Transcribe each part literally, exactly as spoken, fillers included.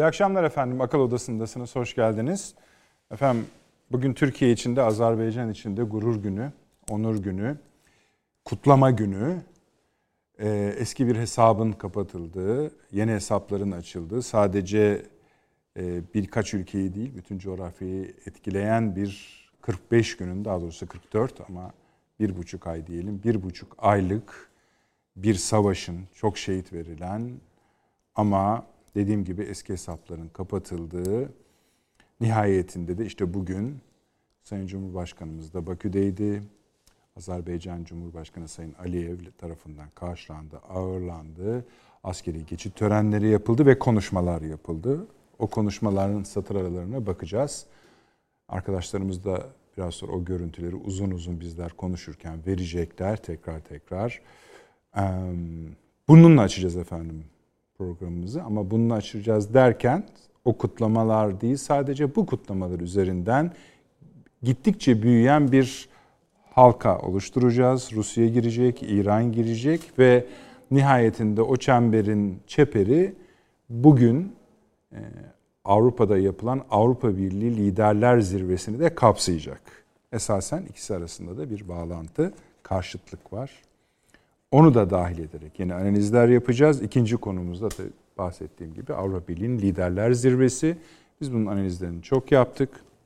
İyi akşamlar efendim. Akıl Odası'ndasınız. Hoş geldiniz. Efendim bugün Türkiye için de Azerbaycan için de gurur günü, onur günü, kutlama günü. Ee, eski bir hesabın kapatıldığı, yeni hesapların açıldığı, sadece e, birkaç ülkeyi değil, bütün coğrafyayı etkileyen bir kırk beş günün, daha doğrusu kırk dört ama bir buçuk ay diyelim, bir buçuk aylık bir savaşın, çok şehit verilen ama dediğim gibi eski hesapların kapatıldığı, nihayetinde de işte bugün Sayın Cumhurbaşkanımız da Bakü'deydi. Azerbaycan Cumhurbaşkanı Sayın Aliyev tarafından karşılandı, ağırlandı. Askeri geçit törenleri yapıldı ve konuşmalar yapıldı. O konuşmaların satır aralarına bakacağız. Arkadaşlarımız da biraz sonra o görüntüleri uzun uzun bizler konuşurken verecekler tekrar tekrar. Bununla açacağız efendim programımızı, ama bununla açacağız derken o kutlamalar değil, sadece bu kutlamalar üzerinden gittikçe büyüyen bir halka oluşturacağız. Rusya girecek, İran girecek ve nihayetinde o çemberin çeperi bugün e, Avrupa'da yapılan Avrupa Birliği Liderler Zirvesi'ni de kapsayacak. Esasen ikisi arasında da bir bağlantı, karşıtlık var. Onu da dahil ederek yeni analizler yapacağız. İkinci konumuzda da bahsettiğim gibi Avrupa Birliği'nin Liderler Zirvesi. Biz bunun analizlerini çok yaptık.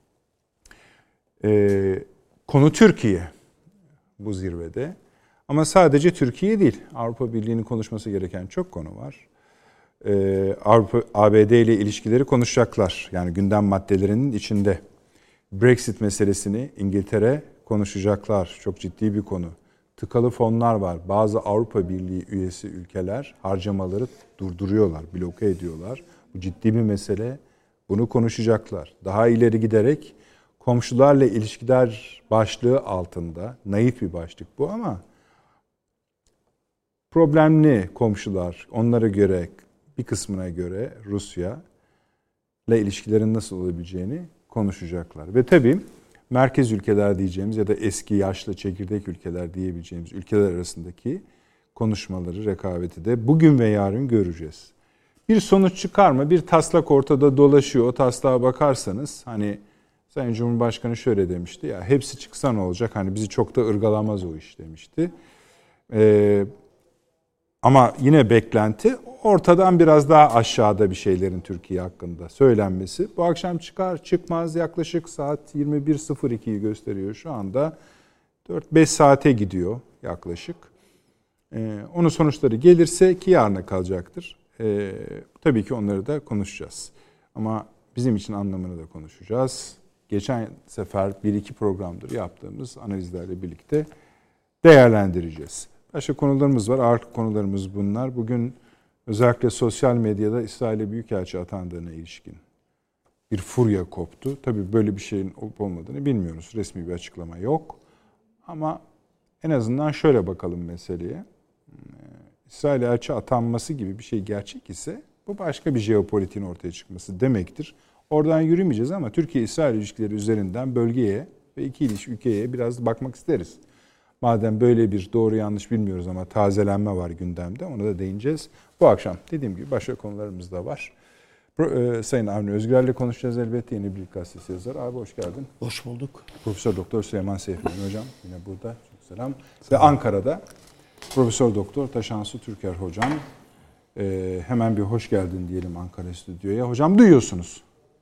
Ee, konu Türkiye bu zirvede. Ama sadece Türkiye değil. Avrupa Birliği'nin konuşması gereken çok konu var. Ee, Avrupa, A B D ile ilişkileri konuşacaklar. Yani gündem maddelerinin içinde. Brexit meselesini İngiltere konuşacaklar. Çok ciddi bir konu. Tıkalı fonlar var. Bazı Avrupa Birliği üyesi ülkeler harcamaları durduruyorlar, bloke ediyorlar. Bu ciddi bir mesele. Bunu konuşacaklar. Daha ileri giderek komşularla ilişkiler başlığı altında, naif bir başlık bu ama problemli komşular, onlara göre, bir kısmına göre Rusya ile ilişkilerin nasıl olabileceğini konuşacaklar. Ve tabii merkez ülkeler diyeceğimiz ya da eski yaşlı çekirdek ülkeler diyebileceğimiz ülkeler arasındaki konuşmaları, rekabeti de bugün ve yarın göreceğiz. Bir sonuç çıkar mı? Bir taslak ortada dolaşıyor. O taslağa bakarsanız hani Sayın Cumhurbaşkanı şöyle demişti, ya hepsi çıksa ne olacak? Hani bizi çok da ırgalamaz o iş demişti. Ee, ama yine beklenti ortadan biraz daha aşağıda bir şeylerin Türkiye hakkında söylenmesi. Bu akşam çıkar çıkmaz yaklaşık saat yirmi bir sıfır ikiyi gösteriyor şu anda. dört beş saate gidiyor yaklaşık. Ee, onun sonuçları gelirse ki yarına kalacaktır. Ee, tabii ki onları da konuşacağız. Ama bizim için anlamını da konuşacağız. Geçen sefer bir iki programdır yaptığımız analizlerle birlikte değerlendireceğiz. Başka konularımız var. Ağırlık konularımız bunlar. Bugün özellikle sosyal medyada İsrail'e büyükelçi atandığına ilişkin bir furya koptu. Tabii böyle bir şeyin olup olmadığını bilmiyoruz. Resmi bir açıklama yok. Ama en azından şöyle bakalım meseleye. İsrail'e elçi atanması gibi bir şey gerçek ise bu başka bir jeopolitiğin ortaya çıkması demektir. Oradan yürümeyeceğiz ama Türkiye-İsrail ilişkileri üzerinden bölgeye ve iki ilişki ülkeye biraz bakmak isteriz. Madem böyle bir doğru yanlış bilmiyoruz ama tazelenme var gündemde, ona da değineceğiz. Bu akşam dediğim gibi başka konularımız da var. Sayın Avni Özgürer'le konuşacağız elbette. Yeni Birlik Gazetesi yazarı. Abi hoş geldin. Hoş bulduk. Profesör Doktor Süleyman Seyfettin Hocam yine burada. Çok selam. Ve Ankara'da Profesör Doktor Taşansu Türker Hocam. Ee, hemen bir hoş geldin diyelim Ankara Stüdyo'ya. Hocam duyuyorsunuz.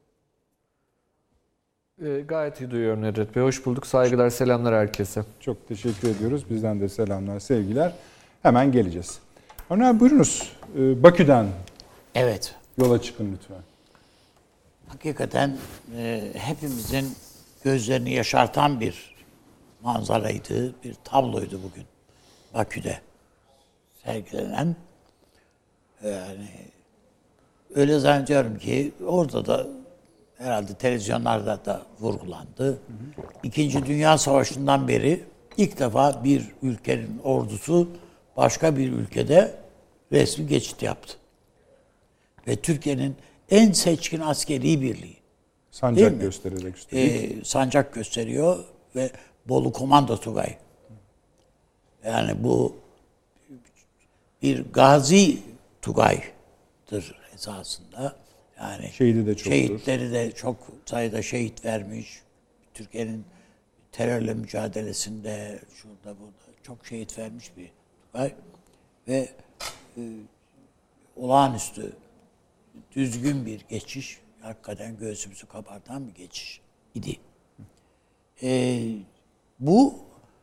E, gayet iyi duyuyorum Nedret Bey. Hoş bulduk. Saygılar, selamlar herkese. Çok teşekkür ediyoruz. Bizden de selamlar, sevgiler. Hemen geleceğiz. Avni buyurunuz. Ee, Bakü'den evet. yola çıkın lütfen. Hakikaten e, hepimizin gözlerini yaşartan bir manzaraydı, bir tabloydu bugün Bakü'de sergilenen. Yani öyle zannediyorum ki orada da herhalde televizyonlarda da vurgulandı. Hı hı. İkinci Dünya Savaşı'ndan beri ilk defa bir ülkenin ordusu başka bir ülkede resmi geçit yaptı. Ve Türkiye'nin en seçkin askeri birliği. Sancak göstererek üstelik. Ee, sancak gösteriyor ve Bolu Komando Tugay. Yani bu bir gazi Tugay'dır esasında. Yani Şehidi de çoktur. Şehitleri de çok sayıda şehit vermiş. Türkiye'nin terörle mücadelesinde şurada burada çok şehit vermiş bir Tugay. Ve e, olağanüstü düzgün bir geçiş. Hakikaten göğsümüzü kabartan bir geçiş idi. E, bu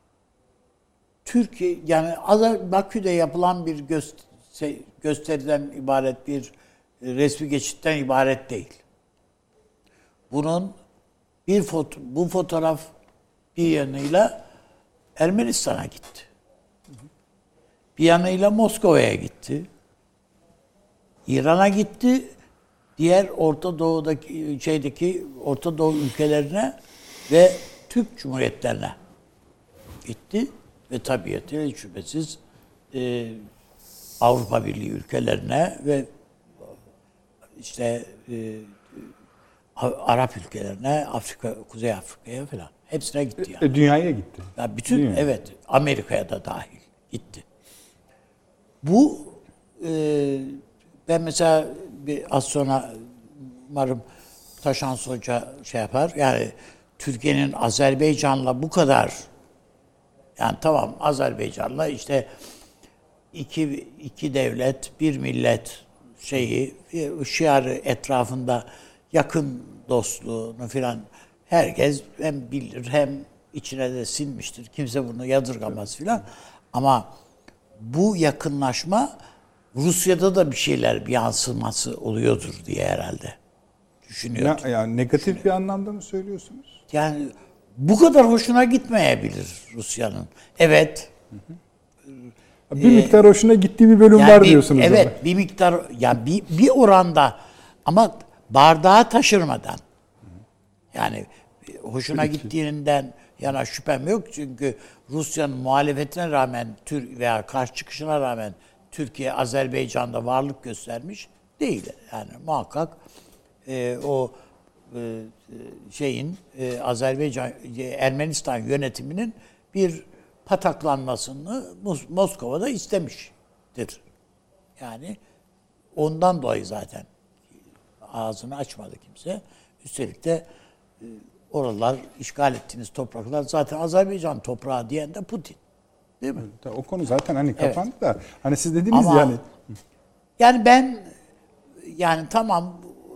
Türkiye yani Azer Bakü'de yapılan bir göster, gösteriden ibaret bir resmi geçitten ibaret değil. Bunun bir foto, bu fotoğraf bir yanıyla Ermenistan'a gitti. Bir yanıyla Moskova'ya gitti. İran'a gitti. Diğer Orta Doğu'daki şeydeki Orta Doğu ülkelerine ve Türk Cumhuriyetlerine gitti ve tabiatıyla hiç şüphesiz e, Avrupa Birliği ülkelerine ve işte e, Arap ülkelerine, Afrika, Kuzey Afrika'ya falan hepsine gitti yani. E, dünyaya gitti. Ya bütün evet Amerika'ya da dahil gitti. Bu e, ben mesela bir az sonra umarım Taşans Hoca şey yapar. Yani Türkiye'nin Azerbaycan'la bu kadar yani tamam Azerbaycan'la işte iki iki devlet, bir millet şeyi şiarı etrafında yakın dostluğunu filan herkes hem bilir hem içine de sinmiştir. Kimse bunu yadırgamaz filan. Ama bu yakınlaşma Rusya'da da bir şeyler bir yansıması oluyordur diye herhalde düşünüyorum. Ne, yani negatif bir anlamda mı söylüyorsunuz? Yani bu kadar hoşuna gitmeyebilir Rusya'nın. Evet. Bir ee, miktar hoşuna gittiği bir bölüm yani var bir, diyorsunuz. Evet, ama. bir miktar yani bir bir oranda ama bardağı taşırmadan. Yani hoşuna Peki. gittiğinden yana şüphem yok çünkü Rusya'nın muhalefetine rağmen Tür veya karşı çıkışına rağmen Türkiye Azerbaycan'da varlık göstermiş değil. Yani muhakkak e, o e, şeyin e, Azerbaycan Ermenistan yönetiminin bir pataklanmasını Moskova'da istemiştir. Yani ondan dolayı zaten ağzını açmadı kimse. Üstelik de e, oralar işgal ettiğiniz topraklar zaten Azerbaycan toprağı diyen de Putin. Değil mi? O konu zaten hani kapandı evet. da hani siz dediniz Ama, yani. Yani ben yani tamam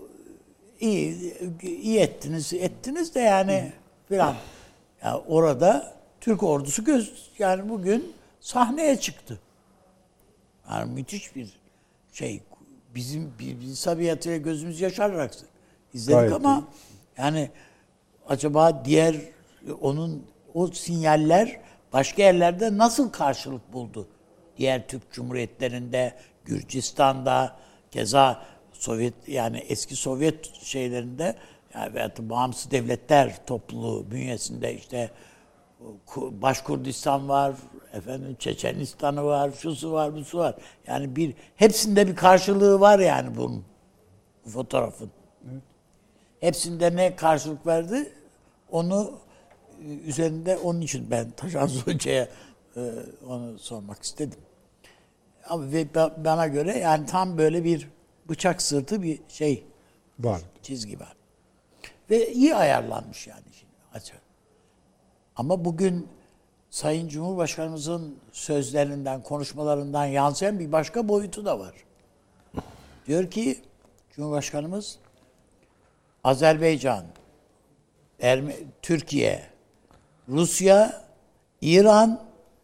iyi iyi ettiniz ettiniz de yani filan. Yani orada Türk ordusu göz yani bugün sahneye çıktı. Yani müthiş bir şey. Bizim biz tabiatıyla gözümüz yaşararak izledik Gayet ama iyi. Yani acaba diğer onun o sinyaller başka yerlerde nasıl karşılık buldu? Diğer Türk Cumhuriyetlerinde, Gürcistan'da, keza Sovyet yani eski Sovyet şeylerinde yani veyahut da bağımsız devletler topluluğu bünyesinde işte Başkurdistan var, efendim Çeçenistan'ı var, şusu var, busu var. Yani bir hepsinde bir karşılığı var yani bunun bu fotoğrafın. Evet. Hepsinde ne karşılık verdi? Onu üzerinde onun için ben Taşans Hoca'ya onu sormak istedim. Ama ve bana göre yani tam böyle bir bıçak sırtı bir şey var. Çizgi var. Ve iyi ayarlanmış yani şimdi açık. Ama bugün Sayın Cumhurbaşkanımızın sözlerinden, konuşmalarından yansıyan bir başka boyutu da var. Diyor ki Cumhurbaşkanımız Azerbaycan, Erme- Türkiye, Rusya, İran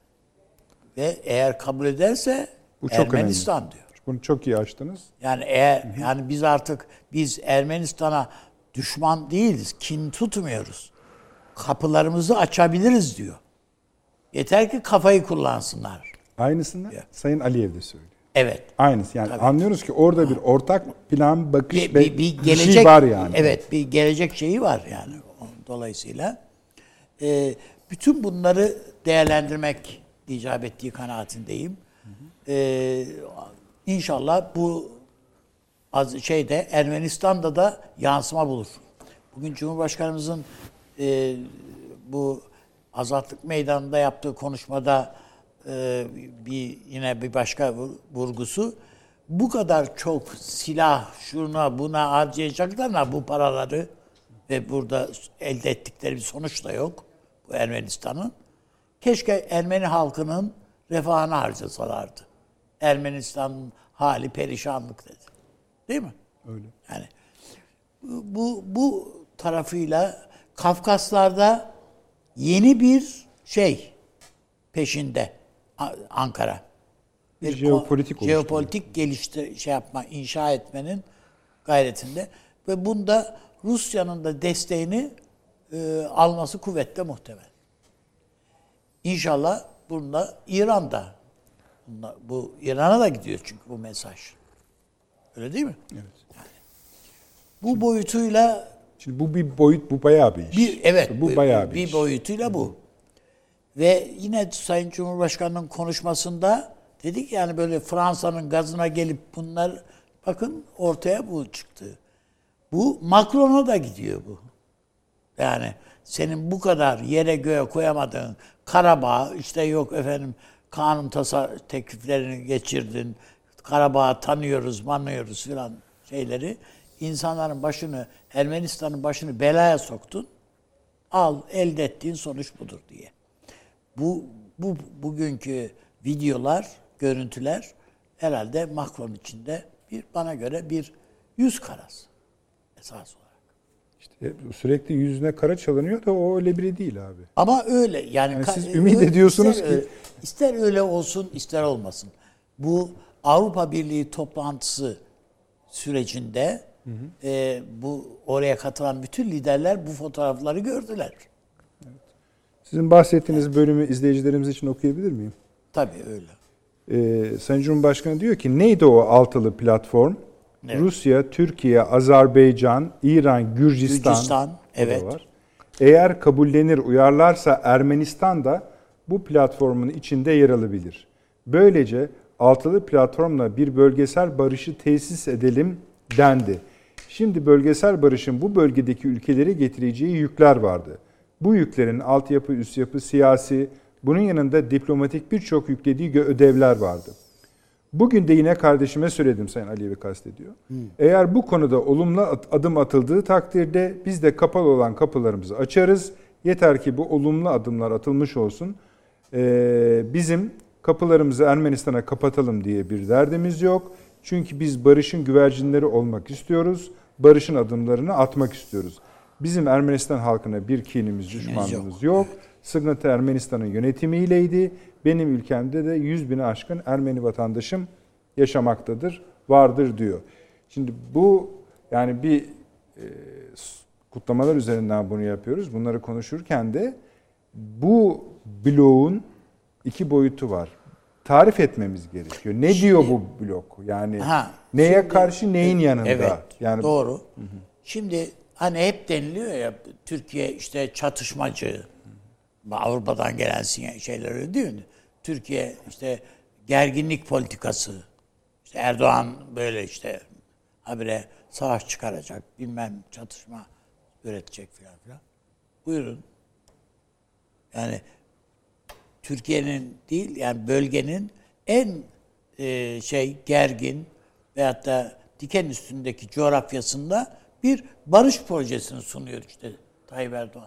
ve eğer kabul ederse bu çok Ermenistan önemli. Diyor. Bunu çok iyi açtınız. Yani eğer Hı-hı. yani biz artık biz Ermenistan'a düşman değiliz, kin tutmuyoruz. Kapılarımızı açabiliriz diyor. Yeter ki kafayı kullansınlar. Aynısını diyor. Sayın Aliyev de söylüyor. Evet. Aynısı yani tabii. Anlıyoruz ki orada ha. bir ortak plan, bakış bir, bir, bir, gelecek, bir şey var yani. Evet, bir gelecek şeyi var yani. Dolayısıyla e, bütün bunları değerlendirmek icap ettiği kanaatindeyim. Hı hı. E, inşallah bu az şeyde Ermenistan'da da yansıma bulur. Bugün Cumhurbaşkanımızın e, bu Azatlık Meydanı'nda yaptığı konuşmada e, bir yine bir başka vurgusu bu kadar çok silah şuna buna harcayacaklarına bu paraları ve burada elde ettikleri bir sonuç da yok bu Ermenistan'ın. Keşke Ermeni halkının refahını harcasalardı. Ermenistan'ın hali perişanlık dedi. Değil mi? Öyle. Yani bu bu tarafıyla Kafkaslar'da yeni bir şey peşinde Ankara. Bir jeopolitik jeopolitik geliştir şey yapma, inşa etmenin gayretinde ve bunda Rusya'nın da desteğini e, alması kuvvetle muhtemel. İnşallah bunda İran'da bunda, bu İran'a da gidiyor çünkü bu mesaj. Öyle değil mi? Evet. Yani, bu boyutuyla şimdi bu bir boyut, bu bayağı bir iş. Bir, evet, bu bayağı bir, bir iş. boyutuyla bu. Ve yine Sayın Cumhurbaşkanı'nın konuşmasında dedik yani böyle Fransa'nın gazına gelip bunlar bakın ortaya bu çıktı. Bu Macron'a da gidiyor bu. Yani senin bu kadar yere göğe koyamadığın Karabağ işte yok efendim kanun tasa tekliflerini geçirdin. Karabağ'ı tanıyoruz, manıyoruz filan şeyleri. İnsanların başını, Ermenistan'ın başını belaya soktun. Al, elde ettiğin sonuç budur diye. Bu, bu bugünkü videolar, görüntüler herhalde Macron için de bir bana göre bir yüz karası esas olarak. İşte sürekli yüzüne kara çalınıyor da o öyle biri değil abi. Ama öyle yani, yani ka- siz ümit öyle, ediyorsunuz ister ki öyle, ister öyle olsun ister olmasın. Bu Avrupa Birliği toplantısı sürecinde hı hı. E, bu oraya katılan bütün liderler bu fotoğrafları gördüler. Evet. Sizin bahsettiğiniz evet. bölümü izleyicilerimiz için okuyabilir miyim? Tabii öyle. Ee, Sayın Cumhurbaşkanı diyor ki neydi o altılı platform? Evet. Rusya, Türkiye, Azerbaycan, İran, Gürcistan, Gürcistan evet. var. Eğer kabullenir, uyarlarsa Ermenistan da bu platformun içinde yer alabilir. Böylece altılı platformla bir bölgesel barışı tesis edelim dendi. Şimdi bölgesel barışın bu bölgedeki ülkeleri getireceği yükler vardı. Bu yüklerin altyapı, üst yapı, siyasi, bunun yanında diplomatik birçok yüklediği ödevler vardı. Bugün de yine kardeşime söyledim, Sayın Aliyev'i kastediyor. Hmm. Eğer bu konuda olumlu adım atıldığı takdirde biz de kapalı olan kapılarımızı açarız. Yeter ki bu olumlu adımlar atılmış olsun. Ee, bizim kapılarımızı Ermenistan'a kapatalım diye bir derdimiz yok. Çünkü biz barışın güvercinleri olmak istiyoruz. Barışın adımlarını atmak istiyoruz. Bizim Ermenistan halkına bir kinimiz, düşmanlığımız yok. yok. Sıkıntı Ermenistan'ın yönetimiyleydi. Benim ülkemde de yüz bini aşkın Ermeni vatandaşım yaşamaktadır, vardır diyor. Şimdi bu yani bir e, kutlamalar üzerinden bunu yapıyoruz. Bunları konuşurken de bu bloğun iki boyutu var. Tarif etmemiz gerekiyor. Ne şimdi, diyor bu blok? Yani ha, neye şimdi, karşı neyin yanında? Evet, yani doğru. Hı hı. Şimdi hani hep deniliyor ya Türkiye işte çatışmacı, Avrupa'dan gelen şeyler öyle değil mi? Türkiye işte gerginlik politikası, işte Erdoğan böyle işte habire savaş çıkaracak, bilmem çatışma üretecek filan filan. Buyurun. Yani Türkiye'nin değil yani bölgenin en e, şey gergin veyahut da diken üstündeki coğrafyasında bir barış projesini sunuyor işte Tayyip Erdoğan.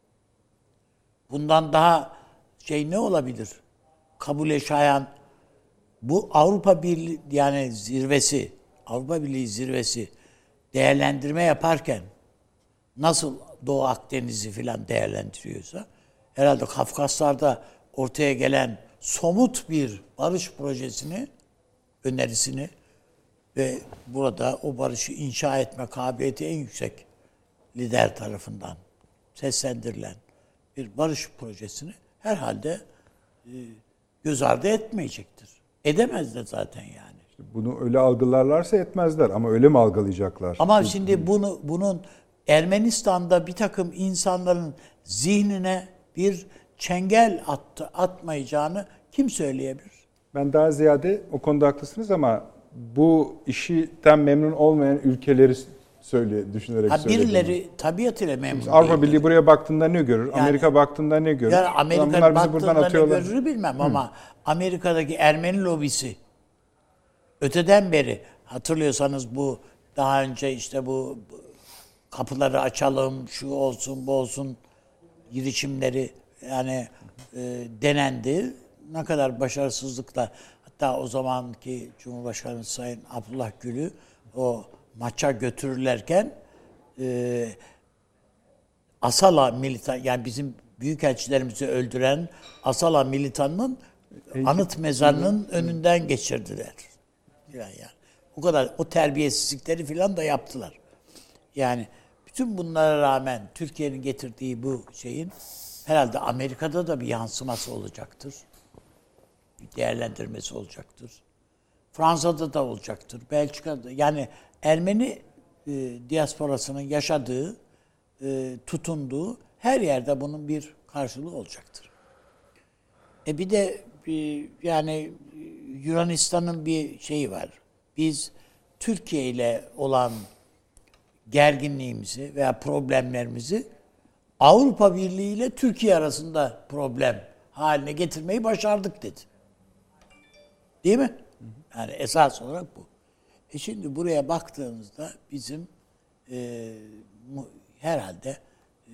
Bundan daha şey ne olabilir? Kabule şayan bu Avrupa Birliği yani zirvesi, Avrupa Birliği zirvesi değerlendirme yaparken nasıl Doğu Akdeniz'i filan değerlendiriyorsa herhalde Kafkaslar'da ortaya gelen somut bir barış projesini, önerisini ve burada o barışı inşa etme kabiliyeti en yüksek lider tarafından seslendirilen bir barış projesini herhalde e, göz ardı etmeyecektir. Edemez de zaten yani. Bunu öyle algılarlarsa etmezler ama öyle mi algılayacaklar? Ama şimdi bunu bunun Ermenistan'da bir takım insanların zihnine bir çengel attı, atmayacağını kim söyleyebilir? Ben daha ziyade o konuda haklısınız ama bu işten memnun olmayan ülkeleri söyle düşünerek ha, söyledim. Birileri tabiatıyla memnun değil. Avrupa Birliği buraya baktığında ne görür? Yani, Amerika baktığında ne görür? Yani Amerika baktığında ne görür bilmem hmm. ama Amerika'daki Ermeni lobisi öteden beri hatırlıyorsanız bu daha önce işte bu, bu kapıları açalım, şu olsun, bu olsun girişimleri yani e, denendi. Ne kadar başarısızlıkla, hatta o zamanki Cumhurbaşkanı Sayın Abdullah Gül'ü o maça götürürlerken e, Asala militan, yani bizim büyükelçilerimizi öldüren Asala militanının anıt mezarının önünden geçirdiler. Yani, yani o kadar o terbiyesizlikleri filan da yaptılar. Yani bütün bunlara rağmen Türkiye'nin getirdiği bu şeyin herhalde Amerika'da da bir yansıması olacaktır. Bir değerlendirmesi olacaktır. Fransa'da da olacaktır. Belçika'da, yani Ermeni e, diasporasının yaşadığı, e, tutunduğu her yerde bunun bir karşılığı olacaktır. E bir de e, yani Yunanistan'ın bir şeyi var. Biz Türkiye ile olan gerginliğimizi veya problemlerimizi Avrupa Birliği ile Türkiye arasında problem haline getirmeyi başardık dedi. Değil mi? Yani esas olarak bu. E şimdi buraya baktığınızda bizim e, mu, herhalde e,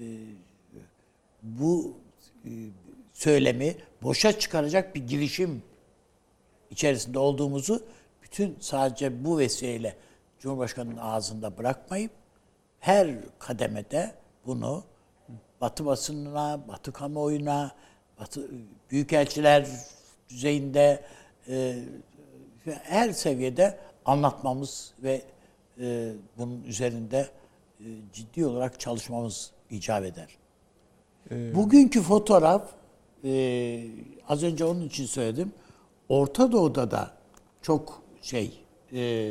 bu e, söylemi boşa çıkaracak bir girişim içerisinde olduğumuzu bütün sadece bu vesileyle Cumhurbaşkanı'nın ağzında bırakmayıp her kademede bunu Batı basınına, Batı kamuoyuna, Batı büyükelçiler düzeyinde e, her seviyede anlatmamız ve e, bunun üzerinde e, ciddi olarak çalışmamız icap eder. Ee, Bugünkü fotoğraf e, az önce onun için söyledim. Orta Doğu'da da çok şey e,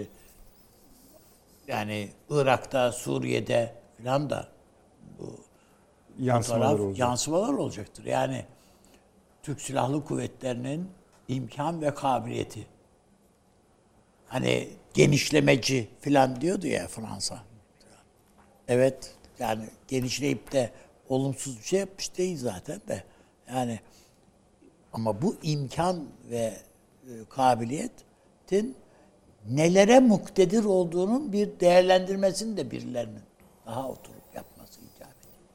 yani Irak'ta, Suriye'de falan da bu yansımalar olacak. yansımalar olacaktır. Yani Türk Silahlı Kuvvetleri'nin imkan ve kabiliyeti. Hani genişlemeci falan diyordu ya Fransa. Evet, yani genişleyip de olumsuz bir şey yapmış değil zaten de. Yani ama bu imkan ve e, kabiliyetin nelere muktedir olduğunun bir değerlendirmesini de birilerinin daha oturup yapması icap ediyor.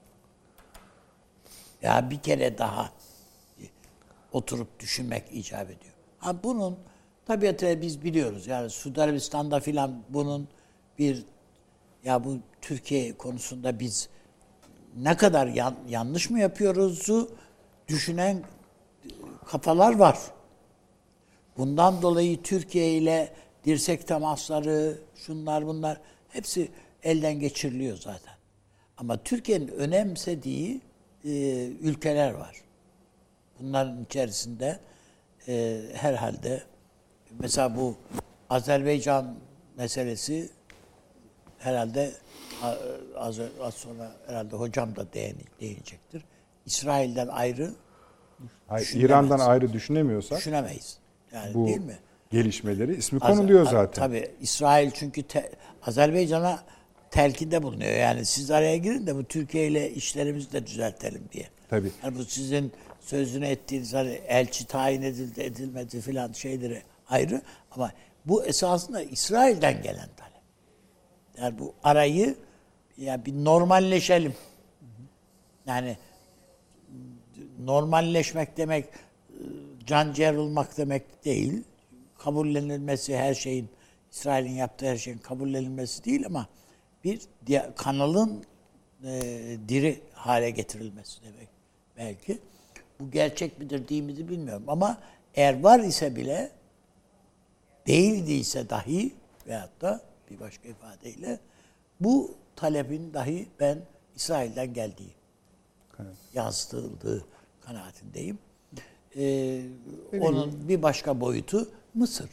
Ya bir kere daha oturup düşünmek icap ediyor. Ha bunun tabiatıyla biz biliyoruz. Yani Suudi Arabistan'da filan bunun bir ya bu Türkiye konusunda biz ne kadar yan, yanlış mı yapıyoruzu düşünen kafalar var. Bundan dolayı Türkiye ile dirsek temasları, şunlar bunlar hepsi elden geçiriliyor zaten. Ama Türkiye'nin önemsediği e, ülkeler var. Bunların içerisinde e, herhalde mesela bu Azerbaycan meselesi herhalde az, az sonra herhalde hocam da değinecektir. İsrail'den ayrı Hayır, İran'dan ayrı düşünemiyorsak düşünemeyiz. Yani bu değil mi? Gelişmeleri ismi konuluyor Az, zaten. Tabii İsrail çünkü te, Azerbaycan'a telkinde bulunuyor. Yani siz araya girin de bu Türkiye ile işlerimizi de düzeltelim diye. Tabii. Yani bu sizin sözünü ettiğiniz hani elçi tayin edildi edilmedi filan şeyleri ayrı ama bu esasında İsrail'den gelen talep. Yani bu arayı yani bir normalleşelim. Yani normalleşmek demek can ciğer olmak demek değil. Kabullenilmesi her şeyin, İsrail'in yaptığı her şeyin kabullenilmesi değil ama bir kanalın e, diri hale getirilmesi demek belki. Bu gerçek midir değil midir bilmiyorum ama eğer var ise bile değildiyse dahi veyahut da bir başka ifadeyle bu talebin dahi ben İsrail'den geldiği evet. yansıtıldığı kanaatindeyim. Ee, onun bir başka boyutu Mısır.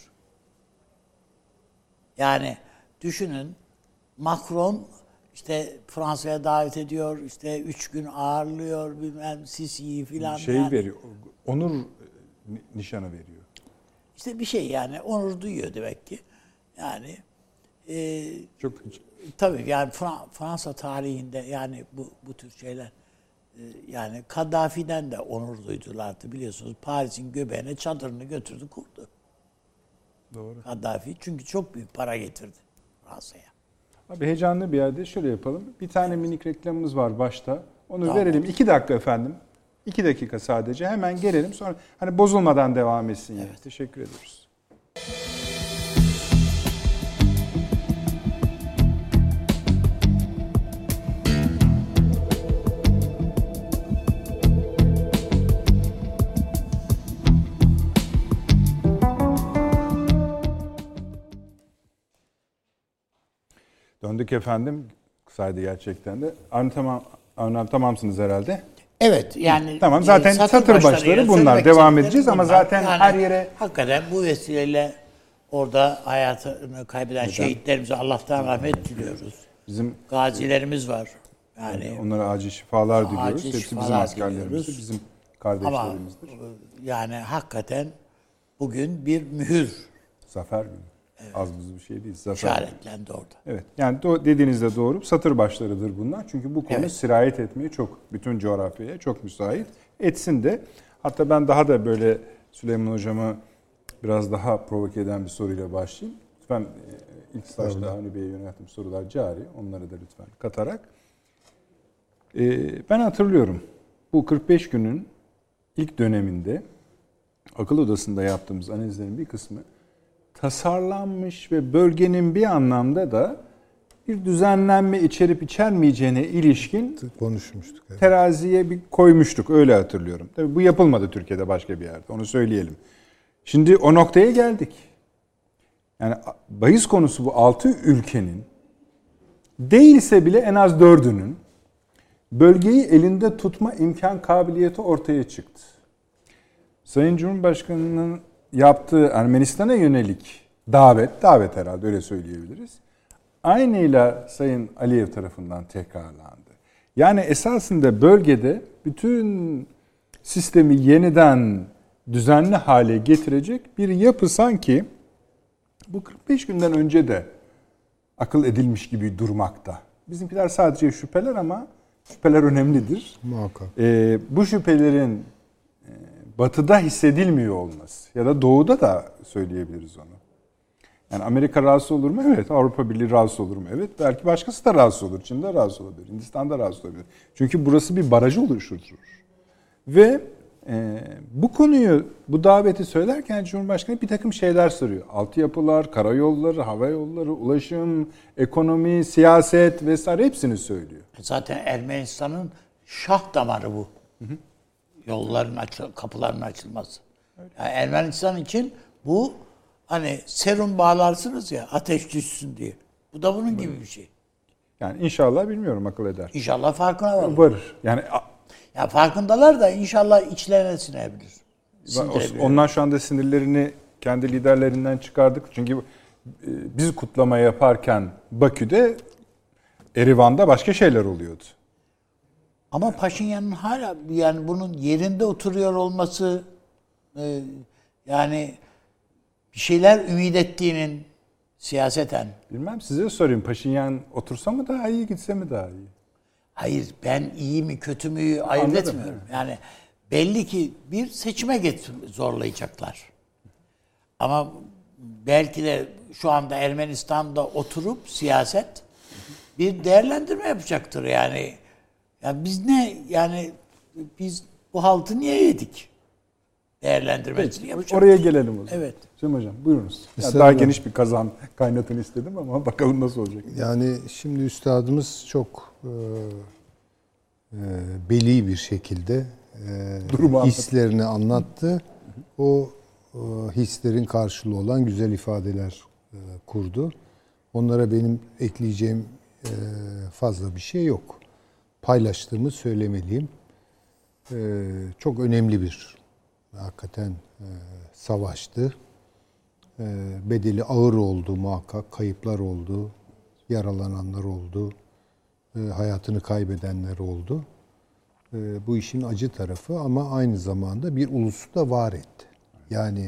Yani düşünün Macron işte Fransa'ya davet ediyor, işte üç gün ağırlıyor, bilmem Sisi'yi filan. Şey yani. veriyor, onur nişanı veriyor. İşte bir şey yani onur duyuyor demek ki. Yani e, çok tabii yani Fransa tarihinde yani bu bu tür şeyler e, yani Kaddafi'den de onur duydulardı biliyorsunuz. Paris'in göbeğine çadırını götürdü kurdu. Doğru. Kaddafi. Çünkü çok büyük para getirdi Fransa'ya. Abi heyecanlı bir yerde şöyle yapalım. Bir tane minik reklamımız var başta. Onu Tamam. verelim. İki dakika efendim. İki dakika sadece. Hemen gelelim. Sonra hani bozulmadan devam etsin. Yani. Evet. Teşekkür ediyoruz. Döndük efendim. Kısaydı gerçekten de. Avni tamam, Avni tamamsınız herhalde. Evet yani tamam zaten satır, satır başları bunlar. Devam edeceğiz ama zaten yani her yere hakikaten bu vesileyle orada hayatını kaybeden Neden? şehitlerimize Allah'tan rahmet diliyoruz. Bizim gazilerimiz var. Yani onlara acil şifalar diliyoruz. Acil Hepsi şifalar bizim askerlerimizdir, diliyoruz. bizim kardeşlerimizdir. Ama yani hakikaten bugün bir mühür Zafer günü. Evet. Az buz bir şey değil. Zafer işaretlendi günü. orada. Evet. Yani do- dediğinizde doğru. Satır başlarıdır bunlar. Çünkü bu konu evet. sirayet etmeye çok, bütün coğrafyaya çok müsait. Etsin de. Hatta ben daha da böyle Süleyman Hocam'a biraz daha provoke eden bir soruyla başlayayım. Lütfen ilk stajda Avni Bey'e yönelttiğim sorular cari. Onları da lütfen katarak. Ee, ben hatırlıyorum. Bu kırk beş günün ilk döneminde akıl odasında yaptığımız analizlerin bir kısmı tasarlanmış ve bölgenin bir anlamda da bir düzenlenme içerip içermeyeceğine ilişkin konuşmuştuk. Evet. Teraziye bir koymuştuk. Öyle hatırlıyorum. Tabii bu yapılmadı Türkiye'de başka bir yerde. Onu söyleyelim. Şimdi o noktaya geldik. Yani bahis konusu bu altı ülkenin değilse bile en az dördünün bölgeyi elinde tutma imkan kabiliyeti ortaya çıktı. Sayın Cumhurbaşkanı'nın yaptığı Ermenistan'a yönelik davet, davet herhalde öyle söyleyebiliriz. Aynıyla Sayın Aliyev tarafından tekrarlandı. Yani esasında bölgede bütün sistemi yeniden düzenli hale getirecek bir yapı sanki bu kırk beş günden önce de akıl edilmiş gibi durmakta. Bizimkiler sadece şüpheler ama şüpheler önemlidir. Muhakkak. Ee, bu şüphelerin e, batıda hissedilmiyor olması ya da doğuda da söyleyebiliriz onu. Yani Amerika rahatsız olur mu? Evet. Avrupa Birliği rahatsız olur mu? Evet. Belki başkası da rahatsız olur. Çin de rahatsız olabilir. Hindistan da rahatsız olabilir. Çünkü burası bir barajı oluşturur. Ve e, bu konuyu, bu daveti söylerken Cumhurbaşkanı bir takım şeyler soruyor. Altyapılar, karayolları, hava yolları, ulaşım, ekonomi, siyaset vesaire hepsini söylüyor. Zaten Ermenistan'ın şah damarı bu. Hı hı. Yolların açıl, kapıların açılması. Yani Ermenistan için bu hani serum bağlarsınız ya ateş düşsün diye. Bu da bunun gibi bir şey. Yani inşallah bilmiyorum akıl eder. İnşallah farkına varır. Varır. Yani ya farkındalar da inşallah içlerine sinebilir. Onlar şu anda sinirlerini kendi liderlerinden çıkardık. Çünkü biz kutlama yaparken Bakü'de, Erivan'da başka şeyler oluyordu. Ama Paşinyan'ın hala yani bunun yerinde oturuyor olması e, yani bir şeyler ümit ettiğinin siyaseten. Bilmem size sorayım. Paşinyan otursa mı daha iyi, gitse mi daha iyi? Hayır, ben iyi mi kötü mü ayırt Anladım. etmiyorum. Yani belli ki bir seçime zorlayacaklar. Ama belki de şu anda Ermenistan'da oturup siyaset bir değerlendirme yapacaktır yani. Yani biz ne yani biz bu haltı niye yedik? Değerlendirmesini yapacak. Oraya gelelim o zaman. Evet. Cem Hocam buyurunuz. Yani daha ben. geniş bir kazan kaynatın istedim ama bakalım nasıl olacak. Yani şimdi üstadımız çok e, e, beli bir şekilde e, hislerini anlattı. O e, hislerin karşılığı olan güzel ifadeler e, kurdu. Onlara benim ekleyeceğim e, fazla bir şey yok. Paylaştığımı söylemeliyim. E, çok önemli bir hakikaten e, savaştı. E, bedeli ağır oldu muhakkak. Kayıplar oldu. Yaralananlar oldu. E, hayatını kaybedenler oldu. E, bu işin acı tarafı ama aynı zamanda bir ulusu da var etti. Yani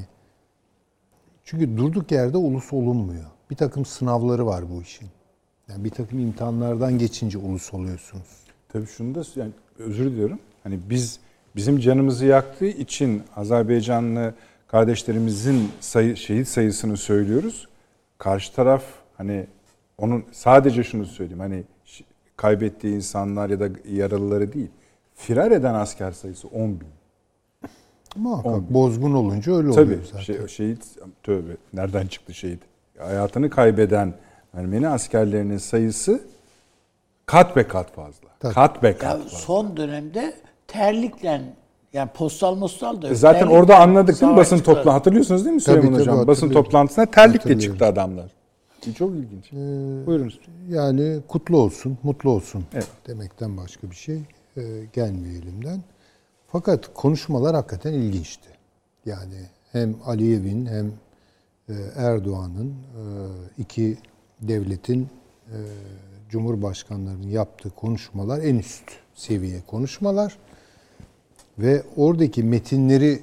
çünkü durduk yerde ulus olunmuyor. Bir takım sınavları var bu işin. Yani bir takım imtihanlardan geçince ulus oluyorsunuz. Tabii şunu da yani özür diliyorum. Hani biz bizim canımızı yaktığı için Azerbaycanlı kardeşlerimizin sayı, şehit sayısını söylüyoruz. Karşı taraf hani onun sadece şunu söyleyeyim hani kaybettiği insanlar ya da yaralıları değil. Firar eden asker sayısı on bin. Muhakkak bozgun olunca öyle Tabii, oluyor zaten. Şey, şehit, tövbe nereden çıktı şehit? Hayatını kaybeden Ermeni askerlerinin sayısı kat be kat fazla. Tabii. Kat be kat Ya fazla. son dönemde terlikle yani postal mostal da yok. Zaten Terlikle orada anladık değil mi basın savaştılar. toplantısı? Hatırlıyorsunuz değil mi Tabii, Süleyman tabii, Hocam? Basın hatırlıyorum. toplantısına terlikle Hatırlıyorum. çıktı adamlar. Çok ilginç. Ee, Buyurunuz. Yani kutlu olsun, mutlu olsun Evet. demekten başka bir şey e, gelmiyor elimden. Fakat konuşmalar hakikaten ilginçti. Yani hem Aliyev'in hem e, Erdoğan'ın e, iki devletin e, cumhurbaşkanlarının yaptığı konuşmalar en üst seviye konuşmalar ve oradaki metinleri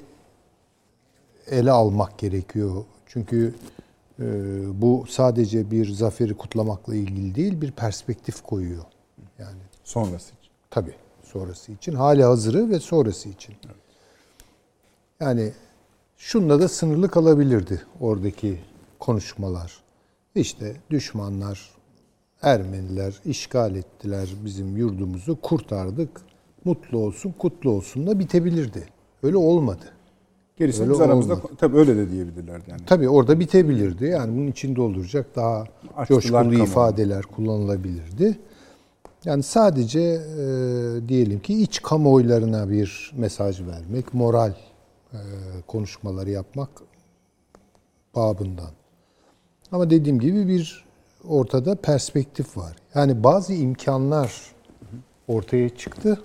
ele almak gerekiyor. Çünkü e, bu sadece bir zaferi kutlamakla ilgili değil, bir perspektif koyuyor. Yani Sonrası için. tabii sonrası için, hali hazırı ve sonrası için. Evet. Yani şunla da sınırlı kalabilirdi oradaki konuşmalar. İşte düşmanlar, Ermeniler işgal ettiler bizim yurdumuzu, kurtardık. Mutlu olsun, kutlu olsun da bitebilirdi. Öyle olmadı. Gerisini Öyle biz aramızda olmadı. tabii öyle de diyebilirlerdi yani. Tabii orada bitebilirdi. Yani bunun içinde olacak daha Açtılar coşkulu kamuoyu. ifadeler kullanılabilirdi. Yani sadece e, diyelim ki iç kamuoylarına bir mesaj vermek, moral e, konuşmaları yapmak babından. Ama dediğim gibi bir ortada perspektif var. Yani bazı imkanlar ortaya çıktı.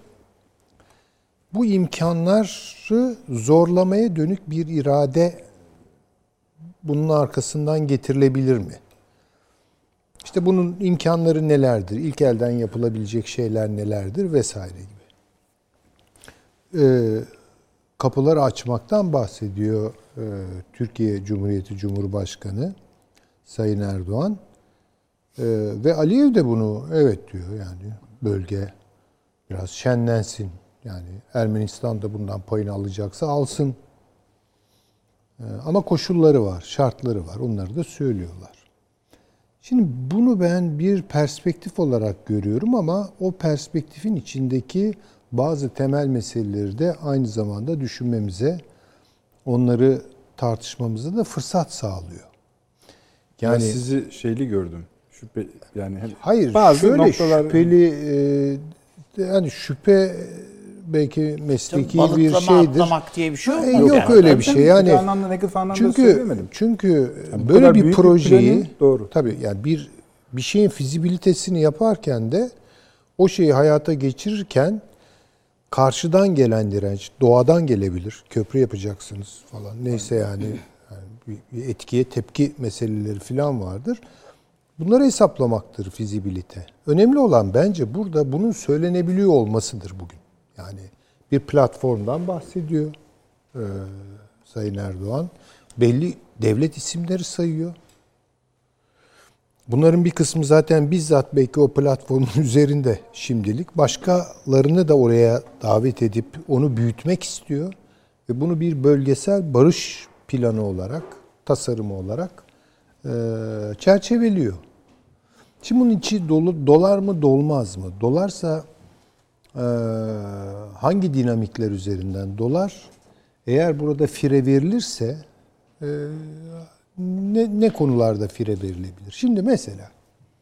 Bu imkanları zorlamaya dönük bir irade bunun arkasından getirilebilir mi? İşte bunun imkanları nelerdir? İlk elden yapılabilecek şeyler nelerdir? Vesaire gibi. Ee, kapıları açmaktan bahsediyor e, Türkiye Cumhuriyeti Cumhurbaşkanı Sayın Erdoğan. Ee, ve Aliyev de bunu evet diyor yani bölge biraz şenlensin. Yani Ermenistan da bundan payını alacaksa alsın. Ee, ama koşulları var, şartları var. Onları da söylüyorlar. Şimdi bunu ben bir perspektif olarak görüyorum ama o perspektifin içindeki bazı temel meseleleri de aynı zamanda düşünmemize, onları tartışmamıza da fırsat sağlıyor. Yani Yani ben sizi şeyli gördüm. Şüphe yani hem hayır, bazı şöyle noktalar şüpheli e, yani şüphe belki mesleki Balıklama, bir şeydir. atlamak diye bir şey yok. E, mu? yok Yani öyle Tabii bir tabii, şey. Yani kötü anlamda, negatif anlamda çünkü söylemedim. çünkü Yani bu böyle kadar bir büyük bir projeyi planın- doğru. tabii yani bir bir şeyin fizibilitesini yaparken de o şeyi hayata geçirirken karşıdan gelen direnç doğadan gelebilir. Köprü yapacaksınız falan. Neyse yani, yani bir, bir etkiye tepki meseleleri falan vardır. Bunları hesaplamaktır fizibilite. Önemli olan bence burada bunun söylenebiliyor olmasıdır bugün. Yani bir platformdan bahsediyor e, Sayın Erdoğan. Belli devlet isimleri sayıyor. Bunların bir kısmı zaten bizzat belki o platformun üzerinde şimdilik. Başkalarını da oraya davet edip onu büyütmek istiyor. Ve bunu bir bölgesel barış planı olarak, tasarımı olarak e, çerçeveliyor. Şimdi bunun içi dolu, dolar mı dolmaz mı? Dolarsa e, hangi dinamikler üzerinden dolar? Eğer burada fire verilirse e, ne, ne konularda fire verilebilir? Şimdi mesela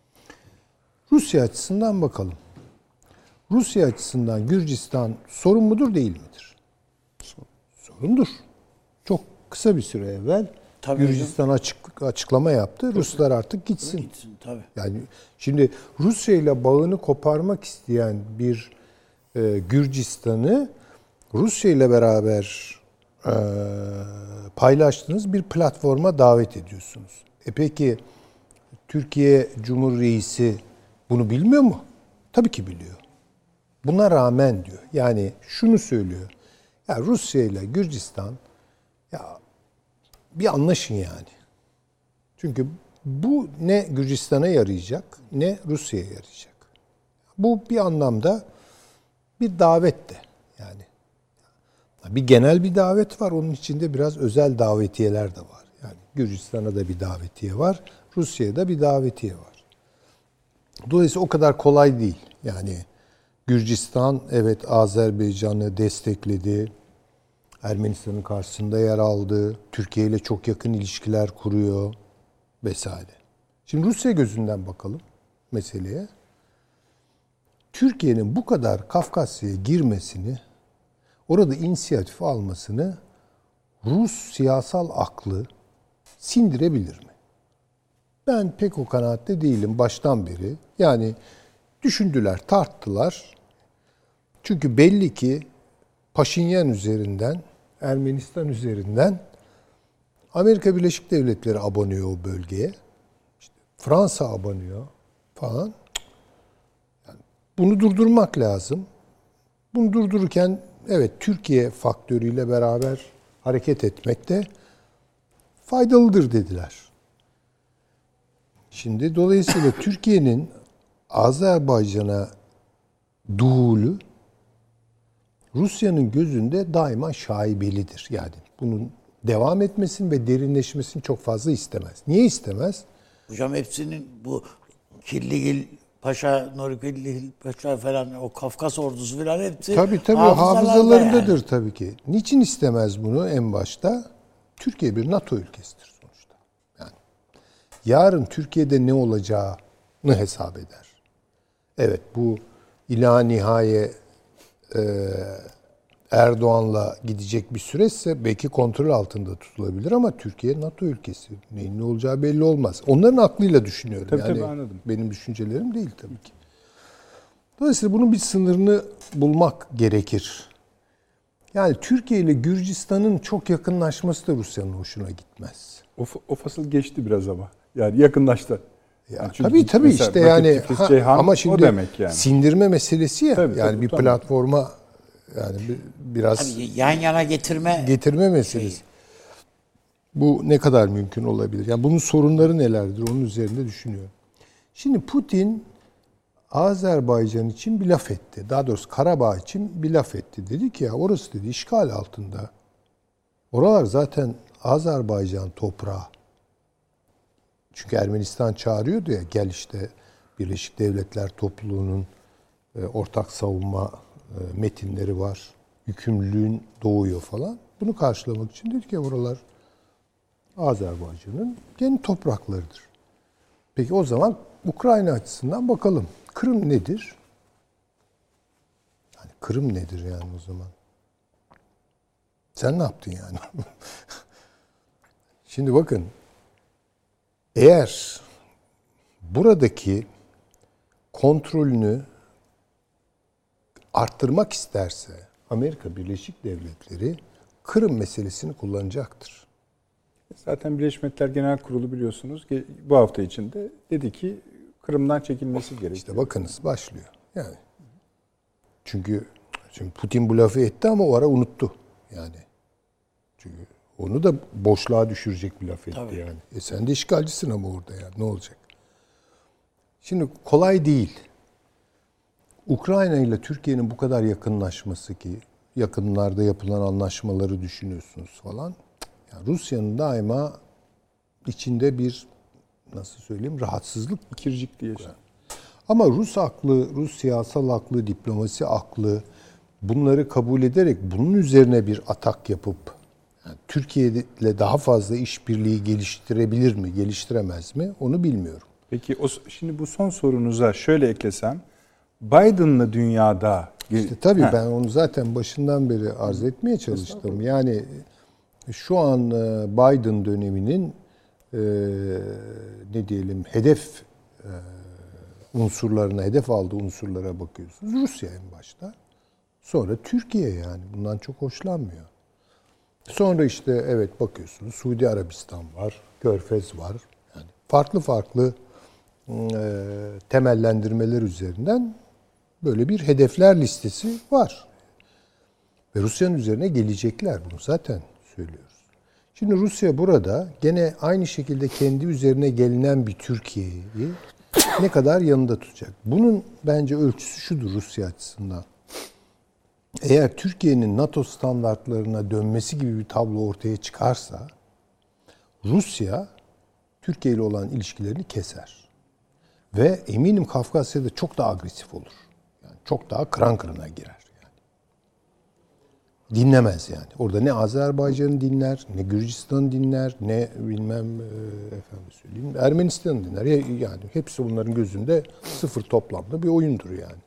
Rusya açısından bakalım. Rusya açısından Gürcistan sorun mudur değil midir? Sorundur. Çok kısa bir süre evvel Tabii Gürcistan açık, açıklama yaptı. Ruslar artık gitsin. Gitsin tabii. Yani şimdi Rusya ile bağını koparmak isteyen bir e, Gürcistan'ı Rusya ile beraber e, paylaştığınız bir platforma davet ediyorsunuz. E peki Türkiye Cumhur Reisi bunu bilmiyor mu? Tabii ki biliyor. Buna rağmen diyor. Yani şunu söylüyor. Ya Rusya ile Gürcistan ya bir anlaşın yani. Çünkü bu ne Gürcistan'a yarayacak ne Rusya'ya yarayacak. Bu bir anlamda bir davet de yani. Bir genel bir davet var. Onun içinde biraz özel davetiyeler de var. Yani Gürcistan'a da bir davetiye var. Rusya'ya da bir davetiye var. Dolayısıyla o kadar kolay değil. Yani Gürcistan evet Azerbaycan'ı destekledi. Ermenistan'ın karşısında yer aldı. Türkiye ile çok yakın ilişkiler kuruyor vesaire. Şimdi Rusya gözünden bakalım meseleye. Türkiye'nin bu kadar Kafkasya'ya girmesini, orada inisiyatif almasını Rus siyasal aklı sindirebilir mi? Ben pek o kanaatte değilim baştan beri. Yani düşündüler, tarttılar. Çünkü belli ki Paşinyan üzerinden, Ermenistan üzerinden Amerika Birleşik Devletleri abanıyor o bölgeye. İşte Fransa abanıyor falan. Yani bunu durdurmak lazım. Bunu durdururken evet Türkiye faktörüyle beraber hareket etmek de faydalıdır dediler. Şimdi dolayısıyla Türkiye'nin Azerbaycan'a duhulü Rusya'nın gözünde daima şaibelidir. Yani bunun devam etmesini ve derinleşmesini çok fazla istemez. Niye istemez? Hocam hepsinin bu Killigil Paşa, Nuri Killigil Paşa falan o Kafkas ordusu falan hepsi tabii tabii hafızalarındadır yani. Tabii ki. Niçin istemez bunu en başta? Türkiye bir NATO ülkesidir sonuçta. Yani yarın Türkiye'de ne olacağını hesap eder. Evet bu ila nihaye e, Erdoğan'la gidecek bir süreçse belki kontrol altında tutulabilir ama Türkiye NATO ülkesi. Neyin ne olacağı belli olmaz. Onların aklıyla düşünüyorum. Tabii yani tabii anladım. Benim düşüncelerim değil tabii ki. Dolayısıyla bunun bir sınırını bulmak gerekir. Yani Türkiye ile Gürcistan'ın çok yakınlaşması da Rusya'nın hoşuna gitmez. O, o fasıl geçti biraz ama. Yani yakınlaştı. Ya yani tabii tabii işte yani ha, ama şimdi demek yani. Sindirme meselesi ya. Tabii, yani tabii, bir tamam. platforma yani bir, biraz Tabii yan yana getirme getirme meselesi. Şey. Bu ne kadar mümkün olabilir? Yani bunun sorunları nelerdir? Onun üzerinde düşünüyorum. Şimdi Putin Azerbaycan için bir laf etti. Daha doğrusu Karabağ için bir laf etti. Dedi ki ya orası dedi işgal altında. Oralar zaten Azerbaycan toprağı. Çünkü Ermenistan çağırıyordu ya gel işte Birleşik Devletler topluluğunun e, ortak savunma e, metinleri var. Yükümlülüğün doğuyor falan. Bunu karşılamak için dedik ki buralar Azerbaycan'ın kendi topraklarıdır. Peki o zaman Ukrayna açısından bakalım. Kırım nedir? Yani Kırım nedir yani o zaman? Sen ne yaptın yani? Şimdi bakın. Eğer buradaki kontrolünü arttırmak isterse Amerika Birleşik Devletleri Kırım meselesini kullanacaktır. Zaten Birleşmiş Milletler Genel Kurulu biliyorsunuz bu hafta içinde dedi ki Kırım'dan çekilmesi gerekiyor. İşte bakınız başlıyor. Yani çünkü şimdi Putin bu lafı etti ama o ara unuttu. Yani çünkü onu da boşluğa düşürecek bir laf etti Tabii. yani. E sen de işgalcisin ama orada yani ne olacak? Şimdi kolay değil. Ukrayna ile Türkiye'nin bu kadar yakınlaşması ki yakınlarda yapılan anlaşmaları düşünüyorsunuz falan. Yani Rusya'nın daima içinde bir nasıl söyleyeyim rahatsızlık ikircik diye. Ama Rus aklı, Rus siyasal aklı, diplomasi aklı bunları kabul ederek bunun üzerine bir atak yapıp yani Türkiye ile daha fazla işbirliği geliştirebilir mi, geliştiremez mi onu bilmiyorum. Peki o, şimdi bu son sorunuza şöyle eklesem Biden'la dünyada... İşte tabii Heh. ben onu zaten başından beri arz etmeye çalıştım. Yani şu an Biden döneminin e, ne diyelim hedef e, unsurlarına, hedef aldığı unsurlara bakıyorsunuz. Rusya en başta. Sonra Türkiye yani bundan çok hoşlanmıyor. Sonra işte evet bakıyorsunuz Suudi Arabistan var, Körfez var. Yani farklı farklı e, temellendirmeler üzerinden böyle bir hedefler listesi var. Ve Rusya'nın üzerine gelecekler. Bunu zaten söylüyoruz. Şimdi Rusya burada gene aynı şekilde kendi üzerine gelinen bir Türkiye'yi ne kadar yanında tutacak? Bunun bence ölçüsü şudur Rusya açısından. eğer Türkiye'nin NATO standartlarına dönmesi gibi bir tablo ortaya çıkarsa Rusya Türkiye ile olan ilişkilerini keser. Ve eminim Kafkasya'da çok daha agresif olur. Yani çok daha kıran kırana girer. Yani. Dinlemez yani. Orada ne Azerbaycan'ı dinler, ne Gürcistan'ı dinler, ne bilmem efendim söyleyeyim Ermenistan'ı dinler. Yani hepsi onların gözünde sıfır toplamda bir oyundur yani.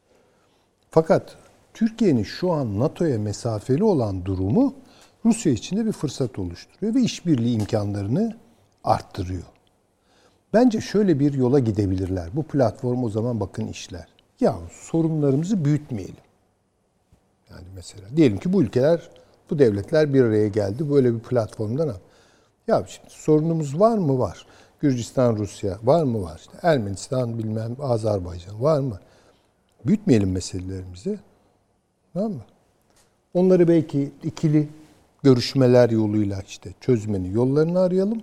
Fakat Türkiye'nin şu an NATO'ya mesafeli olan durumu Rusya için de bir fırsat oluşturuyor ve işbirliği imkanlarını arttırıyor. Bence şöyle bir yola gidebilirler. Bu platform o zaman bakın işler. Ya sorunlarımızı büyütmeyelim. Yani mesela diyelim ki bu ülkeler, bu devletler bir araya geldi. Böyle bir platformdan. Ya şimdi sorunumuz var mı? Var. Gürcistan, Rusya var mı? Var. İşte Ermenistan, bilmem Azerbaycan var mı? Büyütmeyelim meselelerimizi. Tamam mı? Onları belki ikili görüşmeler yoluyla işte çözmenin yollarını arayalım.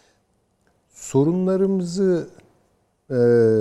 Sorunlarımızı e,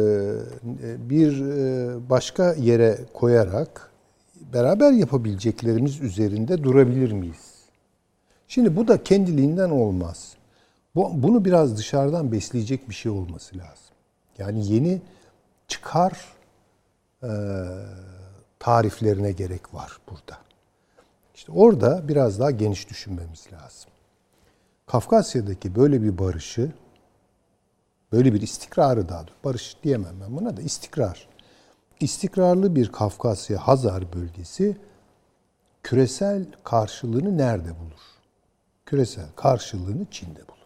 bir başka yere koyarak beraber yapabileceklerimiz üzerinde durabilir miyiz? Şimdi bu da kendiliğinden olmaz. Bu, bunu biraz dışarıdan besleyecek bir şey olması lazım. Yani yeni çıkar e, tariflerine gerek var burada. İşte orada biraz daha geniş düşünmemiz lazım. Kafkasya'daki böyle bir barışı, böyle bir istikrarı daha doğrusu, barış diyemem ben buna da istikrar. İstikrarlı bir Kafkasya Hazar bölgesi küresel karşılığını nerede bulur? Küresel karşılığını Çin'de bulur.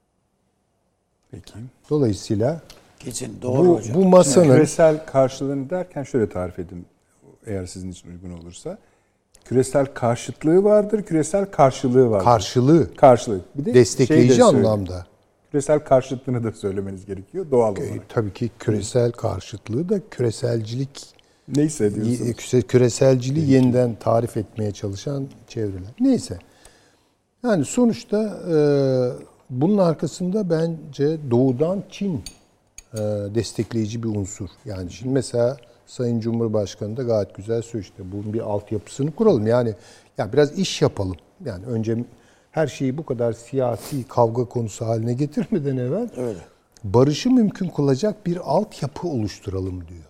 Peki. Dolayısıyla kesin doğru bu, hocam. Bu masanın Şimdi küresel karşılığını derken şöyle tarif edeyim eğer sizin için uygun olursa. Küresel karşıtlığı vardır, küresel karşılığı vardır. Karşılığı. Karşılığı. Bir de destekleyici şey de anlamda. Küresel karşıtlığını da söylemeniz gerekiyor doğal olarak. E, tabii ki küresel karşıtlığı da küreselcilik neyse diyorsunuz. Küreselciliği yeniden tarif etmeye çalışan çevreler. Neyse. Yani sonuçta e, bunun arkasında bence doğudan Çin e, destekleyici bir unsur. Yani şimdi mesela Sayın Cumhurbaşkanı da gayet güzel söyledi. Bunun bir altyapısını kuralım. Yani ya biraz iş yapalım. Yani önce her şeyi bu kadar siyasi kavga konusu haline getirmeden evvel öyle. Barışı mümkün kılacak bir altyapı oluşturalım diyor.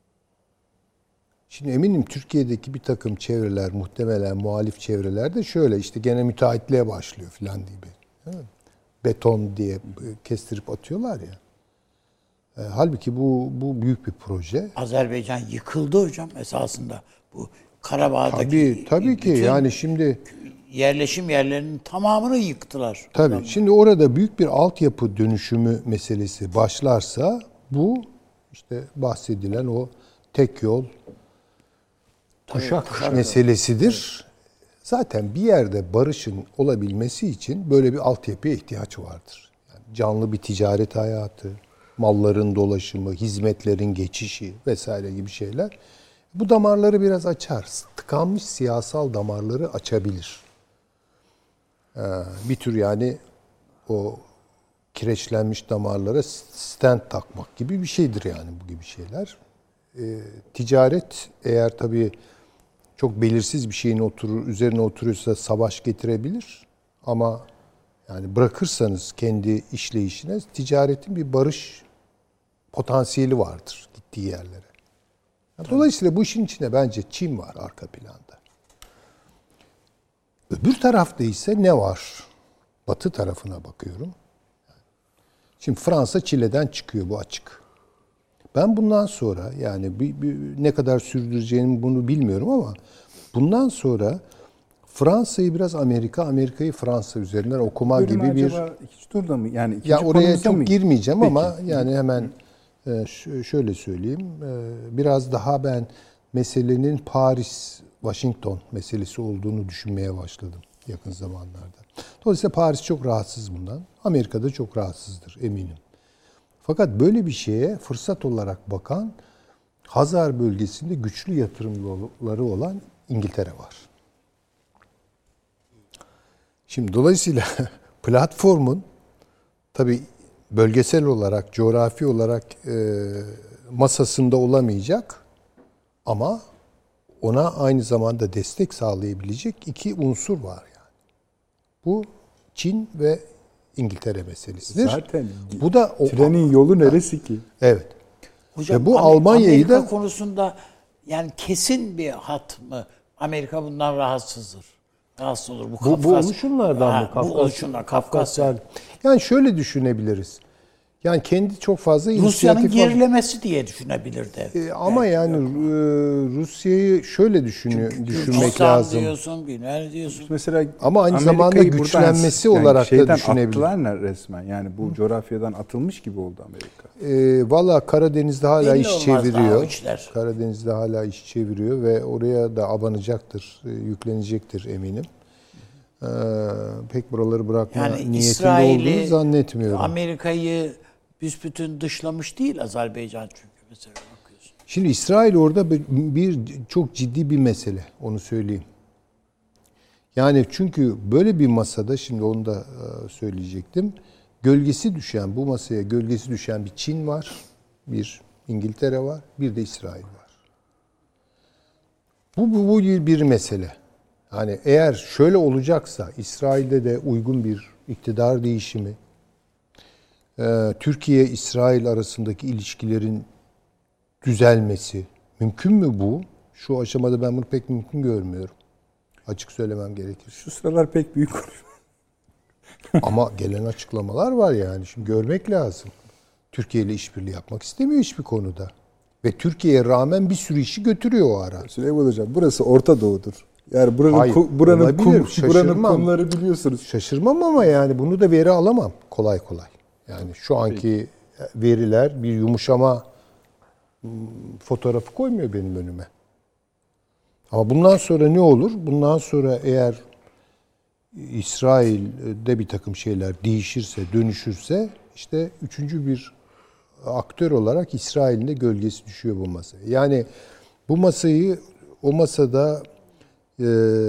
Şimdi eminim Türkiye'deki bir takım çevreler, muhtemelen muhalif çevreler de şöyle işte gene müteahhitliğe başlıyor filan gibi. Beton diye kestirip atıyorlar ya. E, halbuki bu bu büyük bir proje. Azerbaycan yıkıldı hocam esasında. Bu Karabağ'daki Tabii tabii ki yani şimdi yerleşim yerlerinin tamamını yıktılar. Tabii. Adamlar. Şimdi orada büyük bir altyapı dönüşümü meselesi başlarsa bu işte bahsedilen o tek yol kuşak evet, meselesidir. Evet. Zaten bir yerde barışın olabilmesi için böyle bir altyapıya ihtiyaç vardır. Yani canlı bir ticaret hayatı, malların dolaşımı, hizmetlerin geçişi vesaire gibi şeyler. Bu damarları biraz açar. Tıkanmış siyasal damarları açabilir. Bir tür yani o kireçlenmiş damarlara stent takmak gibi bir şeydir yani bu gibi şeyler. E, ticaret eğer tabii çok belirsiz bir şeyin oturur, üzerine oturuyorsa savaş getirebilir. Ama yani bırakırsanız kendi işleyişine ticaretin bir barış potansiyeli vardır gittiği yerlere. Dolayısıyla bu işin içinde bence Çin var arka planda. Öbür tarafta ise ne var? Batı tarafına bakıyorum. Şimdi Fransa Çile'den çıkıyor, bu açık. Ben bundan sonra yani bir, bir, ne kadar sürdüreceğimi bunu bilmiyorum ama bundan sonra Fransa'yı biraz Amerika, Amerika'yı Fransa üzerinden okuma Bölüm gibi bir... ikinci turda mı? Yani ikinci ya oraya çok mı? girmeyeceğim Peki. Ama yani hemen e, şöyle söyleyeyim. E, biraz daha ben meselenin Paris-Washington meselesi olduğunu düşünmeye başladım yakın zamanlarda. Dolayısıyla Paris çok rahatsız bundan. Amerika da çok rahatsızdır eminim. Fakat böyle bir şeye fırsat olarak bakan Hazar bölgesinde güçlü yatırımları olan İngiltere var. Şimdi dolayısıyla platformun tabii bölgesel olarak, coğrafi olarak e, masasında olamayacak ama ona aynı zamanda destek sağlayabilecek iki unsur var yani. Bu Çin ve İngiltere meselesidir. Zaten bu da o, trenin yolu neresi ki? Evet. Hocam, ve bu Amer- Almanya'yı Amerika da konusunda yani kesin bir hat mı? Amerika bundan rahatsızdır. Rahatsız olur. Bu, Bu, Kafkas, bu oluşumlardan Ha, mı? Kafkas, bu oluşumlar, Kafkasya. Kafkaslar. Yani şöyle düşünebiliriz. Yani kendi çok fazla Rusya'nın inisiyatif gerilemesi diye düşünebilirdi. E, ama yani e, Rusya'yı şöyle düşünüyor, düşünmek Gürcistan lazım. diyorsun, Güney diyorsun. Mesela Ama aynı Amerika'yı zamanda buradan- güçlenmesi yani olarak da şeyden düşünebilir. attılar ne resmen? Yani bu coğrafyadan atılmış gibi oldu Amerika. E, Valla Karadeniz'de hala Belli iş olmaz daha o çeviriyor. işler. Karadeniz'de hala iş çeviriyor ve oraya da abanacaktır, e, yüklenecektir eminim. E, pek buraları bırakma Yani niyetinde İsrail'i, olduğunu zannetmiyorum. Amerika'yı büsbütün dışlamış değil Azerbaycan çünkü mesela bakıyorsun. Şimdi İsrail orada bir, bir çok ciddi bir mesele, onu söyleyeyim. Yani çünkü böyle bir masada, şimdi onu da e, söyleyecektim. Gölgesi düşen, bu masaya gölgesi düşen bir Çin var, bir İngiltere var, bir de İsrail var. Bu, bu, bu bir mesele. Yani eğer şöyle olacaksa, İsrail'de de uygun bir iktidar değişimi, e, Türkiye-İsrail arasındaki ilişkilerin düzelmesi, mümkün mü bu? Şu aşamada ben bunu pek mümkün görmüyorum. Açık söylemem gerekir. Şu sıralar pek büyük konuşma. Ama gelen açıklamalar var yani. Şimdi görmek lazım. Türkiye ile işbirliği yapmak istemiyor hiçbir konuda. Ve Türkiye'ye rağmen bir sürü işi götürüyor o ara. Süleyman Hocam, burası Orta Doğu'dur. Yani buranın Hayır, ku- buranın olabilir, kum, buranın şaşırmam. kumları biliyorsunuz. Şaşırmam ama yani bunu da veri alamam kolay kolay. Yani şu anki veriler bir yumuşama fotoğrafı koymuyor benim önüme. Ama bundan sonra ne olur? Bundan sonra eğer İsrail'de bir takım şeyler değişirse, dönüşürse işte üçüncü bir aktör olarak İsrail'in de gölgesi düşüyor bu masaya. Yani bu masayı, o masada e,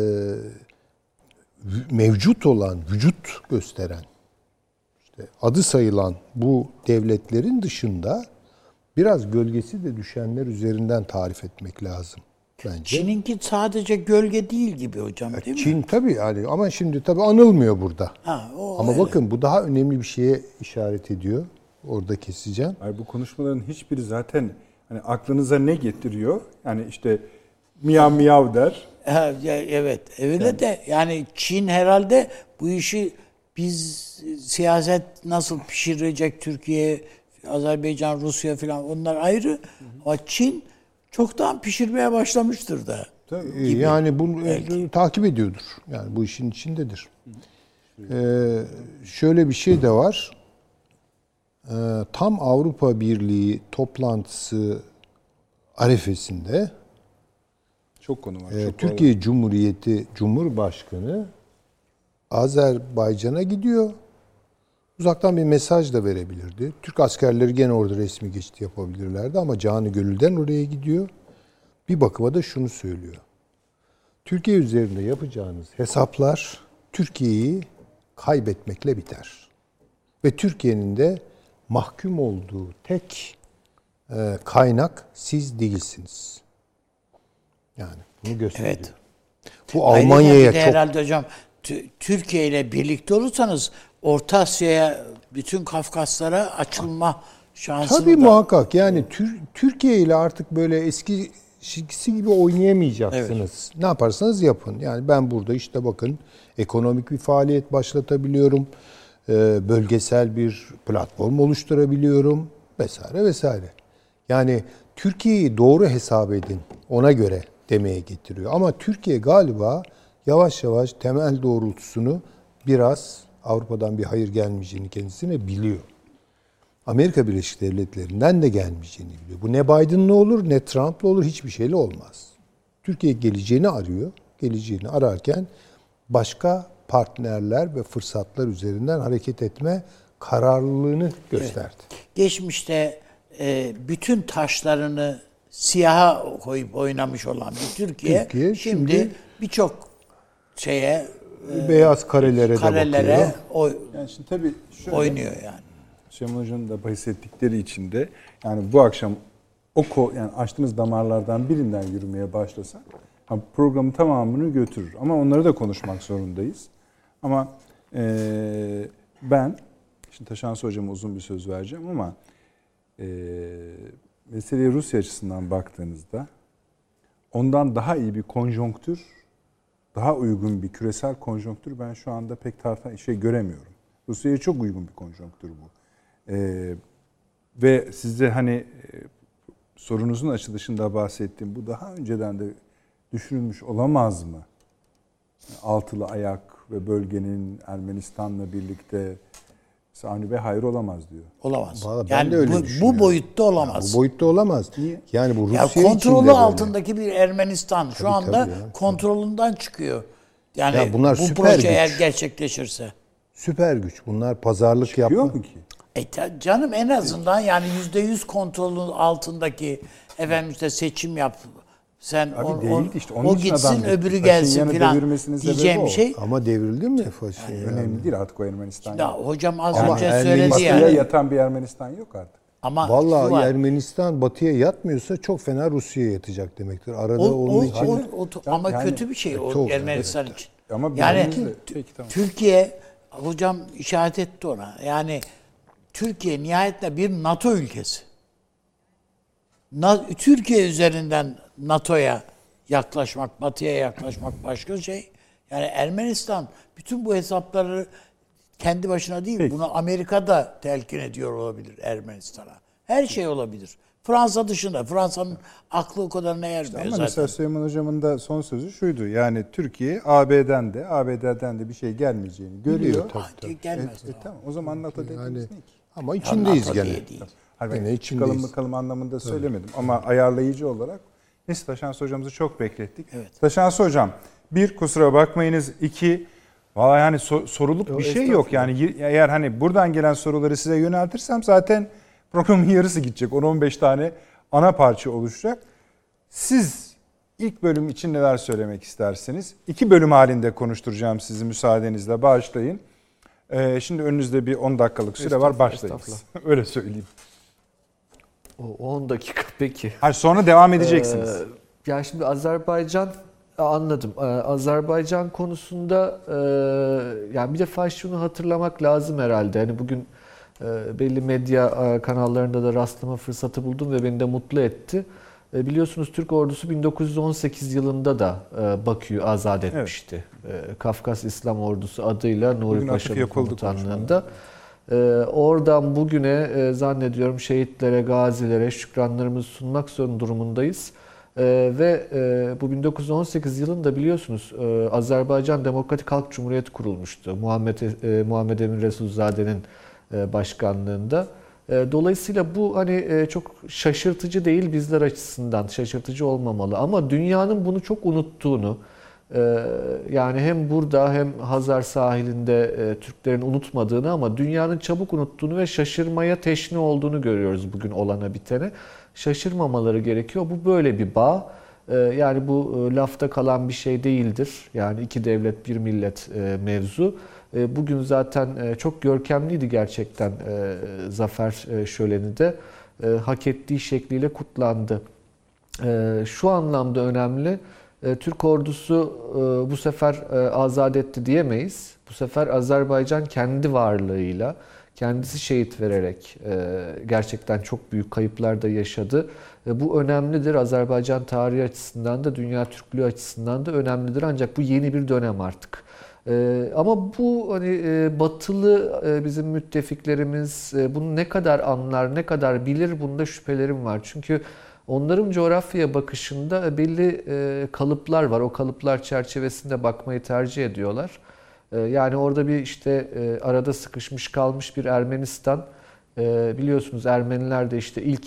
mevcut olan, vücut gösteren, işte adı sayılan bu devletlerin dışında biraz gölgesi de düşenler üzerinden tarif etmek lazım bence. Çin'inki sadece gölge değil gibi hocam, değil Çin mi? tabii yani, ama şimdi tabii anılmıyor burada. Ha, o Ama öyle. bakın bu daha önemli bir şeye işaret ediyor. Orada keseceğim. Hayır, bu konuşmaların hiçbiri zaten hani aklınıza ne getiriyor? Yani işte miyav miyav der. Ha, ya, evet, öyle yani. De yani Çin herhalde bu işi biz siyaset nasıl pişirecek, Türkiye, Azerbaycan, Rusya falan onlar ayrı. Hı hı. Ama Çin çoktan pişirmeye başlamıştır da. Tabii. Yani bunu belki takip ediyordur. Yani bu işin içindedir. Ee, şöyle bir şey de var. Ee, tam Avrupa Birliği toplantısı arifesinde çok konu var. e, Çok Türkiye var. Cumhuriyeti Cumhurbaşkanı Azerbaycan'a gidiyor. Uzaktan bir mesaj da verebilirdi. Türk askerleri gene orada resmi geçit yapabilirlerdi ama canı gönülden oraya gidiyor. Bir bakıma da şunu söylüyor. Türkiye üzerinde yapacağınız hesaplar Türkiye'yi kaybetmekle biter. Ve Türkiye'nin de mahkum olduğu tek e, kaynak siz değilsiniz. Yani bunu gösteriyor. Evet. Bu Almanya'ya çok... Herhalde hocam Türkiye ile birlikte olursanız Orta Asya'ya, bütün Kafkaslara açılma şansını Tabii da... muhakkak. Yani Tür- Türkiye ile artık böyle eski eskisi gibi oynayamayacaksınız. Evet. Ne yaparsanız yapın. Yani ben burada işte bakın ekonomik bir faaliyet başlatabiliyorum. Bölgesel bir platform oluşturabiliyorum vesaire vesaire. Yani Türkiye'yi doğru hesap edin, ona göre demeye getiriyor. Ama Türkiye galiba yavaş yavaş temel doğrultusunu biraz Avrupa'dan bir hayır gelmeyeceğini kendisine biliyor. Amerika Birleşik Devletleri'nden de gelmeyeceğini biliyor. Bu ne Biden'lı olur ne Trump'lı olur, hiçbir şeyle olmaz. Türkiye geleceğini arıyor. Geleceğini ararken başka partnerler ve fırsatlar üzerinden hareket etme kararlılığını gösterdi. Evet. Geçmişte e, bütün taşlarını siyaha koyup oynamış olan bir Türkiye, Türkiye şimdi, şimdi birçok şeye e, beyaz karelere, karelere de bakıyor. Oy, yani şimdi tabii şöyle, oynuyor yani. Süleyman Hoca'nın da bahsettikleri için de yani bu akşam o ko- yani açtığımız damarlardan birinden yürümeye başlasak programın tamamını götürür. Ama onları da konuşmak zorundayız. Ama e, ben, şimdi Taşansı Hocam'a uzun bir söz vereceğim ama e, meseleye Rusya açısından baktığınızda ondan daha iyi bir konjonktür, daha uygun bir küresel konjonktür ben şu anda pek tartan şey göremiyorum. Rusya'ya çok uygun bir konjonktür bu. Ee, ve size hani e, sorunuzun açılışında bahsettiğim bu daha önceden de düşünülmüş olamaz mı? Altılı ayak ve bölgenin Ermenistan'la birlikte Avni Bey hayır olamaz diyor. Olamaz. Vallahi ben yani de öyle bu, düşünüyorum. bu boyutta olamaz. Ya bu boyutta olamaz. Niye? Yani bu Ya Rusya kontrolü içinde altındaki bir Ermenistan şu Tabii, anda tabii ya. kontrolünden çıkıyor. Yani Ya bunlar bu süper proje güç. eğer gerçekleşirse. süper güç. Bunlar pazarlık Yok yapma. mu ki? E ta- canım en azından yani yüzde yüz kontrolün altındaki efendim işte seçim yap. Sen Abi o, değil o, işte, onun o için gitsin adam gitti. öbürü gelsin Paşinyan'ı filan devirmesinin sebebi diyeceğim o. bir şey. Ama devrildi mi Faşin? Yani? Önemli değil artık o Ermenistan. Ya yok. hocam az Ama önce Ermenistan- söyledi Batıya yani. yatan bir Ermenistan yok artık. Ama şu Vallahi var. Ermenistan batıya yatmıyorsa çok fena Rusya'ya yatacak demektir. Arada O, o, onun için o, o- ama Yani- kötü bir şey o Çok, Ermenistan için. Ama Yani bildiğiniz de- T- Peki, tamam. Türkiye hocam işaret etti ona. Yani Türkiye nihayetinde bir NATO ülkesi. Na- Türkiye üzerinden NATO'ya yaklaşmak, Batı'ya yaklaşmak başka şey. Yani Ermenistan bütün bu hesapları kendi başına değil, Peki. bunu Amerika da telkin ediyor olabilir Ermenistan'a. Her şey olabilir. Fransa dışında. Fransa'nın aklı o kadarına ermiyor Ama zaten. mesela Süleyman Hocam'ın da son sözü şuydu. Yani Türkiye A B D'den de A B D'den de bir şey gelmeyeceğini görüyor. Biliyor, tabii. Hadi gelmez. E, e, tamam o zaman NATO dediğimiz yani ne ki? ama içindeyiz NATO gene. diye değil. Hayır, ben Yine çıkalım içindeyiz. bakalım anlamında söylemedim. Ama ayarlayıcı olarak neyse Taşansı Hocamızı çok beklettik. Evet. Taşansı Hocam bir kusura bakmayınız. iki valla yani so- soruluk Yo, bir şey yok. Yani y- eğer hani buradan gelen soruları size yöneltirsem zaten programın yarısı gidecek. on on beş tane ana parça oluşacak. Siz ilk bölüm için neler söylemek isterseniz iki bölüm halinde konuşturacağım sizi müsaadenizle bağışlayın. Ee, şimdi önünüzde bir on dakikalık süre var, başlayınız. Öyle söyleyeyim. O on dakika peki. Hayır, sonra devam edeceksiniz. Ee, ya şimdi Azerbaycan anladım. Ee, Azerbaycan konusunda e, yani bir defa şunu hatırlamak lazım herhalde. Hani bugün e, belli medya e, kanallarında da rastlama fırsatı buldum ve beni de mutlu etti. E, biliyorsunuz Türk ordusu bin dokuz yüz on sekiz yılında da e, Bakü'yü azat etmişti. Evet. E, Kafkas İslam Ordusu adıyla Nuri Paşa'nın komutanlığında. Ee, oradan bugüne e, zannediyorum şehitlere, gazilere şükranlarımızı sunmak zorunda durumundayız. Ee, ve e, bu bin dokuz yüz on sekiz yılında biliyorsunuz e, Azerbaycan Demokratik Halk Cumhuriyeti kurulmuştu. Muhammed e, Muhammed Emin Resulzade'nin e, başkanlığında. E, dolayısıyla bu hani e, çok şaşırtıcı değil bizler açısından, şaşırtıcı olmamalı. Ama dünyanın bunu çok unuttuğunu, yani hem burada hem Hazar sahilinde Türklerin unutmadığını ama dünyanın çabuk unuttuğunu ve şaşırmaya teşne olduğunu görüyoruz bugün olana bitene. Şaşırmamaları gerekiyor. Bu böyle bir bağ. Yani bu lafta kalan bir şey değildir. Yani iki devlet bir millet mevzu. Bugün zaten çok görkemliydi gerçekten zafer şöleni de. Hak ettiği şekliyle kutlandı. Şu anlamda önemli. Türk ordusu bu sefer azat etti diyemeyiz. Bu sefer Azerbaycan kendi varlığıyla, kendisi şehit vererek gerçekten çok büyük kayıplar da yaşadı. Bu önemlidir. Azerbaycan tarihi açısından da, dünya Türklüğü açısından da önemlidir. Ancak bu yeni bir dönem artık. Ama bu hani batılı bizim müttefiklerimiz bunu ne kadar anlar, ne kadar bilir bunda şüphelerim var. Çünkü onların coğrafyaya bakışında belli kalıplar var. O kalıplar çerçevesinde bakmayı tercih ediyorlar. Yani orada bir işte arada sıkışmış kalmış bir Ermenistan. Biliyorsunuz Ermeniler de işte ilk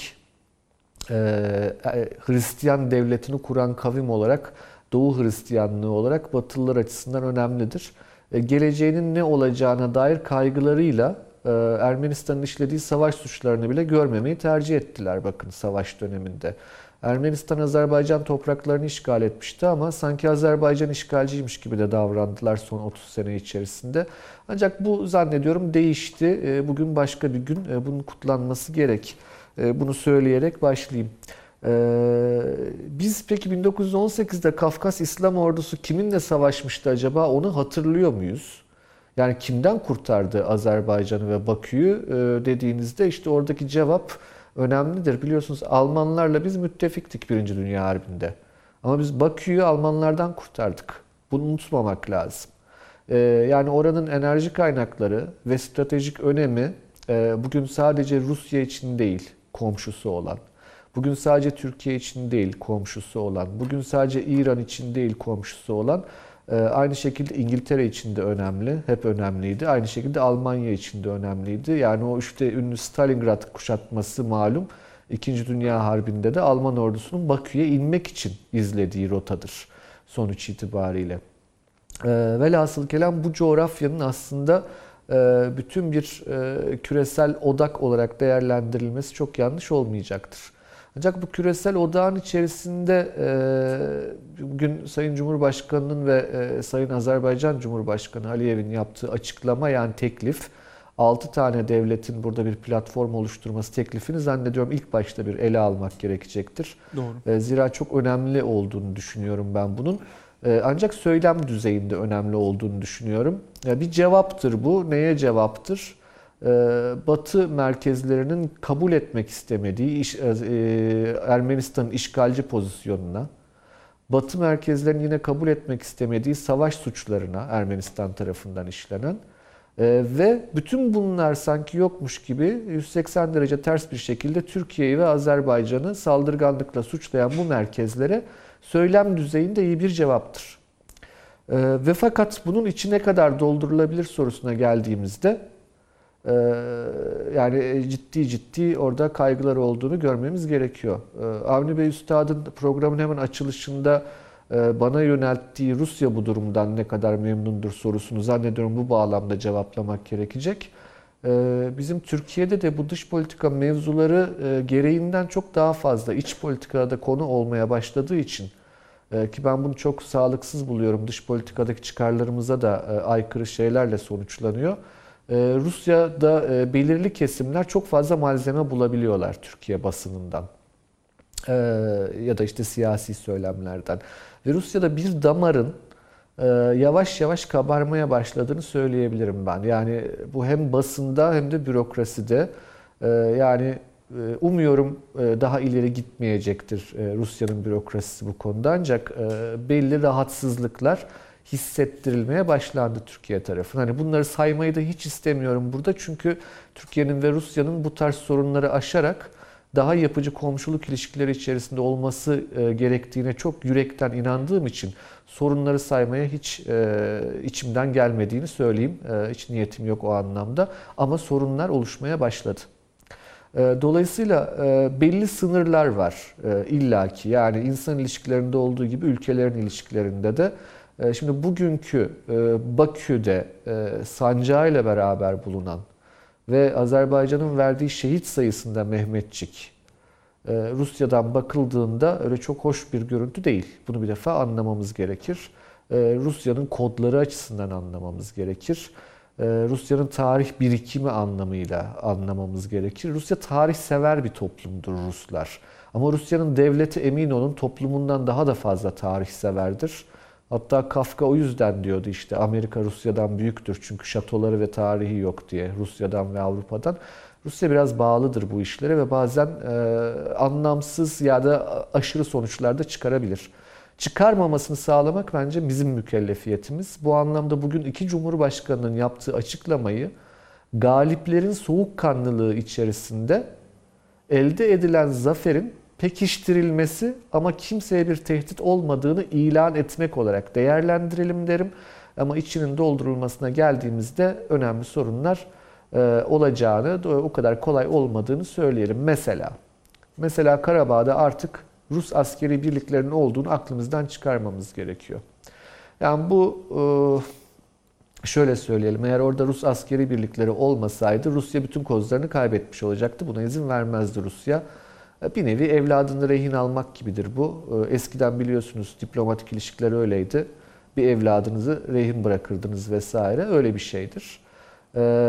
Hristiyan devletini kuran kavim olarak, Doğu Hristiyanlığı olarak Batılılar açısından önemlidir. Geleceğinin ne olacağına dair kaygılarıyla Ermenistan'ın işlediği savaş suçlarını bile görmemeyi tercih ettiler bakın savaş döneminde. Ermenistan Azerbaycan topraklarını işgal etmişti ama sanki Azerbaycan işgalciymiş gibi de davrandılar son otuz sene içerisinde. Ancak bu zannediyorum değişti. Bugün başka bir gün, bunun kutlanması gerek. Bunu söyleyerek başlayayım. Ee, biz peki bin dokuz yüz on sekizde Kafkas İslam Ordusu kiminle savaşmıştı acaba, onu hatırlıyor muyuz? Yani kimden kurtardı Azerbaycan'ı ve Bakü'yü ee, dediğinizde işte oradaki cevap önemlidir. Biliyorsunuz Almanlarla biz müttefiktik Birinci Dünya Harbi'nde. Ama biz Bakü'yü Almanlardan kurtardık. Bunu unutmamak lazım. Ee, yani oranın enerji kaynakları ve stratejik önemi e, bugün sadece Rusya için değil, komşusu olan. Bugün sadece Türkiye için değil, komşusu olan. Bugün sadece İran için değil, komşusu olan. E, aynı şekilde İngiltere için de önemli, hep önemliydi. Aynı şekilde Almanya için de önemliydi. Yani o işte ünlü Stalingrad kuşatması malum. İkinci Dünya Harbi'nde de Alman ordusunun Bakü'ye inmek için izlediği rotadır sonuç itibariyle. E, velhasıl kelam bu coğrafyanın aslında e, bütün bir e, küresel odak olarak değerlendirilmesi çok yanlış olmayacaktır. Ancak bu küresel odağın içerisinde e, bugün Sayın Cumhurbaşkanı'nın ve e, Sayın Azerbaycan Cumhurbaşkanı Aliyev'in yaptığı açıklama, yani teklif, altı tane devletin burada bir platform oluşturması teklifini zannediyorum ilk başta bir ele almak gerekecektir. Doğru. E, zira çok önemli olduğunu düşünüyorum ben bunun. E, ancak söylem düzeyinde önemli olduğunu düşünüyorum. E, bir cevaptır bu. Neye cevaptır? Batı merkezlerinin kabul etmek istemediği Ermenistan'ın işgalci pozisyonuna, Batı merkezlerinin yine kabul etmek istemediği savaş suçlarına Ermenistan tarafından işlenen ve bütün bunlar sanki yokmuş gibi yüz seksen derece ters bir şekilde Türkiye'yi ve Azerbaycan'ı saldırganlıkla suçlayan bu merkezlere söylem düzeyinde iyi bir cevaptır. Ve fakat bunun içine kadar doldurulabilir sorusuna geldiğimizde yani ciddi ciddi orada kaygılar olduğunu görmemiz gerekiyor. Avni Bey Üstad'ın programın hemen açılışında bana yönelttiği Rusya bu durumdan ne kadar memnundur sorusunu zannediyorum bu bağlamda cevaplamak gerekecek. Bizim Türkiye'de de bu dış politika mevzuları gereğinden çok daha fazla iç politikada konu olmaya başladığı için, ki ben bunu çok sağlıksız buluyorum, dış politikadaki çıkarlarımıza da aykırı şeylerle sonuçlanıyor. Rusya'da belirli kesimler çok fazla malzeme bulabiliyorlar Türkiye basınından ya da işte siyasi söylemlerden. Ve Rusya'da bir damarın yavaş yavaş kabarmaya başladığını söyleyebilirim ben. Yani bu hem basında hem de bürokraside. Yani umuyorum daha ileri gitmeyecektir Rusya'nın bürokrasisi bu konuda. Ancak belli rahatsızlıklar hissettirilmeye başlandı Türkiye tarafından. Hani bunları saymayı da hiç istemiyorum burada. Çünkü Türkiye'nin ve Rusya'nın bu tarz sorunları aşarak daha yapıcı komşuluk ilişkileri içerisinde olması gerektiğine çok yürekten inandığım için sorunları saymaya hiç içimden gelmediğini söyleyeyim. Hiç niyetim yok o anlamda. Ama sorunlar oluşmaya başladı. Dolayısıyla belli sınırlar var illaki. Yani insan ilişkilerinde olduğu gibi ülkelerin ilişkilerinde de. Şimdi bugünkü Bakü'de sancağıyla beraber bulunan ve Azerbaycan'ın verdiği şehit sayısında Mehmetçik, Rusya'dan bakıldığında öyle çok hoş bir görüntü değil. Bunu bir defa anlamamız gerekir. Rusya'nın kodları açısından anlamamız gerekir. Rusya'nın tarih birikimi anlamıyla anlamamız gerekir. Rusya tarihsever bir toplumdur Ruslar. Ama Rusya'nın devleti, emin olun, toplumundan daha da fazla tarihseverdir. Hatta Kafka o yüzden diyordu işte Amerika Rusya'dan büyüktür çünkü şatoları ve tarihi yok diye, Rusya'dan ve Avrupa'dan. Rusya biraz bağlıdır bu işlere ve bazen e, anlamsız ya da aşırı sonuçlar da çıkarabilir. Çıkarmamasını sağlamak bence bizim mükellefiyetimiz. Bu anlamda bugün iki Cumhurbaşkanı'nın yaptığı açıklamayı galiplerin soğukkanlılığı içerisinde elde edilen zaferin pekiştirilmesi ama kimseye bir tehdit olmadığını ilan etmek olarak değerlendirelim derim. Ama içinin doldurulmasına geldiğimizde önemli sorunlar e, olacağını, o kadar kolay olmadığını söyleyelim. Mesela, mesela Karabağ'da artık Rus askeri birliklerinin olduğunu aklımızdan çıkarmamız gerekiyor. Yani bu şöyle söyleyelim, eğer orada Rus askeri birlikleri olmasaydı Rusya bütün kozlarını kaybetmiş olacaktı. Buna izin vermezdi Rusya. Bir nevi evladını rehin almak gibidir bu. Eskiden biliyorsunuz diplomatik ilişkiler öyleydi. Bir evladınızı rehin bırakırdınız vesaire. Öyle bir şeydir.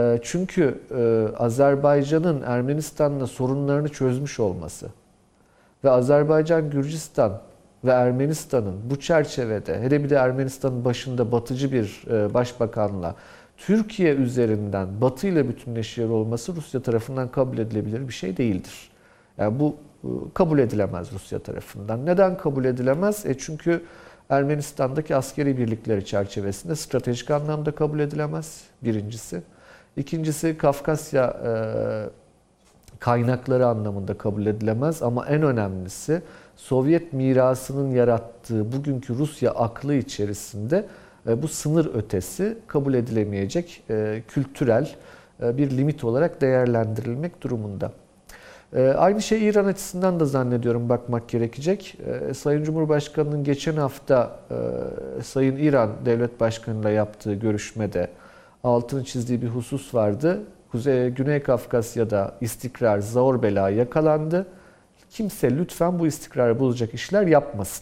Çünkü Azerbaycan'ın Ermenistan'la sorunlarını çözmüş olması Ve Azerbaycan, Gürcistan ve Ermenistan'ın bu çerçevede, hele bir de Ermenistan'ın başında batıcı bir başbakanla Türkiye üzerinden Batı ile bütünleşiyor olması Rusya tarafından kabul edilebilir bir şey değildir. Yani bu kabul edilemez Rusya tarafından. Neden kabul edilemez? E çünkü Ermenistan'daki askeri birlikleri çerçevesinde stratejik anlamda kabul edilemez birincisi. İkincisi Kafkasya e, kaynakları anlamında kabul edilemez ama en önemlisi Sovyet mirasının yarattığı bugünkü Rusya aklı içerisinde e, bu sınır ötesi kabul edilemeyecek e, kültürel e, bir limit olarak değerlendirilmek durumunda. E, aynı şey İran açısından da zannediyorum bakmak gerekecek. E, Sayın Cumhurbaşkanı'nın geçen hafta e, Sayın İran Devlet Başkanı'yla yaptığı görüşmede altını çizdiği bir husus vardı. Kuzey, Güney Kafkasya'da istikrar zor bela yakalandı. Kimse lütfen bu istikrarı bozacak işler yapmasın.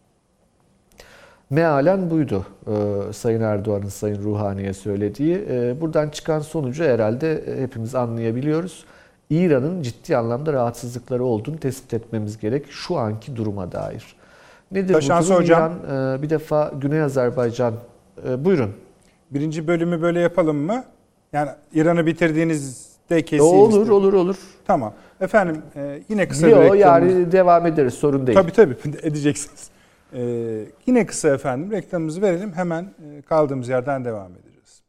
Mealen buydu e, Sayın Erdoğan'ın Sayın Ruhani'ye söylediği. E, buradan çıkan sonucu herhalde hepimiz anlayabiliyoruz. İran'ın ciddi anlamda rahatsızlıkları olduğunu tespit etmemiz gerek şu anki duruma dair. Nedir Taşan bu durum? Hocam. İran e, bir defa Güney Azerbaycan. E, buyurun. Birinci bölümü böyle yapalım mı? Yani İran'ı bitirdiğinizde keseyim. Olur, istedim. olur, olur. Tamam. Efendim e, yine kısa Yo, bir reklamımız. yani devam ederiz, sorun değil. Tabii tabii edeceksiniz. E, yine kısa efendim reklamımızı verelim. Hemen e, kaldığımız yerden devam edeceğiz.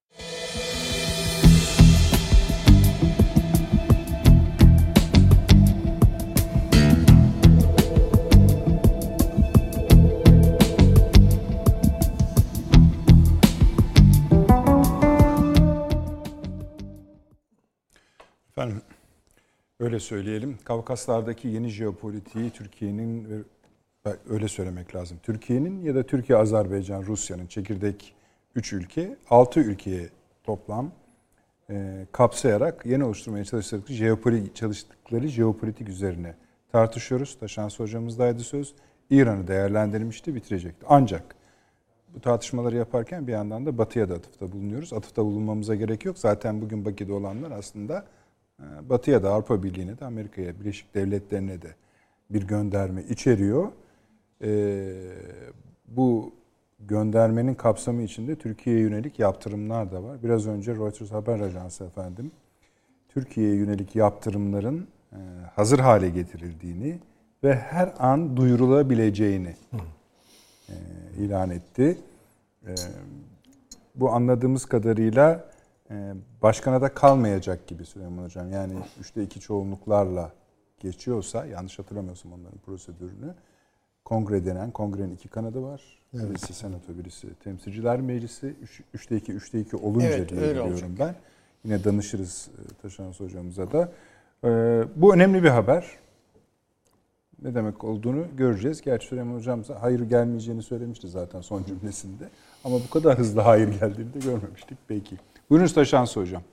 Efendim öyle söyleyelim. Kavkaslardaki yeni jeopolitiği Türkiye'nin ve öyle söylemek lazım. Türkiye'nin ya da Türkiye, Azerbaycan, Rusya'nın çekirdek üç ülke, altı ülkeye toplam e, kapsayarak yeni oluşturmaya çalıştıkları jeopolitik, çalıştıkları jeopolitik üzerine tartışıyoruz. Taşans hocamızdaydı söz. İran'ı değerlendirmişti, bitirecekti. Ancak bu tartışmaları yaparken bir yandan da Batı'ya da atıfta bulunuyoruz. Atıfta bulunmamıza gerek yok. Zaten bugün Bakü'de olanlar aslında Batı'ya da, Avrupa Birliği'ne de, Amerika'ya, Birleşik Devletleri'ne de bir gönderme içeriyor. Ee, bu göndermenin kapsamı içinde Türkiye'ye yönelik yaptırımlar da var. Biraz önce Reuters haber ajansı efendim, Türkiye'ye yönelik yaptırımların e, hazır hale getirildiğini ve her an duyurulabileceğini e, ilan etti. E, bu anladığımız kadarıyla e, başkana da kalmayacak gibi Süleyman Hocam. Yani üçte iki çoğunluklarla geçiyorsa, yanlış hatırlamıyorsam onların prosedürünü, kongre denen, kongrenin iki kanadı var. Evet. Birisi senato, birisi temsilciler meclisi. üçte iki, üçte iki olunca evet, diye öyle biliyorum olacak. ben. Yine danışırız Taşans hocamıza da. Ee, bu önemli bir haber. Ne demek olduğunu göreceğiz. Gerçi Süleyman hocam hayır gelmeyeceğini söylemişti zaten son cümlesinde. Ama bu kadar hızlı hayır geldiğini de görmemiştik. Peki. Buyurunuz Taşans hocam.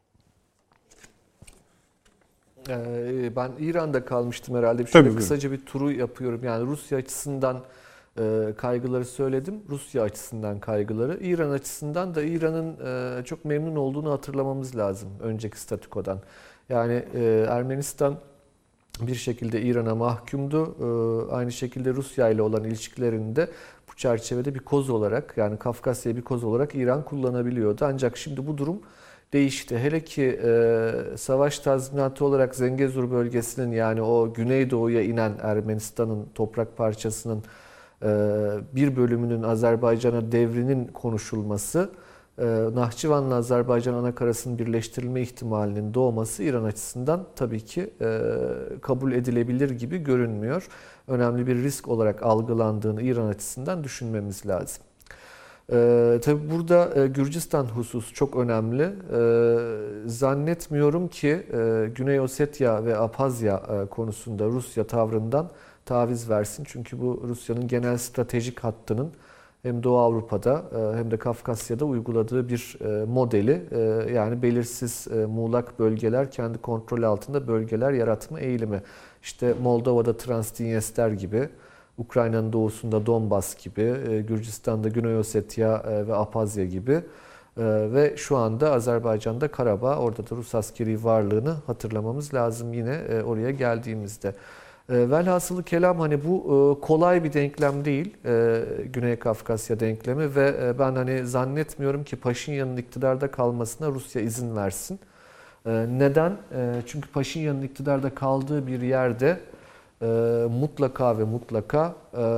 Ben İran'da kalmıştım herhalde. Şöyle Tabii, kısaca bir turu yapıyorum. Yani Rusya açısından kaygıları söyledim. Rusya açısından kaygıları. İran açısından da İran'ın çok memnun olduğunu hatırlamamız lazım önceki statükodan. Yani Ermenistan bir şekilde İran'a mahkumdu. Aynı şekilde Rusya ile olan ilişkilerinde bu çerçevede bir koz olarak, yani Kafkasya'yı bir koz olarak İran kullanabiliyordu. Ancak şimdi bu durum değişti. Hele ki e, savaş tazminatı olarak Zengezur bölgesinin, yani o güneydoğuya inen Ermenistan'ın toprak parçasının e, bir bölümünün Azerbaycan'a devrinin konuşulması, e, Nahçıvan'la Azerbaycan anakarasının birleştirilme ihtimalinin doğması İran açısından tabii ki e, kabul edilebilir gibi görünmüyor. Önemli bir risk olarak algılandığını İran açısından düşünmemiz lazım. Ee, tabii burada e, Gürcistan hususu çok önemli. Ee, zannetmiyorum ki e, Güney Ossetya ve Abhazya e, konusunda Rusya tavrından taviz versin. Çünkü bu Rusya'nın genel stratejik hattının hem Doğu Avrupa'da e, hem de Kafkasya'da uyguladığı bir e, modeli. E, yani belirsiz e, muğlak bölgeler, kendi kontrol altında bölgeler yaratma eğilimi. İşte Moldova'da Transdinyester gibi, Ukrayna'nın doğusunda Donbas gibi, Gürcistan'da Güney Ossetya ve Abhazya gibi ve şu anda Azerbaycan'da Karabağ, orada da Rus askeri varlığını hatırlamamız lazım yine oraya geldiğimizde. Velhasılı kelam hani bu kolay bir denklem değil, Güney Kafkasya denklemi ve ben hani zannetmiyorum ki Paşinyan'ın iktidarda kalmasına Rusya izin versin. Neden? Çünkü Paşinyan'ın iktidarda kaldığı bir yerde mutlaka ve mutlaka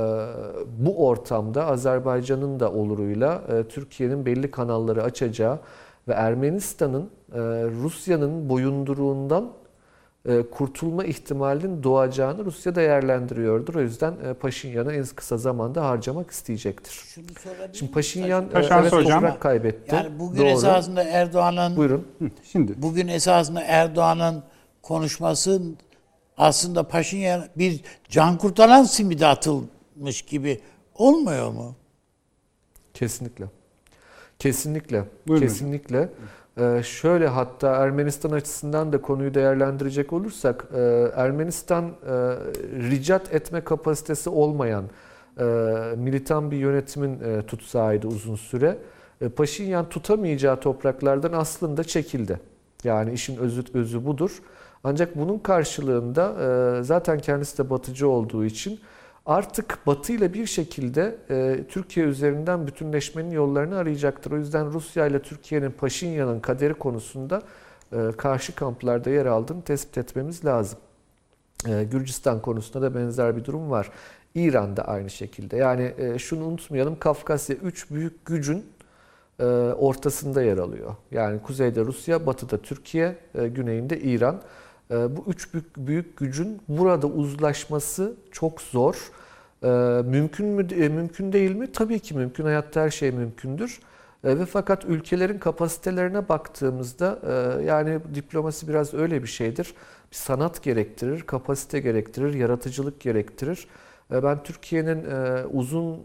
bu ortamda Azerbaycan'ın da oluruyla Türkiye'nin belli kanalları açacağı ve Ermenistan'ın Rusya'nın boyunduruğundan kurtulma ihtimalinin doğacağını Rusya değerlendiriyordur. O yüzden Paşinyan'ı en kısa zamanda harcamak isteyecektir. Şunu sorabilir Şimdi miyim? Paşinyan Taşan evet, hocam. toprak kaybetti. Yani bugün Doğru. esasında Erdoğan'ın Buyurun. Şimdi bugün esasında Erdoğan'ın konuşması aslında Paşinyan bir can kurtaran simidi atılmış gibi olmuyor mu? Kesinlikle. Kesinlikle. Buyurun. Kesinlikle. Ee, şöyle hatta Ermenistan açısından da konuyu değerlendirecek olursak e, Ermenistan e, ricat etme kapasitesi olmayan e, militan bir yönetimin e, tutsağıydı uzun süre. E, Paşinyan tutamayacağı topraklardan aslında çekildi. Yani işin özü, özü budur. Ancak bunun karşılığında e, zaten kendisi de batıcı olduğu için artık Batı ile bir şekilde e, Türkiye üzerinden bütünleşmenin yollarını arayacaktır. O yüzden Rusya ile Türkiye'nin Paşinyan'ın kaderi konusunda e, karşı kamplarda yer aldığını tespit etmemiz lazım. E, Gürcistan konusunda da benzer bir durum var. İran da aynı şekilde. Yani e, şunu unutmayalım, Kafkasya üç büyük gücün e, ortasında yer alıyor. Yani kuzeyde Rusya, batıda Türkiye, e, güneyinde İran. Bu üç büyük, büyük gücün burada uzlaşması çok zor. Mümkün mü, mümkün değil mi? Tabii ki mümkün. Hayatta her şey mümkündür. Ve fakat ülkelerin kapasitelerine baktığımızda yani diplomasi biraz öyle bir şeydir. Bir sanat gerektirir, kapasite gerektirir, yaratıcılık gerektirir. Ben Türkiye'nin uzun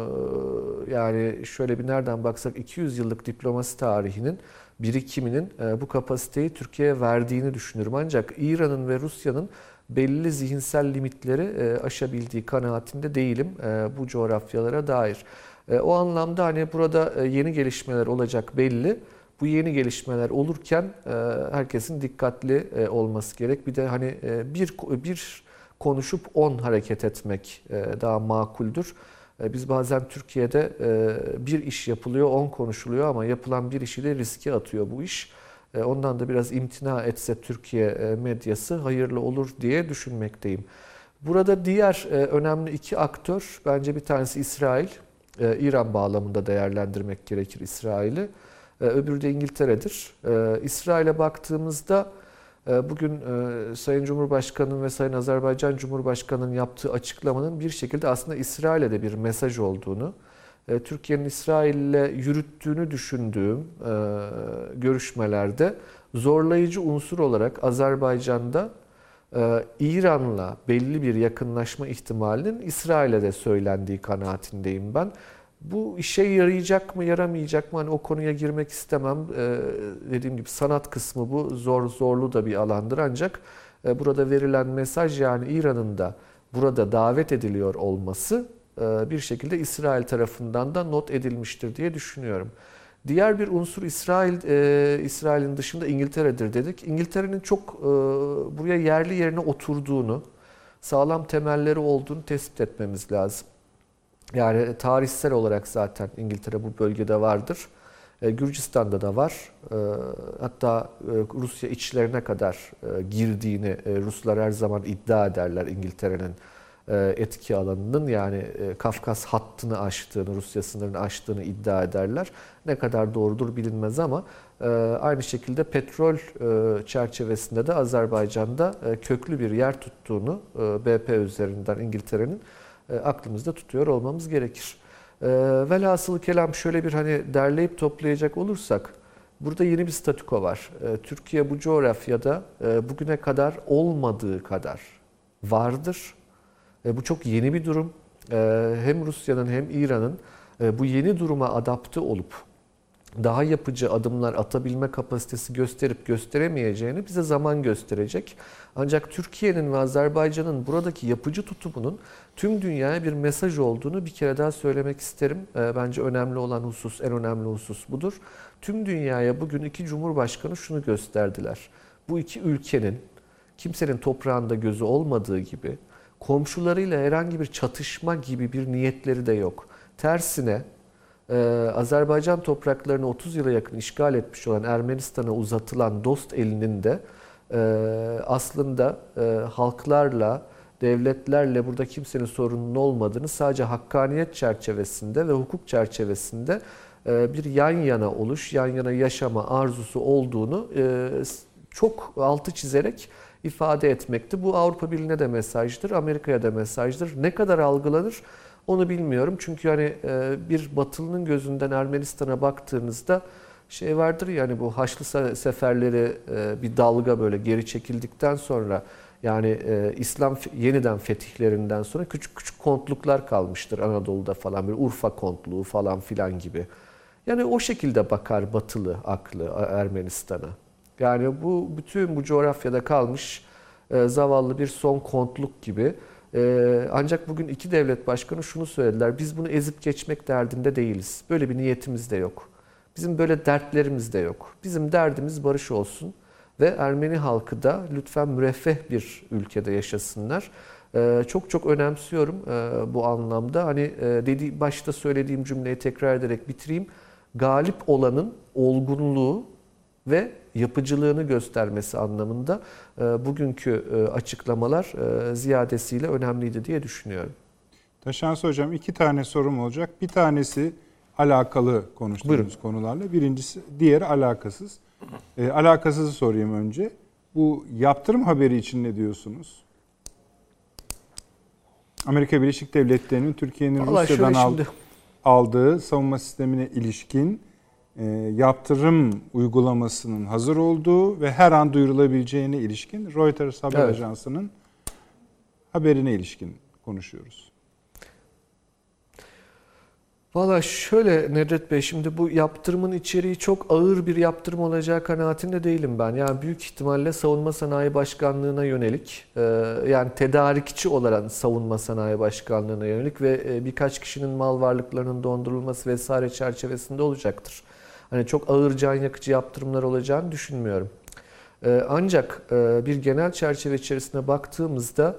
yani şöyle bir nereden baksak iki yüz yıllık diplomasi tarihinin birikiminin bu kapasiteyi Türkiye'ye verdiğini düşünüyorum. Ancak İran'ın ve Rusya'nın belli zihinsel limitleri aşabildiği kanaatinde değilim bu coğrafyalara dair. O anlamda hani burada yeni gelişmeler olacak belli. Bu yeni gelişmeler olurken herkesin dikkatli olması gerek. Bir de hani bir bir konuşup on hareket etmek daha makuldür. Biz bazen Türkiye'de bir iş yapılıyor, on konuşuluyor ama yapılan bir işi de riske atıyor bu iş. Ondan da biraz imtina etse Türkiye medyası hayırlı olur diye düşünmekteyim. Burada diğer önemli iki aktör, bence bir tanesi İsrail. İran bağlamında değerlendirmek gerekir İsrail'i. Öbürü de İngiltere'dir. İsrail'e baktığımızda bugün Sayın Cumhurbaşkanı'nın ve Sayın Azerbaycan Cumhurbaşkanı'nın yaptığı açıklamanın bir şekilde aslında İsrail'e de bir mesaj olduğunu, Türkiye'nin İsrail'le yürüttüğünü düşündüğüm görüşmelerde zorlayıcı unsur olarak Azerbaycan'da İran'la belli bir yakınlaşma ihtimalinin İsrail'e de söylendiği kanaatindeyim ben. Bu işe yarayacak mı, yaramayacak mı? Hani o konuya girmek istemem. Ee, dediğim gibi sanat kısmı bu. Zor, zorlu da bir alandır. Ancak e, burada verilen mesaj yani İran'ın da burada davet ediliyor olması e, bir şekilde İsrail tarafından da not edilmiştir diye düşünüyorum. Diğer bir unsur İsrail, e, İsrail'in dışında İngiltere'dir dedik. İngiltere'nin çok e, buraya yerli yerine oturduğunu, sağlam temelleri olduğunu tespit etmemiz lazım. Yani tarihsel olarak zaten İngiltere bu bölgede vardır. E, Gürcistan'da da var. E, hatta e, Rusya içlerine kadar e, girdiğini e, Ruslar her zaman iddia ederler İngiltere'nin e, etki alanının. Yani e, Kafkas hattını aştığını, Rusya sınırını aştığını iddia ederler. Ne kadar doğrudur bilinmez ama e, aynı şekilde petrol e, çerçevesinde de Azerbaycan'da e, köklü bir yer tuttuğunu e, B P üzerinden İngiltere'nin aklımızda tutuyor olmamız gerekir. Velhasılı kelam şöyle bir hani derleyip toplayacak olursak burada yeni bir statüko var. Türkiye bu coğrafyada bugüne kadar olmadığı kadar vardır. Bu çok yeni bir durum. Hem Rusya'nın hem İran'ın bu yeni duruma adapte olup daha yapıcı adımlar atabilme kapasitesi gösterip gösteremeyeceğini bize zaman gösterecek. Ancak Türkiye'nin ve Azerbaycan'ın buradaki yapıcı tutumunun tüm dünyaya bir mesaj olduğunu bir kere daha söylemek isterim. Bence önemli olan husus, en önemli husus budur. Tüm dünyaya bugün iki cumhurbaşkanı şunu gösterdiler. Bu iki ülkenin kimsenin toprağında gözü olmadığı gibi komşularıyla herhangi bir çatışma gibi bir niyetleri de yok. Tersine e, Azerbaycan topraklarını otuz yıla yakın işgal etmiş olan Ermenistan'a uzatılan dost elinin de e, aslında e, halklarla, devletlerle burada kimsenin sorununun olmadığını, sadece hakkaniyet çerçevesinde ve hukuk çerçevesinde bir yan yana oluş, yan yana yaşama arzusu olduğunu çok altı çizerek ifade etmekti. Bu Avrupa Birliği'ne de mesajdır, Amerika'ya da mesajdır. Ne kadar algılanır onu bilmiyorum. Çünkü hani bir Batılı'nın gözünden Ermenistan'a baktığınızda şey vardır ya, hani bu Haçlı seferleri bir dalga böyle geri çekildikten sonra, yani e, İslam yeniden fetihlerinden sonra küçük küçük kontluklar kalmıştır Anadolu'da falan, bir Urfa kontluğu falan filan gibi. Yani o şekilde bakar Batılı aklı Ermenistan'a. Yani bu bütün bu coğrafyada kalmış e, zavallı bir son kontluk gibi. E, ancak bugün iki devlet başkanı şunu söylediler: biz bunu ezip geçmek derdinde değiliz. Böyle bir niyetimiz de yok. Bizim böyle dertlerimiz de yok. Bizim derdimiz barış olsun. Ve Ermeni halkı da lütfen müreffeh bir ülkede yaşasınlar. Ee, çok çok önemsiyorum e, bu anlamda. Hani e, dedi, başta söylediğim cümleyi tekrar ederek bitireyim. Galip olanın olgunluğu ve yapıcılığını göstermesi anlamında e, bugünkü e, açıklamalar e, ziyadesiyle önemliydi diye düşünüyorum. Taşansı Hocam, iki tane sorum olacak. Bir tanesi alakalı konuştuğumuz Buyurun. konularla. Birincisi, diğeri alakasız. E, alakasızı sorayım önce. Bu yaptırım haberi için ne diyorsunuz? Amerika Birleşik Devletleri'nin Türkiye'nin Vallahi Rusya'dan al, şimdi... aldığı savunma sistemine ilişkin e, yaptırım uygulamasının hazır olduğu ve her an duyurulabileceğine ilişkin Reuters haber evet. ajansının haberine ilişkin konuşuyoruz. Valla şöyle Nedret Bey, şimdi bu yaptırımın içeriği çok ağır bir yaptırım olacağı kanaatinde değilim ben. Yani büyük ihtimalle Savunma Sanayi Başkanlığı'na yönelik, yani tedarikçi olarak Savunma Sanayi Başkanlığı'na yönelik ve birkaç kişinin mal varlıklarının dondurulması vesaire çerçevesinde olacaktır. Hani çok ağır can yakıcı yaptırımlar olacağını düşünmüyorum. Ancak bir genel çerçeve içerisine baktığımızda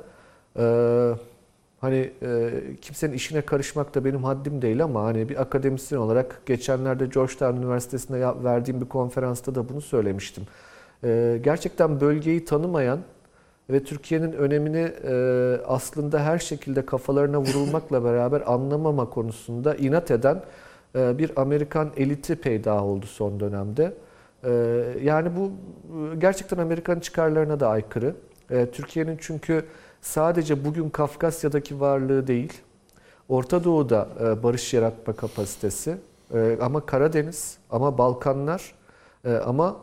Hani e, kimsenin işine karışmak da benim haddim değil ama hani bir akademisyen olarak geçenlerde Georgetown Üniversitesi'nde verdiğim bir konferansta da bunu söylemiştim. E, gerçekten bölgeyi tanımayan ve Türkiye'nin önemini e, aslında her şekilde kafalarına vurulmakla beraber anlamama konusunda inat eden e, bir Amerikan eliti peyda oldu son dönemde. E, yani bu gerçekten Amerikan çıkarlarına da aykırı. E, Türkiye'nin çünkü sadece bugün Kafkasya'daki varlığı değil, Orta Doğu'da barış yaratma kapasitesi, ama Karadeniz, ama Balkanlar, ama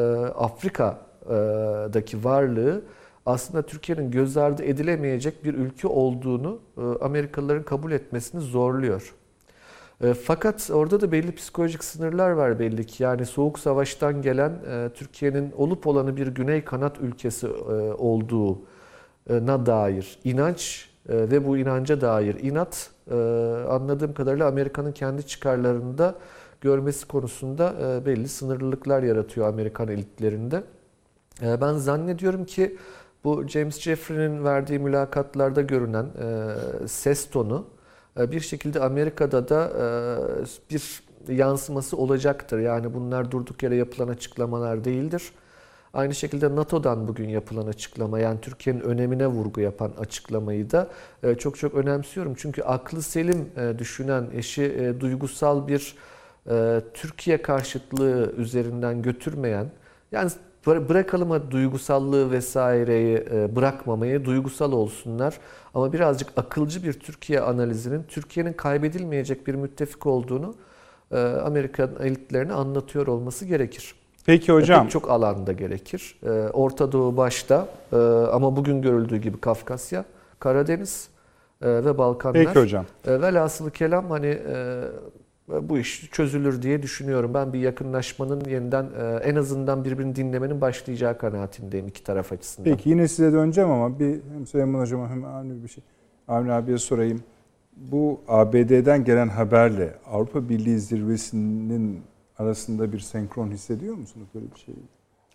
Afrika'daki varlığı aslında Türkiye'nin göz ardı edilemeyecek bir ülke olduğunu Amerikalıların kabul etmesini zorluyor. Fakat orada da belli psikolojik sınırlar var belli ki. Yani Soğuk Savaş'tan gelen Türkiye'nin olup olanı bir Güney Kanat ülkesi olduğu na dair inanç ve bu inanca dair inat, anladığım kadarıyla Amerika'nın kendi çıkarlarında görmesi konusunda belli sınırlılıklar yaratıyor Amerikan elitlerinde. Ben zannediyorum ki bu James Jeffrey'nin verdiği mülakatlarda görünen ses tonu bir şekilde Amerika'da da bir yansıması olacaktır. Yani bunlar durduk yere yapılan açıklamalar değildir. Aynı şekilde NATO'dan bugün yapılan açıklama, yani Türkiye'nin önemine vurgu yapan açıklamayı da çok çok önemsiyorum. Çünkü aklı selim düşünen, eşi duygusal bir Türkiye karşıtlığı üzerinden götürmeyen, yani bırakalım ha duygusallığı vesaireyi bırakmamayı, duygusal olsunlar. Ama birazcık akılcı bir Türkiye analizinin Türkiye'nin kaybedilmeyecek bir müttefik olduğunu Amerikan elitlerine anlatıyor olması gerekir. Peki hocam. Pek çok alanda gerekir. Orta Doğu başta, ama bugün görüldüğü gibi Kafkasya, Karadeniz ve Balkanlar. Peki hocam. Velhasılı kelam hani bu iş çözülür diye düşünüyorum. Ben bir yakınlaşmanın yeniden en azından birbirini dinlemenin başlayacağı kanaatindeyim iki taraf açısından. Peki yine size döneceğim ama bir hem Süleyman Hocam'a hem Avni bir şey. Avni abiye sorayım. Bu A B D'den gelen haberle Avrupa Birliği zirvesinin arasında bir senkron hissediyor musunuz böyle bir şey?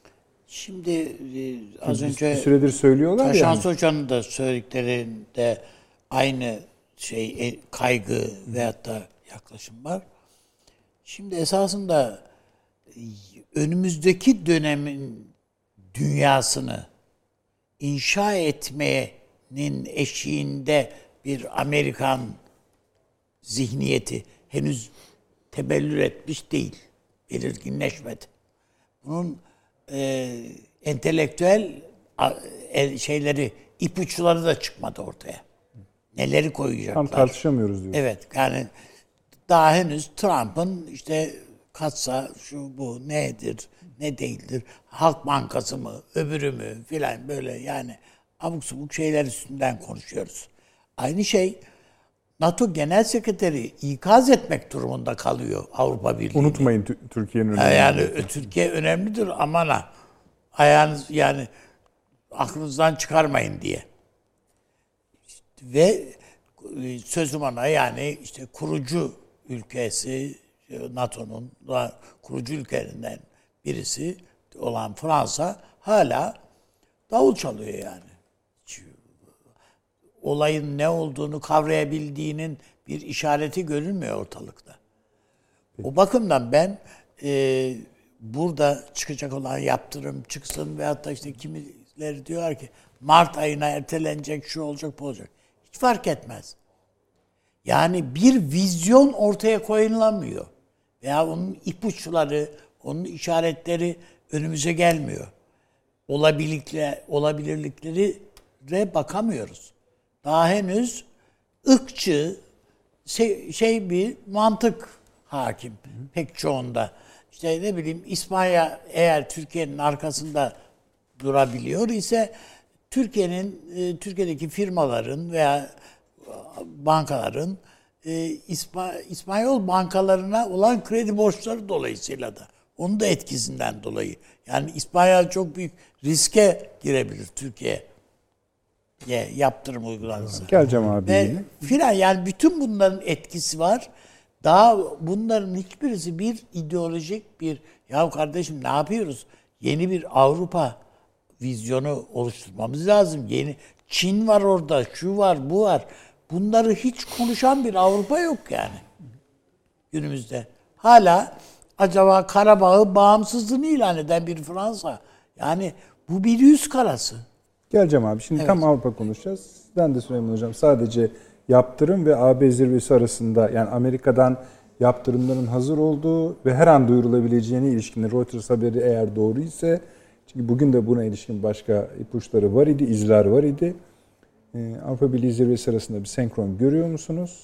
Şimdi e, az Bir- önce bir süredir söylüyorlar ya. Taşans Hoca'nın da söylediklerinde aynı şey e, kaygı veyahut da yaklaşım var. Şimdi esasında e, önümüzdeki dönemin dünyasını inşa etmenin eşiğinde bir Amerikan zihniyeti henüz tebellür etmiş değil, belirginleşmedi. Bunun e, entelektüel a, el, şeyleri, ipuçları da çıkmadı ortaya. Neleri koyacaklar? Tam tartışamıyoruz diyor. Evet, yani daha henüz Trump'ın işte katsa şu bu nedir, ne değildir, Halk Bankası mı, öbürü mü filan böyle yani abuk subuk şeyler üstünden konuşuyoruz. Aynı şey NATO Genel Sekreteri ikaz etmek durumunda kalıyor Avrupa Birliği'ni. Unutmayın Tü- Türkiye'nin önemli. Yani Türkiye önemlidir aman ha. Ayağınız yani aklınızdan çıkarmayın diye. Ve sözüm ona yani işte kurucu ülkesi NATO'nun kurucu ülkelerinden birisi olan Fransa hala davul çalıyor yani. Olayın ne olduğunu kavrayabildiğinin bir işareti görünmüyor ortalıkta. O bakımdan ben e, burada çıkacak olan yaptırım çıksın veyahut da işte kimileri diyorlar ki Mart ayına ertelenecek, şu olacak, bu olacak. Hiç fark etmez. Yani bir vizyon ortaya koyulamıyor. Veya onun ipuçları, onun işaretleri önümüze gelmiyor. Olabilirlikle, olabilirliklere bakamıyoruz. Daha henüz ırkçı şey, şey bir mantık hakim pek çoğunda. İşte ne bileyim İspanya eğer Türkiye'nin arkasında durabiliyor ise Türkiye'nin Türkiye'deki firmaların veya bankaların İspa, İspanyol bankalarına olan kredi borçları dolayısıyla da onun da etkisinden dolayı. Yani İspanya çok büyük riske girebilir Türkiye yaptırım uygulanırsa. Geleceğim abi Ve yine. filan yani bütün bunların etkisi var. Daha bunların hiçbirisi bir ideolojik bir ya kardeşim ne yapıyoruz? Yeni bir Avrupa vizyonu oluşturmamız lazım. Yeni Çin var orada, şu var, bu var. Bunları hiç konuşan bir Avrupa yok yani. Günümüzde. Hala acaba Karabağ'ı bağımsızlığını ilan eden bir Fransa. Yani bu bir yüz karası. Geleceğim abi. Şimdi Evet. tam Avrupa konuşacağız. Ben de Süleyman Hocam sadece yaptırım ve A B zirvesi arasında yani Amerika'dan yaptırımların hazır olduğu ve her an duyurulabileceğine ilişkin Reuters haberi eğer doğru ise çünkü bugün de buna ilişkin başka ipuçları var idi, izler var idi. Ee, Avrupa Birliği zirvesi arasında bir senkron görüyor musunuz?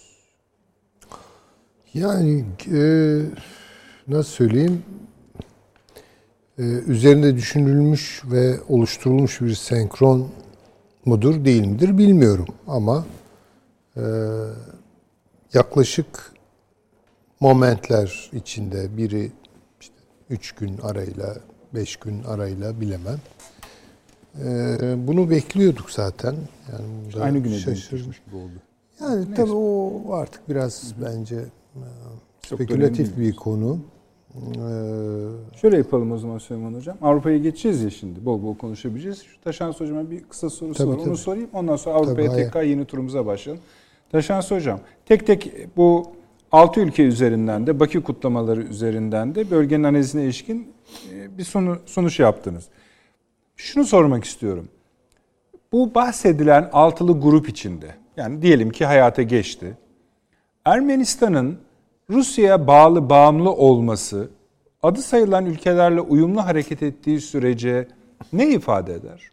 Yani e, nasıl söyleyeyim? E, üzerinde düşünülmüş ve oluşturulmuş bir senkron mudur değil midir bilmiyorum ama e, yaklaşık momentler içinde biri işte üç gün arayla, beş gün arayla bilemem. E, bunu bekliyorduk zaten. Yani Aynı güne şaşırmış gibi oldu. Yani Neyse. tabii o artık biraz bence Çok spekülatif önemli bir konu. Ee, Şöyle yapalım o zaman Süleyman Hocam. Avrupa'ya geçeceğiz ya şimdi. Bol bol konuşabileceğiz. Şu Taşans Hocam'a bir kısa sorusu Tabii, var. tabii. Onu sorayım. Ondan sonra Avrupa'ya Tabii, tekrar yeni turumuza başlayalım. Taşans Hocam, tek tek bu altı ülke üzerinden de, Bakü kutlamaları üzerinden de bölgenin analizine ilişkin bir sonu, sonuç yaptınız. Şunu sormak istiyorum. Bu bahsedilen altılı grup içinde, yani diyelim ki hayata geçti. Ermenistan'ın Rusya'ya bağlı, bağımlı olması, adı sayılan ülkelerle uyumlu hareket ettiği sürece ne ifade eder?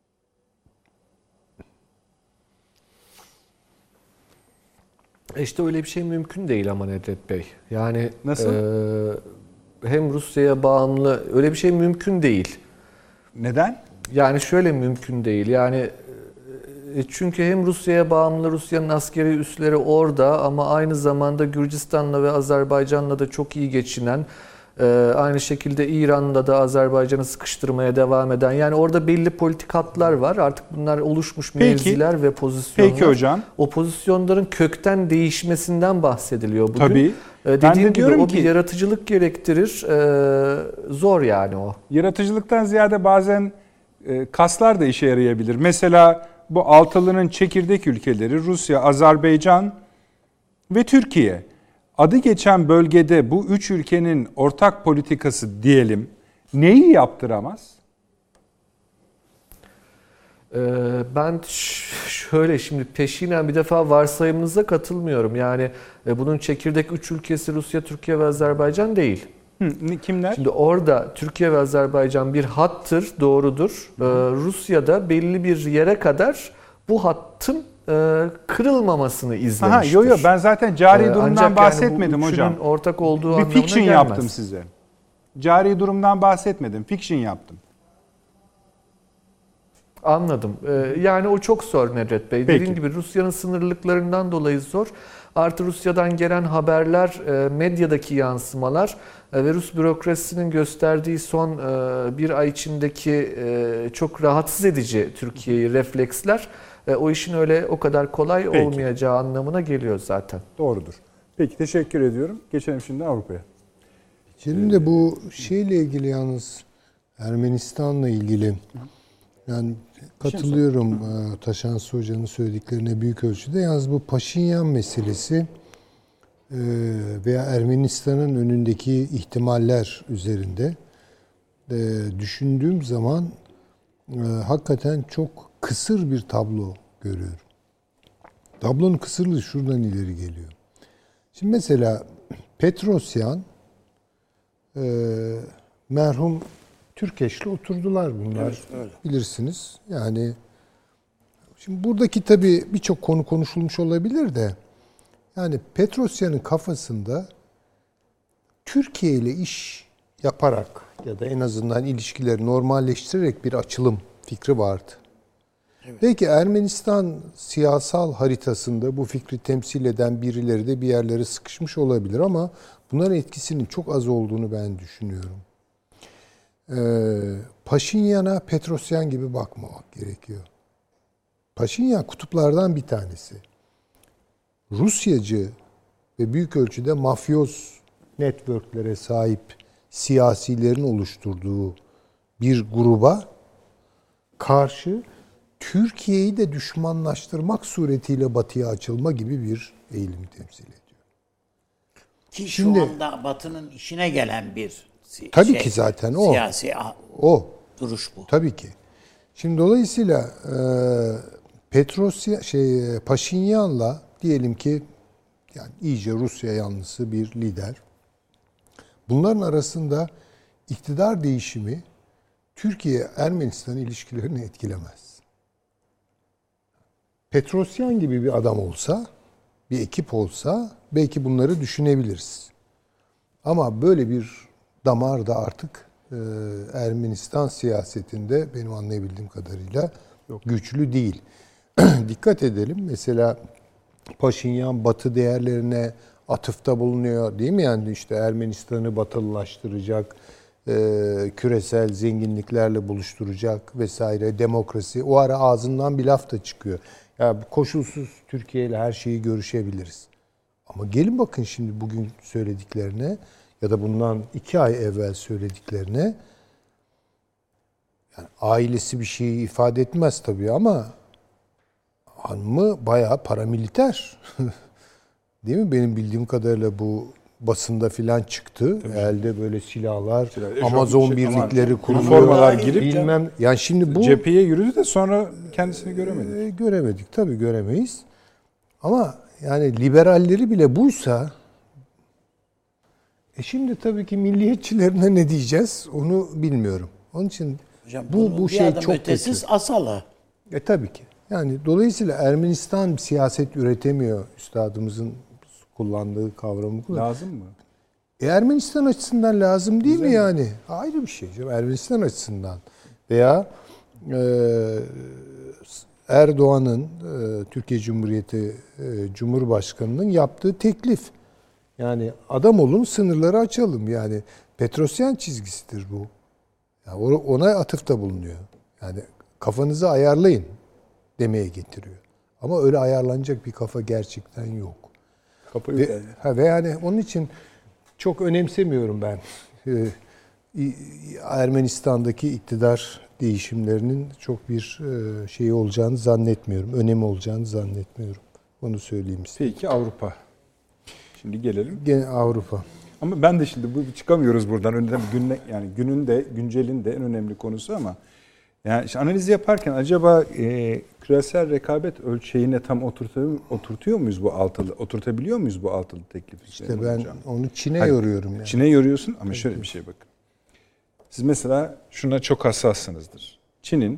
İşte öyle bir şey mümkün değil ama Nedret Bey. Yani Nasıl? E, hem Rusya'ya bağımlı, öyle bir şey mümkün değil. Neden? Yani şöyle mümkün değil. Yani e, çünkü hem Rusya'ya bağımlı, Rusya'nın askeri üsleri orada ama aynı zamanda Gürcistan'la ve Azerbaycan'la da çok iyi geçinen, e, aynı şekilde İran'la da Azerbaycan'ı sıkıştırmaya devam eden. Yani orada belli politik hatlar var. Artık bunlar oluşmuş Peki. mevziler ve pozisyonlar. Peki hocam. O pozisyonların kökten değişmesinden bahsediliyor bugün. Tabii. Ee, dediğim gibi diyorum o ki, bir yaratıcılık gerektirir. Ee, zor yani o. Yaratıcılıktan ziyade bazen e, kaslar da işe yarayabilir. Mesela bu altılının çekirdek ülkeleri Rusya, Azerbaycan ve Türkiye. Adı geçen bölgede bu üç ülkenin ortak politikası diyelim neyi yaptıramaz? Ee, ben şöyle şimdi peşinen bir defa varsayımınıza katılmıyorum. Yani e, bunun çekirdek üç ülkesi Rusya, Türkiye ve Azerbaycan değil. Hı, kimler? Şimdi orada Türkiye ve Azerbaycan bir hattır, doğrudur. Ee, Rusya'da belli bir yere kadar bu hattın e, kırılmamasını izlemiştir. Aha, yo yo ben zaten cari durumdan Ancak bahsetmedim yani bu hocam. Ortak olduğu bir anlamına fiction gelmez. yaptım size. Cari durumdan bahsetmedim. Fiction yaptım. Anladım. Ee, yani o çok zor Nedret Bey. Peki. Dediğim gibi Rusya'nın sınırlılıklarından dolayı zor. Artı Rusya'dan gelen haberler, e, medyadaki yansımalar e, ve Rus bürokrasisinin gösterdiği son e, bir ay içindeki e, çok rahatsız edici Türkiye'yi refleksler e, o işin öyle o kadar kolay Peki. olmayacağı anlamına geliyor zaten. Doğrudur. Peki teşekkür ediyorum. Geçelim şimdi Avrupa'ya. Şimdi de bu şeyle ilgili yalnız Ermenistan'la ilgili yani katılıyorum e, Taşansı Hoca'nın söylediklerine büyük ölçüde. Yalnız bu Paşinyan meselesi e, veya Ermenistan'ın önündeki ihtimaller üzerinde e, düşündüğüm zaman e, hakikaten çok kısır bir tablo görüyorum. Tablonun kısırlığı şuradan ileri geliyor. Şimdi mesela Petrosyan e, merhum Türkeş'le oturdular bunlar. Evet, öyle. Bilirsiniz. Yani şimdi buradaki tabii birçok konu konuşulmuş olabilir de yani Petrosyan'ın kafasında Türkiye ile iş yaparak ya da en azından ilişkileri normalleştirerek bir açılım fikri vardı. Evet. Belki Ermenistan siyasal haritasında bu fikri temsil eden birileri de bir yerlere sıkışmış olabilir ama bunların etkisinin çok az olduğunu ben düşünüyorum. Ee, Paşinyan'a Petrosyan gibi bakmamak gerekiyor. Paşinyan kutuplardan bir tanesi. Rusyacı ve büyük ölçüde mafyoz networklere sahip siyasilerin oluşturduğu bir gruba karşı Türkiye'yi de düşmanlaştırmak suretiyle batıya açılma gibi bir eğilim temsil ediyor. Ki Şimdi, şu anda Batı'nın işine gelen bir si- tabii şey, ki zaten o. Siyasi o. duruş bu. Tabii ki. Şimdi dolayısıyla e, Petrosya şey Paşinyan'la diyelim ki yani iyice Rusya yanlısı bir lider. Bunların arasında iktidar değişimi Türkiye-Ermenistan ilişkilerini etkilemez. Petrosyan gibi bir adam olsa, bir ekip olsa belki bunları düşünebiliriz. Ama böyle bir damar da artık e, Ermenistan siyasetinde benim anlayabildiğim kadarıyla Yok. güçlü değil. Dikkat edelim. Mesela Paşinyan Batı değerlerine atıfta bulunuyor değil mi? Yani işte Ermenistan'ı batılılaştıracak, e, küresel zenginliklerle buluşturacak vesaire, demokrasi. O ara ağzından bir laf da çıkıyor. Ya koşulsuz Türkiye ile her şeyi görüşebiliriz. Ama gelin bakın şimdi bugün söylediklerine ya da bundan iki ay evvel söylediklerine. Yani ailesi bir şeyi ifade etmez tabii ama hanımı bayağı paramiliter. Değil mi? Benim bildiğim kadarıyla bu basında filan çıktı. Tabii. Elde böyle silahlar, Silah, Amazon şey, birlikleri kuruluyor. Formalar girip bilmem. Yani şimdi bu cepheye yürüdü de sonra kendisini göremedik. E, göremedik tabii göremeyiz. Ama yani liberalleri bile buysa e şimdi tabii ki milliyetçilerine ne diyeceğiz onu bilmiyorum. Onun için Hocam, bu bu şey çok ötesiz kötü. Asalı. E tabii ki. Yani dolayısıyla Ermenistan siyaset üretemiyor üstadımızın kullandığı kavramı. Lazım mı? E Ermenistan açısından lazım değil Güzel mi yani? Ayrı bir şey. Ermenistan açısından. Veya e, Erdoğan'ın e, Türkiye Cumhuriyeti e, Cumhurbaşkanı'nın yaptığı teklif. Yani adam olun sınırları açalım. Yani Petrosyan çizgisidir bu. Yani ona atıfta bulunuyor. Yani kafanızı ayarlayın demeye getiriyor. Ama öyle ayarlanacak bir kafa gerçekten yok. ve, ha, ve yani onun için çok önemsemiyorum ben. Ee, Ermenistan'daki iktidar değişimlerinin çok bir şeyi olacağını zannetmiyorum. Önemi olacağını zannetmiyorum. Onu söyleyeyim size. Peki Avrupa. Şimdi gelelim. Gene Avrupa. Ama ben de şimdi bu çıkamıyoruz buradan. Önden günle, yani günün de güncelin de en önemli konusu ama yani işte analizi yaparken acaba e, küresel rekabet ölçeğine tam oturtuyor, oturtuyor muyuz bu altılı? Oturtabiliyor muyuz bu altılı teklifi? İşte ben hocam? onu Çin'e Hayır, yoruyorum yani. Çin'e yoruyorsun ama şöyle bir şey bakın. Siz mesela şuna çok hassassınızdır. Çin'in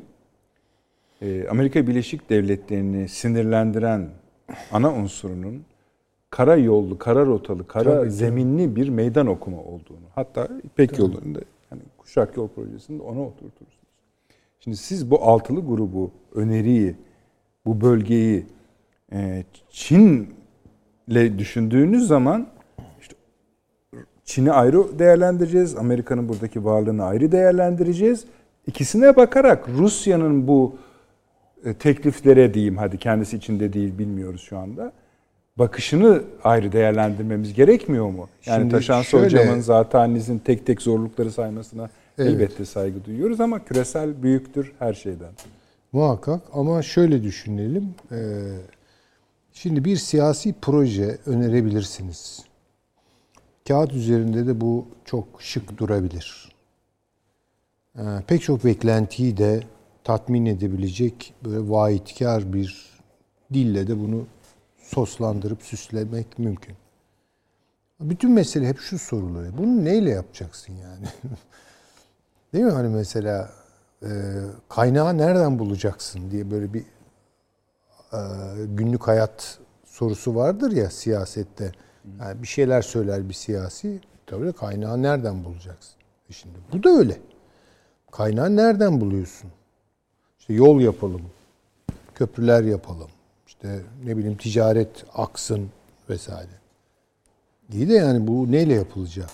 e, Amerika Birleşik Devletleri'ni sinirlendiren ana unsurunun kara yollu, kara rotalı, kara Tabii zeminli ki. bir meydan okuma olduğunu. Hatta İpek Tabii. yollarında yani Kuşak Yol Projesi'nde ona oturtursunuz. Şimdi siz bu altılı grubu, öneriyi, bu bölgeyi e, Çin'le düşündüğünüz zaman işte Çin'i ayrı değerlendireceğiz. Amerika'nın buradaki varlığını ayrı değerlendireceğiz. İkisine bakarak Rusya'nın bu e, tekliflere diyeyim, hadi kendisi içinde değil bilmiyoruz şu anda. Bakışını ayrı değerlendirmemiz gerekmiyor mu? Yani Şimdi Taşansı şöyle, hocamın zatenizin tek tek zorlukları saymasına evet. elbette saygı duyuyoruz ama küresel büyüktür her şeyden. Muhakkak ama şöyle düşünelim. Ee, şimdi bir siyasi proje önerebilirsiniz. Kağıt üzerinde de bu çok şık durabilir. Ee, pek çok beklentiyi de tatmin edebilecek böyle vaatkar bir dille de bunu soslandırıp süslemek mümkün. Bütün mesele hep şu soruluyor. Bunu neyle yapacaksın yani? Değil mi? Hani mesela e, kaynağı nereden bulacaksın diye böyle bir e, günlük hayat sorusu vardır ya siyasette. Yani bir şeyler söyler bir siyasi. Tabii kaynağı nereden bulacaksın? E şimdi bu da öyle. Kaynağı nereden buluyorsun? İşte yol yapalım, köprüler yapalım. İşte ne bileyim ticaret aksın vesaire. İyi de yani bu neyle yapılacak?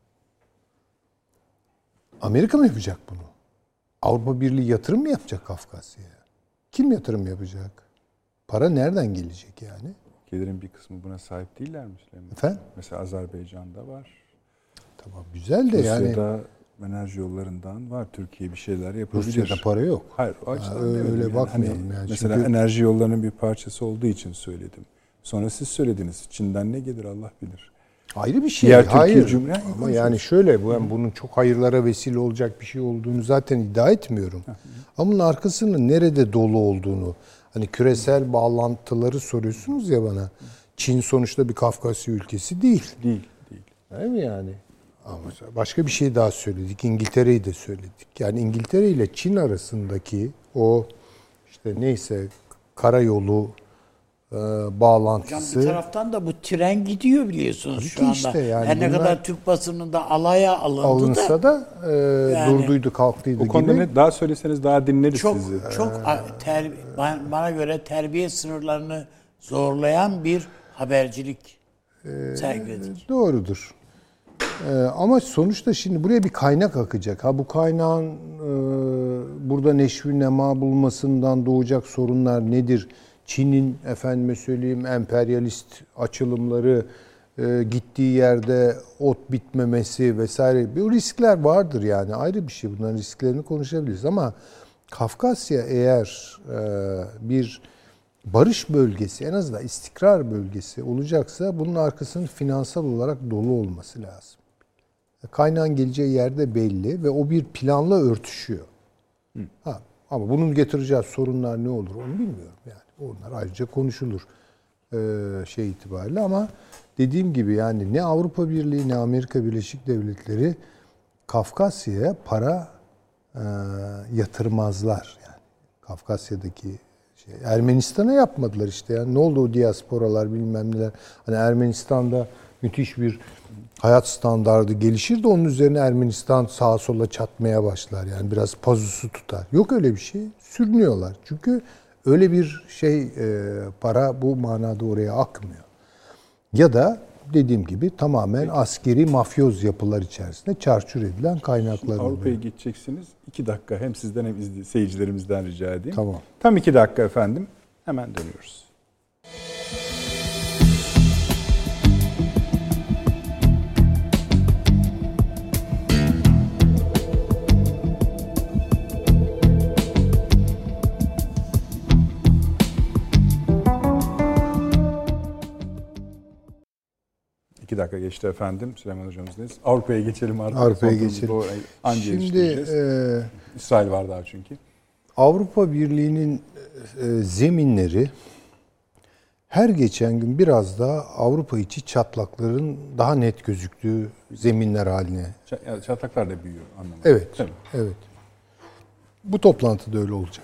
Amerika mı yapacak bunu? Avrupa Birliği yatırım mı yapacak Kafkasya'ya? Kim yatırım yapacak? Para nereden gelecek yani? Gelirin bir kısmı buna sahip değiller mi Süleyman? Efendim? Mesela Azerbaycan'da var. Tamam güzel de yani. Rusya'da enerji yollarından var. Türkiye bir şeyler yapabilir. Rusya'da para yok. Hayır, o açıdan öyle yani. bakmayalım hani yani. Mesela Çünkü enerji yollarının bir parçası olduğu için söyledim. Sonra siz söylediniz. Çin'den ne gelir Allah bilir. Ayrı bir şey. Diğer hayır. Cumhuriyet, ama yani şöyle ben bunun çok hayırlara vesile olacak bir şey olduğunu zaten iddia etmiyorum. Ama bunun arkasının nerede dolu olduğunu, hani küresel bağlantıları soruyorsunuz ya bana. Çin sonuçta bir Kafkasya ülkesi değil. Değil, değil. Değil mi yani? Ama başka bir şey daha söyledik. İngiltere'yi de söyledik. Yani İngiltere ile Çin arasındaki o işte neyse karayolu e, bağlantısı. Hocam bir taraftan da bu tren gidiyor biliyorsunuz Tabii şu anda. Işte yani Her ne kadar Türk basınında alaya alındı alınsa da, da e, yani, durduydu kalktıydı o konuda gibi. Ne, daha söyleseniz daha dinleriz çok, sizi. Çok ee, ter, bana göre terbiye sınırlarını zorlayan bir habercilik e, sergiledik. Doğrudur. Ee, ama sonuçta şimdi buraya bir kaynak akacak. Ha bu kaynağın e, burada neşvi nema bulmasından doğacak sorunlar nedir? Çin'in efendime söyleyeyim emperyalist açılımları, e, gittiği yerde ot bitmemesi vesaire. Bu riskler vardır yani ayrı bir şey. Bunların risklerini konuşabiliriz ama Kafkasya eğer e, bir barış bölgesi, en azından istikrar bölgesi olacaksa bunun arkasının finansal olarak dolu olması lazım. Kaynağın geleceği yerde belli ve o bir planla örtüşüyor. Hı. Ha, ama bunun getireceği sorunlar ne olur onu bilmiyorum yani. Onlar ayrıca konuşulur ee, şey itibariyle ama dediğim gibi yani ne Avrupa Birliği ne Amerika Birleşik Devletleri Kafkasya'ya para e, yatırmazlar yani. Kafkasya'daki şey, Ermenistan'a yapmadılar işte yani. Ne oldu o diasporalar bilmem neler. Hani Ermenistan'da müthiş bir hayat standardı gelişir de onun üzerine Ermenistan sağa sola çatmaya başlar. Yani biraz pazusu tutar. Yok öyle bir şey. Sürünüyorlar. Çünkü öyle bir şey e, para bu manada oraya akmıyor. Ya da dediğim gibi tamamen Peki. askeri mafyoz yapılar içerisinde çarçur edilen kaynaklar. Avrupa'ya gideceksiniz. İki dakika hem sizden hem izli, seyircilerimizden rica edeyim. Tamam. Tam iki dakika efendim. Hemen dönüyoruz. iki dakika geçti efendim. Süleyman Hocamızdayız. Avrupa'ya geçelim artık. Avrupa'ya geçelim. Şimdi e, İsrail var daha çünkü. Avrupa Birliği'nin e, zeminleri her geçen gün biraz daha Avrupa içi çatlakların daha net gözüktüğü zeminler haline. Ç- çatlaklar da büyüyor anlamında. Evet. Tabii. Evet. Bu toplantıda öyle olacak.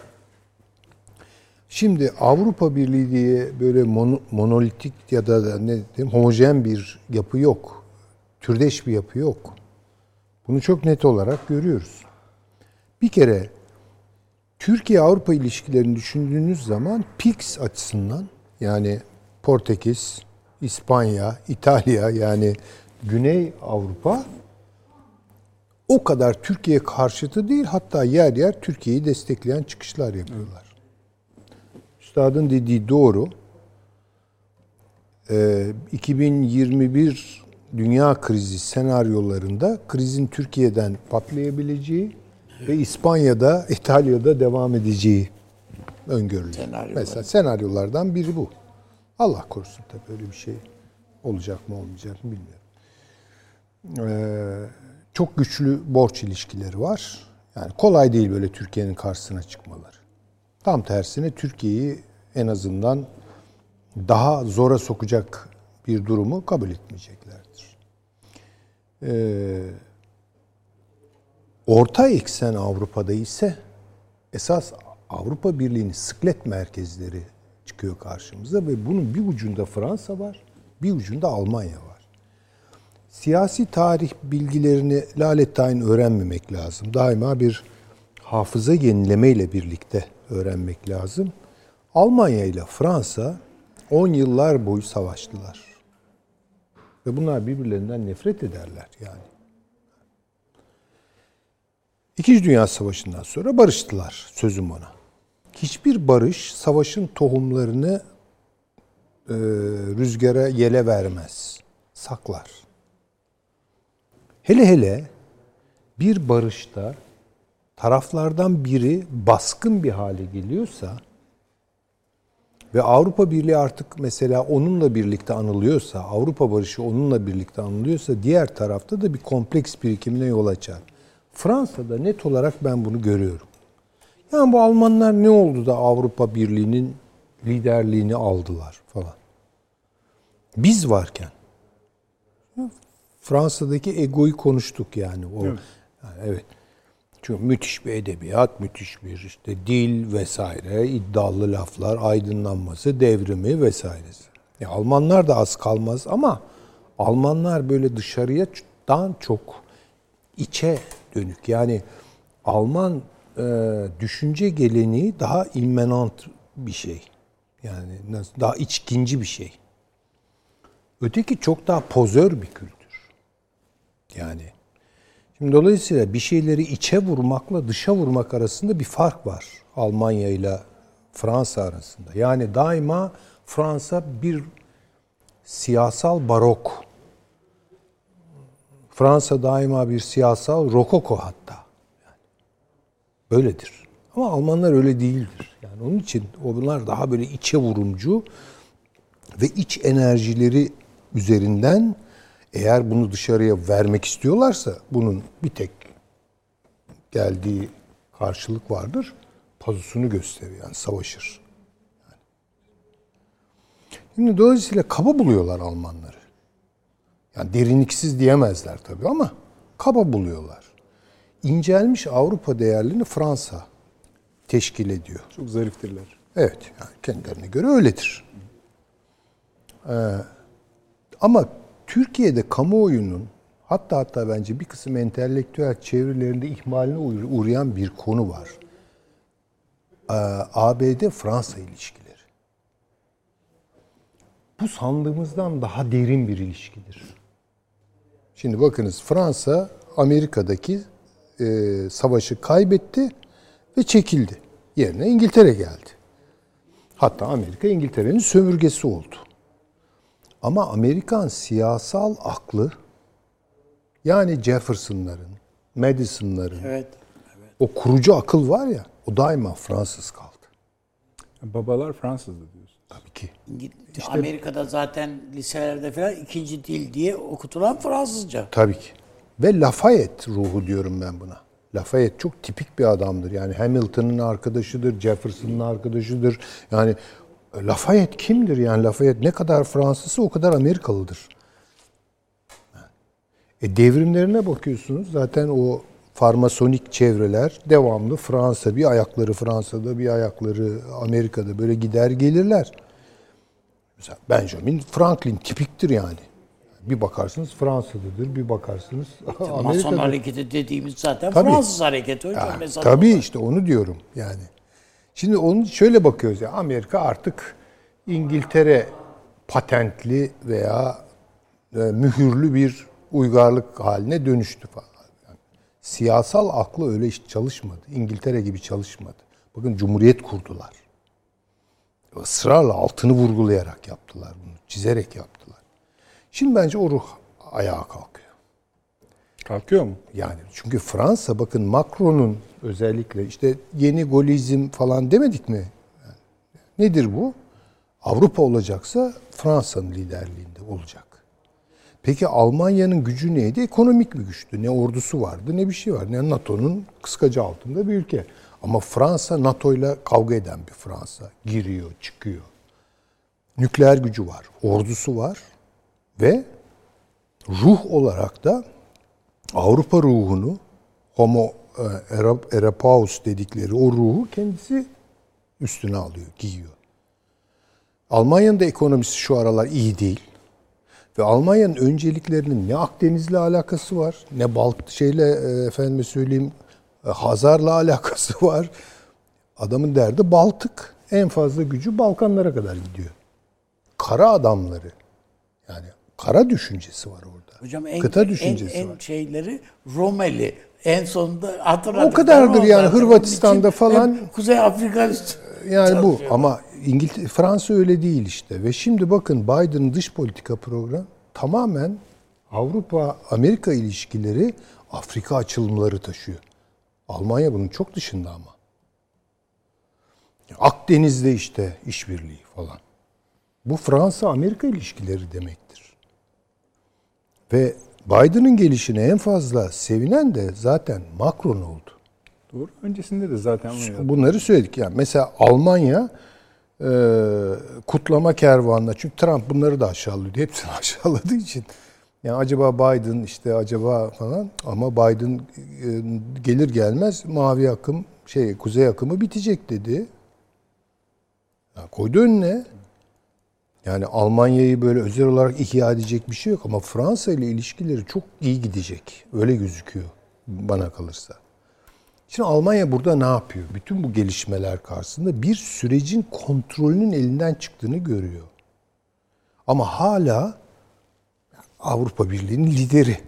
Şimdi Avrupa Birliği diye böyle mon- monolitik ya da ne diyeyim homojen bir yapı yok. Türdeş bir yapı yok. Bunu çok net olarak görüyoruz. Bir kere Türkiye-Avrupa ilişkilerini düşündüğünüz zaman P I X açısından yani Portekiz, İspanya, İtalya yani Güney Avrupa o kadar Türkiye karşıtı değil, hatta yer yer Türkiye'yi destekleyen çıkışlar yapıyorlar. Üstadın dediği doğru. Ee, iki bin yirmi bir dünya krizi senaryolarında krizin Türkiye'den patlayabileceği ve İspanya'da, İtalya'da devam edeceği öngörülüyor. Senaryolar. Mesela senaryolardan biri bu. Allah korusun tabii öyle bir şey olacak mı olmayacak mı bilmiyorum. Ee, çok güçlü borç ilişkileri var. Yani kolay değil böyle Türkiye'nin karşısına çıkmaları. Tam tersine Türkiye'yi en azından daha zora sokacak bir durumu kabul etmeyeceklerdir. Ee, orta eksen Avrupa'da ise esas Avrupa Birliği'nin sıklet merkezleri çıkıyor karşımıza ve bunun bir ucunda Fransa var, bir ucunda Almanya var. Siyasi tarih bilgilerini lalettayn öğrenmemek lazım. Daima bir hafıza yenilemeyle birlikte öğrenmek lazım. Almanya ile Fransa on yıllar boyu savaştılar. Ve bunlar birbirlerinden nefret ederler yani. İkinci Dünya Savaşı'ndan sonra barıştılar, sözüm ona. Hiçbir barış savaşın tohumlarını e, rüzgara yele vermez, saklar. Hele hele bir barışta taraflardan biri baskın bir hale geliyorsa ve Avrupa Birliği artık mesela onunla birlikte anılıyorsa, Avrupa barışı onunla birlikte anılıyorsa diğer tarafta da bir kompleks birikimine yol açar. Fransa'da net olarak ben bunu görüyorum. Yani bu Almanlar ne oldu da Avrupa Birliği'nin liderliğini aldılar falan. Biz varken Fransa'daki egoyu konuştuk yani. O, evet. Yani evet. Çünkü müthiş bir edebiyat, müthiş bir işte dil vesaire, iddialı laflar, aydınlanması, devrimi vesairesi. Ya Almanlar da az kalmaz ama Almanlar böyle dışarıdan çok içe dönük. Yani Alman e, düşünce geleneği daha immanent bir şey. Yani daha içkinci bir şey. Öteki çok daha pozör bir kültür. Yani şimdi dolayısıyla bir şeyleri içe vurmakla dışa vurmak arasında bir fark var Almanya ile Fransa arasında. Yani daima Fransa bir siyasal barok. Fransa daima bir siyasal rokoko hatta. Yani böyledir. Ama Almanlar öyle değildir. Yani onun için onlar daha böyle içe vurumcu ve iç enerjileri üzerinden eğer bunu dışarıya vermek istiyorlarsa bunun bir tek geldiği karşılık vardır. Pazusunu gösterir yani savaşır. Yani. Şimdi dolayısıyla kaba buluyorlar Almanları. Yani derinliksiz diyemezler tabii ama kaba buluyorlar. İncelmiş Avrupa değerlerini Fransa teşkil ediyor. Çok zariftirler. Evet, yani kendilerine göre öyledir. Ee, ama Türkiye'de kamuoyunun hatta hatta bence bir kısım entelektüel çevrelerinde ihmaline uğrayan bir konu var. Ee, A B D-Fransa ilişkileri. Bu sandığımızdan daha derin bir ilişkidir. Şimdi bakınız Fransa Amerika'daki e, savaşı kaybetti ve çekildi. Yerine İngiltere geldi. Hatta Amerika İngiltere'nin sömürgesi oldu. Ama Amerikan siyasal aklı yani Jefferson'ların, Madison'ların evet, evet. o kurucu akıl var ya o daima Fransız kaldı. Babalar Fransızdı diyorsun. Tabii ki. İşte, Amerika'da zaten liselerde falan ikinci dil diye okutulan Fransızca. Tabii ki. Ve Lafayette ruhu diyorum ben buna. Lafayette çok tipik bir adamdır. Yani Hamilton'ın arkadaşıdır, Jefferson'ın arkadaşıdır. Yani Lafayette kimdir? Yani Lafayette ne kadar Fransızsa o kadar Amerikalıdır. E devrimlerine bakıyorsunuz. Zaten o farmasonik çevreler devamlı Fransa. Bir ayakları Fransa'da, bir ayakları Amerika'da böyle gider gelirler. Mesela Benjamin Franklin tipiktir yani. Bir bakarsınız Fransa'dadır, bir bakarsınız Amerika'da. Mason hareketi dediğimiz zaten Tabii. Fransız hareketi hocam. Ya, mesela tabii olarak. işte onu diyorum yani. Şimdi onu şöyle bakıyoruz ya, Amerika artık İngiltere patentli veya e, mühürlü bir uygarlık haline dönüştü falan. Yani, siyasal aklı öyle hiç çalışmadı. İngiltere gibi çalışmadı. Bakın Cumhuriyet kurdular. Israrla altını vurgulayarak yaptılar bunu. Çizerek yaptılar. Şimdi bence o ruh ayağa kalkıyor. Kalkıyor mu? Yani çünkü Fransa bakın Macron'un özellikle işte yeni golizm falan demedik mi? Yani nedir bu? Avrupa olacaksa Fransa'nın liderliğinde olacak. Peki Almanya'nın gücü neydi? Ekonomik bir güçtü. Ne ordusu vardı ne bir şey var. Ne NATO'nun kıskacı altında bir ülke. Ama Fransa NATO'yla kavga eden bir Fransa. Giriyor, çıkıyor. Nükleer gücü var, ordusu var ve ruh olarak da Avrupa ruhunu, Homo erectus dedikleri o ruhu kendisi üstüne alıyor, giyiyor. Almanya'nın da ekonomisi şu aralar iyi değil. Ve Almanya'nın önceliklerinin ne Akdeniz'le alakası var, ne Balt şeyle efendime söyleyeyim Hazar'la alakası var. Adamın derdi Baltık. En fazla gücü Balkanlara kadar gidiyor. Kara adamları. Yani kara düşüncesi var orada. Hocam en, Kıta düşüncesi en, en var. şeyleri Romeli. En sonunda hatırladık. O kadardır yani Hırvatistan'da falan. Kuzey Afrika yani bu ama İngiltere, Fransa öyle değil işte. Ve şimdi bakın Biden'ın dış politika programı tamamen Avrupa-Amerika ilişkileri Afrika açılımları taşıyor. Almanya bunun çok dışında ama. Akdeniz'de işte işbirliği falan. Bu Fransa-Amerika ilişkileri demektir. Ve Biden'ın gelişine en fazla sevinen de zaten Macron oldu. Doğru. Öncesinde de zaten bunları söyledik. Yani mesela Almanya e, kutlama kervanına, çünkü Trump bunları da aşağılıyordu. Hepsini aşağıladığı için. Yani acaba Biden işte acaba falan, ama Biden e, gelir gelmez mavi akım şey kuzey akımı bitecek dedi. Ya koydu önüne. Yani Almanya'yı böyle özel olarak ihya edecek bir şey yok ama Fransa ile ilişkileri çok iyi gidecek. Öyle gözüküyor bana kalırsa. Şimdi Almanya burada ne yapıyor? Bütün bu gelişmeler karşısında bir sürecin kontrolünün elinden çıktığını görüyor. Ama hala Avrupa Birliği'nin lideri.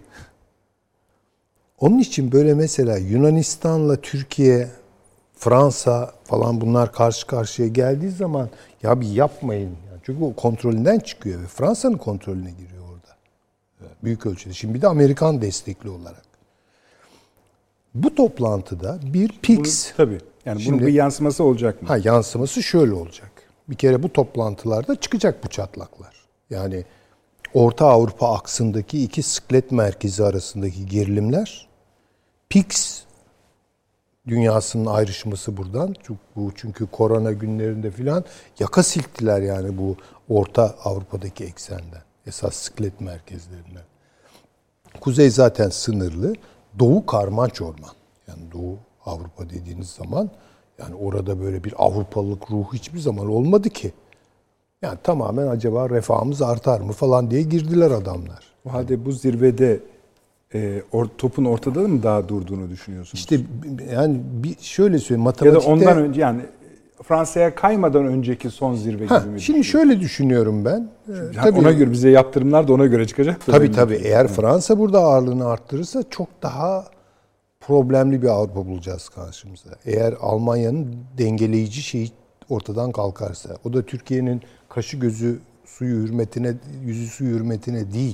Onun için böyle mesela Yunanistan'la Türkiye, Fransa falan bunlar karşı karşıya geldiği zaman ya bir yapmayın. Çünkü o kontrolünden çıkıyor ve Fransa'nın kontrolüne giriyor orada. Büyük ölçüde. Şimdi bir de Amerikan destekli olarak. Bu toplantıda bir P I X... Bunu, tabii. Yani Şimdi, bunun bir yansıması olacak mı? Ha, yansıması şöyle olacak. Bir kere bu toplantılarda çıkacak bu çatlaklar. Yani Orta Avrupa aksındaki iki sıklet merkezi arasındaki gerilimler, P I X dünyasının ayrışması buradan. Çünkü bu çünkü korona günlerinde filan yaka silktiler yani bu Orta Avrupa'daki eksenden. Esas sıklet merkezlerinden. Kuzey zaten sınırlı. Doğu karman çorman. Yani Doğu Avrupa dediğiniz zaman yani orada böyle bir Avrupalılık ruhu hiçbir zaman olmadı ki. Yani tamamen acaba refahımız artar mı falan diye girdiler adamlar. O halde bu zirvede e, or, topun ortada mı daha durduğunu düşünüyorsunuz? İşte yani bir şöyle söyleyeyim, ya matematikte... da ondan önce yani Fransa'ya kaymadan önceki son zirve Heh, gibi mi? Şimdi şöyle düşünüyorum ben. Çünkü tabii, ona göre bize yaptırımlar da ona göre çıkacak. Tabii tabii. Eğer Fransa burada ağırlığını arttırırsa çok daha problemli bir Avrupa bulacağız karşımıza. Eğer Almanya'nın dengeleyici şeyi ortadan kalkarsa, o da Türkiye'nin kaşı gözü suyu hürmetine, yüzü suyu hürmetine değil,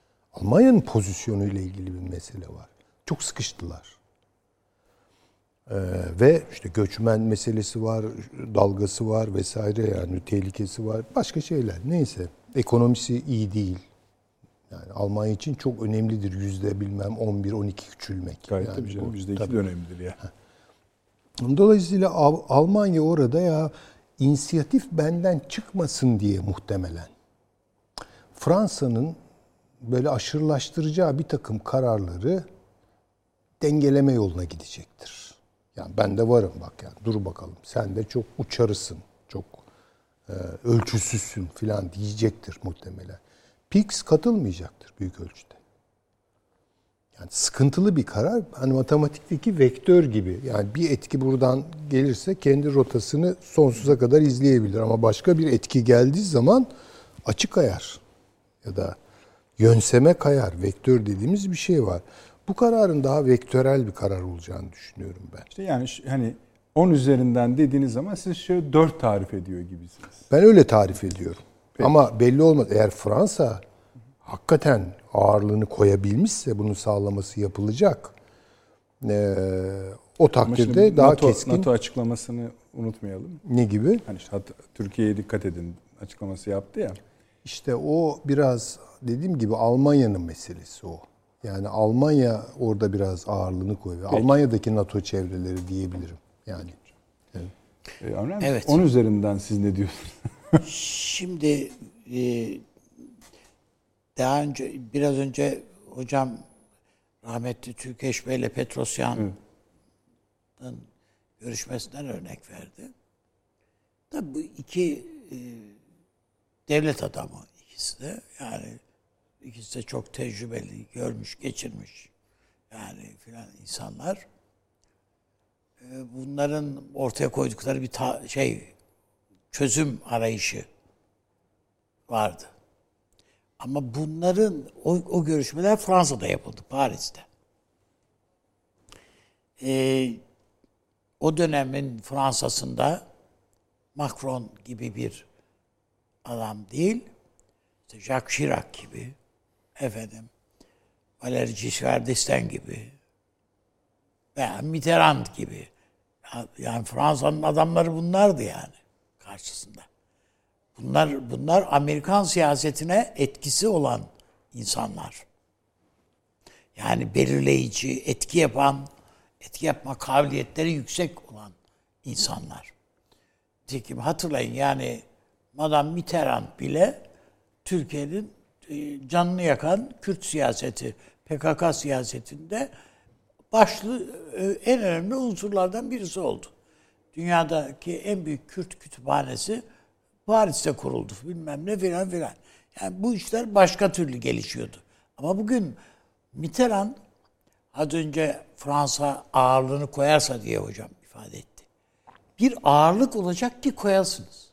Almanya'nın pozisyonuyla ilgili bir mesele var. Çok sıkıştılar. Ee, ve işte göçmen meselesi var, dalgası var vesaire, yani tehlikesi var. Başka şeyler. Neyse. Ekonomisi iyi değil. Yani Almanya için çok önemlidir. Yüzde bilmem on bir on iki küçülmek. Gayet yani tabii canım. bu, Yüzde iki de önemlidir ya. Dolayısıyla Al- Almanya orada ya inisiyatif benden çıkmasın diye muhtemelen Fransa'nın böyle aşırılaştıracağı bir takım kararları dengeleme yoluna gidecektir. Yani ben de varım bak yani dur bakalım sen de çok uçarısın, çok e, ölçüsüzsün filan diyecektir muhtemelen. P I X katılmayacaktır büyük ölçüde. Yani sıkıntılı bir karar. Hani matematikteki vektör gibi. Yani bir etki buradan gelirse kendi rotasını sonsuza kadar izleyebilir. Ama başka bir etki geldiği zaman açı kayar. Ya da yönseme kayar. Vektör dediğimiz bir şey var. Bu kararın daha vektörel bir karar olacağını düşünüyorum ben. İşte yani şu- hani on üzerinden dediğiniz zaman siz şöyle dört tarif ediyor gibisiniz. Ben öyle tarif ediyorum. Peki. Ama belli olmaz. Eğer Fransa hakikaten ağırlığını koyabilmişse bunun sağlaması yapılacak. Ee, o takdirde daha NATO, keskin. NATO açıklamasını unutmayalım. Ne gibi? Hani işte Türkiye'ye dikkat edin açıklaması yaptı ya. İşte o biraz dediğim gibi Almanya'nın meselesi o. Yani Almanya orada biraz ağırlığını koyuyor. Peki. Almanya'daki NATO çevreleri diyebilirim. Yani. Evet. Ee, Avni abi, Evet. on üzerinden siz ne diyorsunuz? Şimdi e, daha önce biraz önce hocam rahmetli Türkeş Bey ile Petrosyan'ın görüşmesinden örnek verdi. Tabii bu iki e, devlet adamı ikisi de, yani ikisi de çok tecrübeli, görmüş, geçirmiş yani filan insanlar. E, bunların ortaya koydukları bir ta, şey çözüm arayışı vardı. Ama bunların o, o görüşmeler Fransa'da yapıldı, Paris'te. Ee, o dönemin Fransa'sında Macron gibi bir adam değil, işte Jacques Chirac gibi, efendim, Valéry Giscard d'Estaing gibi veya Mitterrand gibi. Yani Fransa'nın adamları bunlardı yani karşısında. Bunlar bunlar Amerikan siyasetine etkisi olan insanlar. Yani belirleyici, etki yapan, etki yapma kabiliyetleri yüksek olan insanlar. Nitekim hatırlayın yani Madame Mitterrand bile Türkiye'nin canını yakan Kürt siyaseti, P K K siyasetinde başlı en önemli unsurlardan birisi oldu. Dünyadaki en büyük Kürt kütüphanesi Paris'te kuruldu, bilmem ne filan filan. Yani bu işler başka türlü gelişiyordu. Ama bugün Mitterrand az önce Fransa ağırlığını koyarsa diye hocam ifade etti. Bir ağırlık olacak ki koyasınız.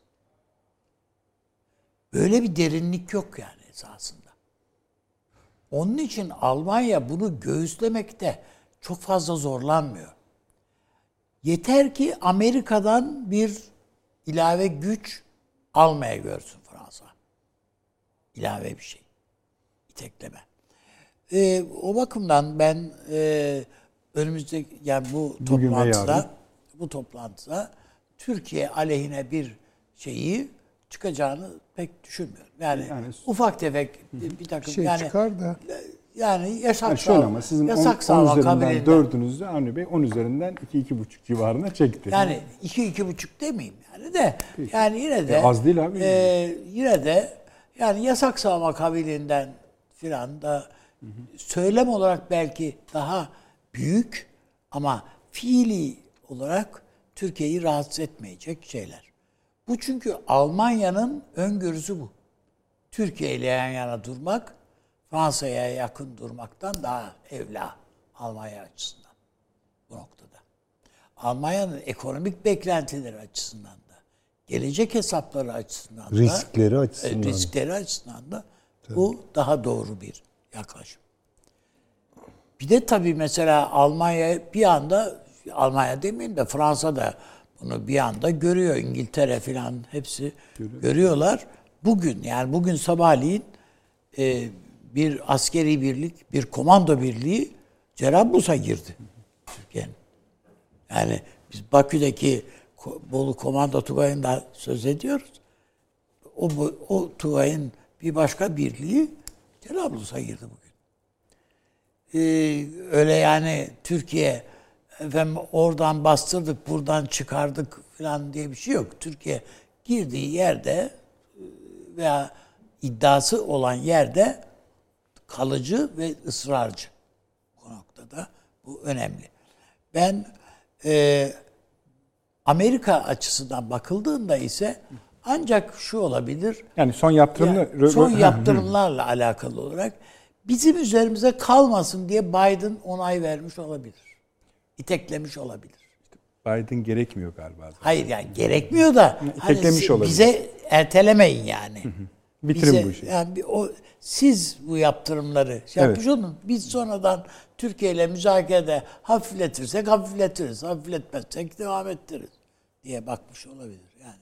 Böyle bir derinlik yok yani esasında. Onun için Almanya bunu göğüslemekte çok fazla zorlanmıyor. Yeter ki Amerika'dan bir ilave güç almaya görsün Fransa. İlave bir şey. İtekleme. Ee, o bakımdan ben e, önümüzdeki yani bu Bugün toplantıda bu toplantıda Türkiye aleyhine bir şeyi çıkacağını pek düşünmüyorum. Yani, yani ufak tefek bir, bir takım şey yani çıkar da yani yasak yani şöyle ama sizin yasak on üzerinden kabiliğinden dördünüzde Avni Bey on üzerinden iki iki buçuk civarına çekti. Yani iki iki buçuk demeyeyim yani de Peki. yani yine de e az değil abi. E, yine de yani yasak sağma kabiliğinden filan da hı hı. söylem olarak belki daha büyük ama fiili olarak Türkiye'yi rahatsız etmeyecek şeyler. Bu çünkü Almanya'nın öngörüsü bu. Türkiye ile yan yana durmak, Fransa'ya yakın durmaktan daha evla Almanya açısından bu noktada. Almanya'nın ekonomik beklentileri açısından da, gelecek hesapları açısından da, riskleri açısından, riskleri açısından da bu daha doğru bir yaklaşım. Bir de tabii mesela Almanya bir anda, Almanya demeyeyim de Fransa da bunu bir anda görüyor. İngiltere falan hepsi Görüyor. görüyorlar. Bugün yani bugün sabahleyin e, bir askeri birlik, bir komando birliği Cerablus'a girdi Türkiye'nin. Yani biz Bakü'deki Bolu Komando Tugayı'ndan söz ediyoruz. O, o Tugay'ın bir başka birliği Cerablus'a girdi bugün. Ee, öyle yani Türkiye efendim oradan bastırdık, buradan çıkardık falan diye bir şey yok. Türkiye girdiği yerde veya iddiası olan yerde kalıcı ve ısrarcı. Bu noktada bu önemli. Ben e, Amerika açısından bakıldığında ise ancak şu olabilir. Yani son yaptırımlar Yani son yaptırımlarla alakalı olarak bizim üzerimize kalmasın diye Biden onay vermiş olabilir. İteklemiş olabilir. Biden gerekmiyor galiba. Zaten. Hayır yani gerekmiyor da İteklemiş hani olabilir. bize ertelemeyin yani. Bitirin bize, bu işi. Yani bir o siz bu yaptırımları şey Evet. yapmış olun. Biz sonradan Türkiye ile müzakerede hafifletirsek hafifletiriz. Hafifletmezsek devam ettiririz diye bakmış olabilir yani.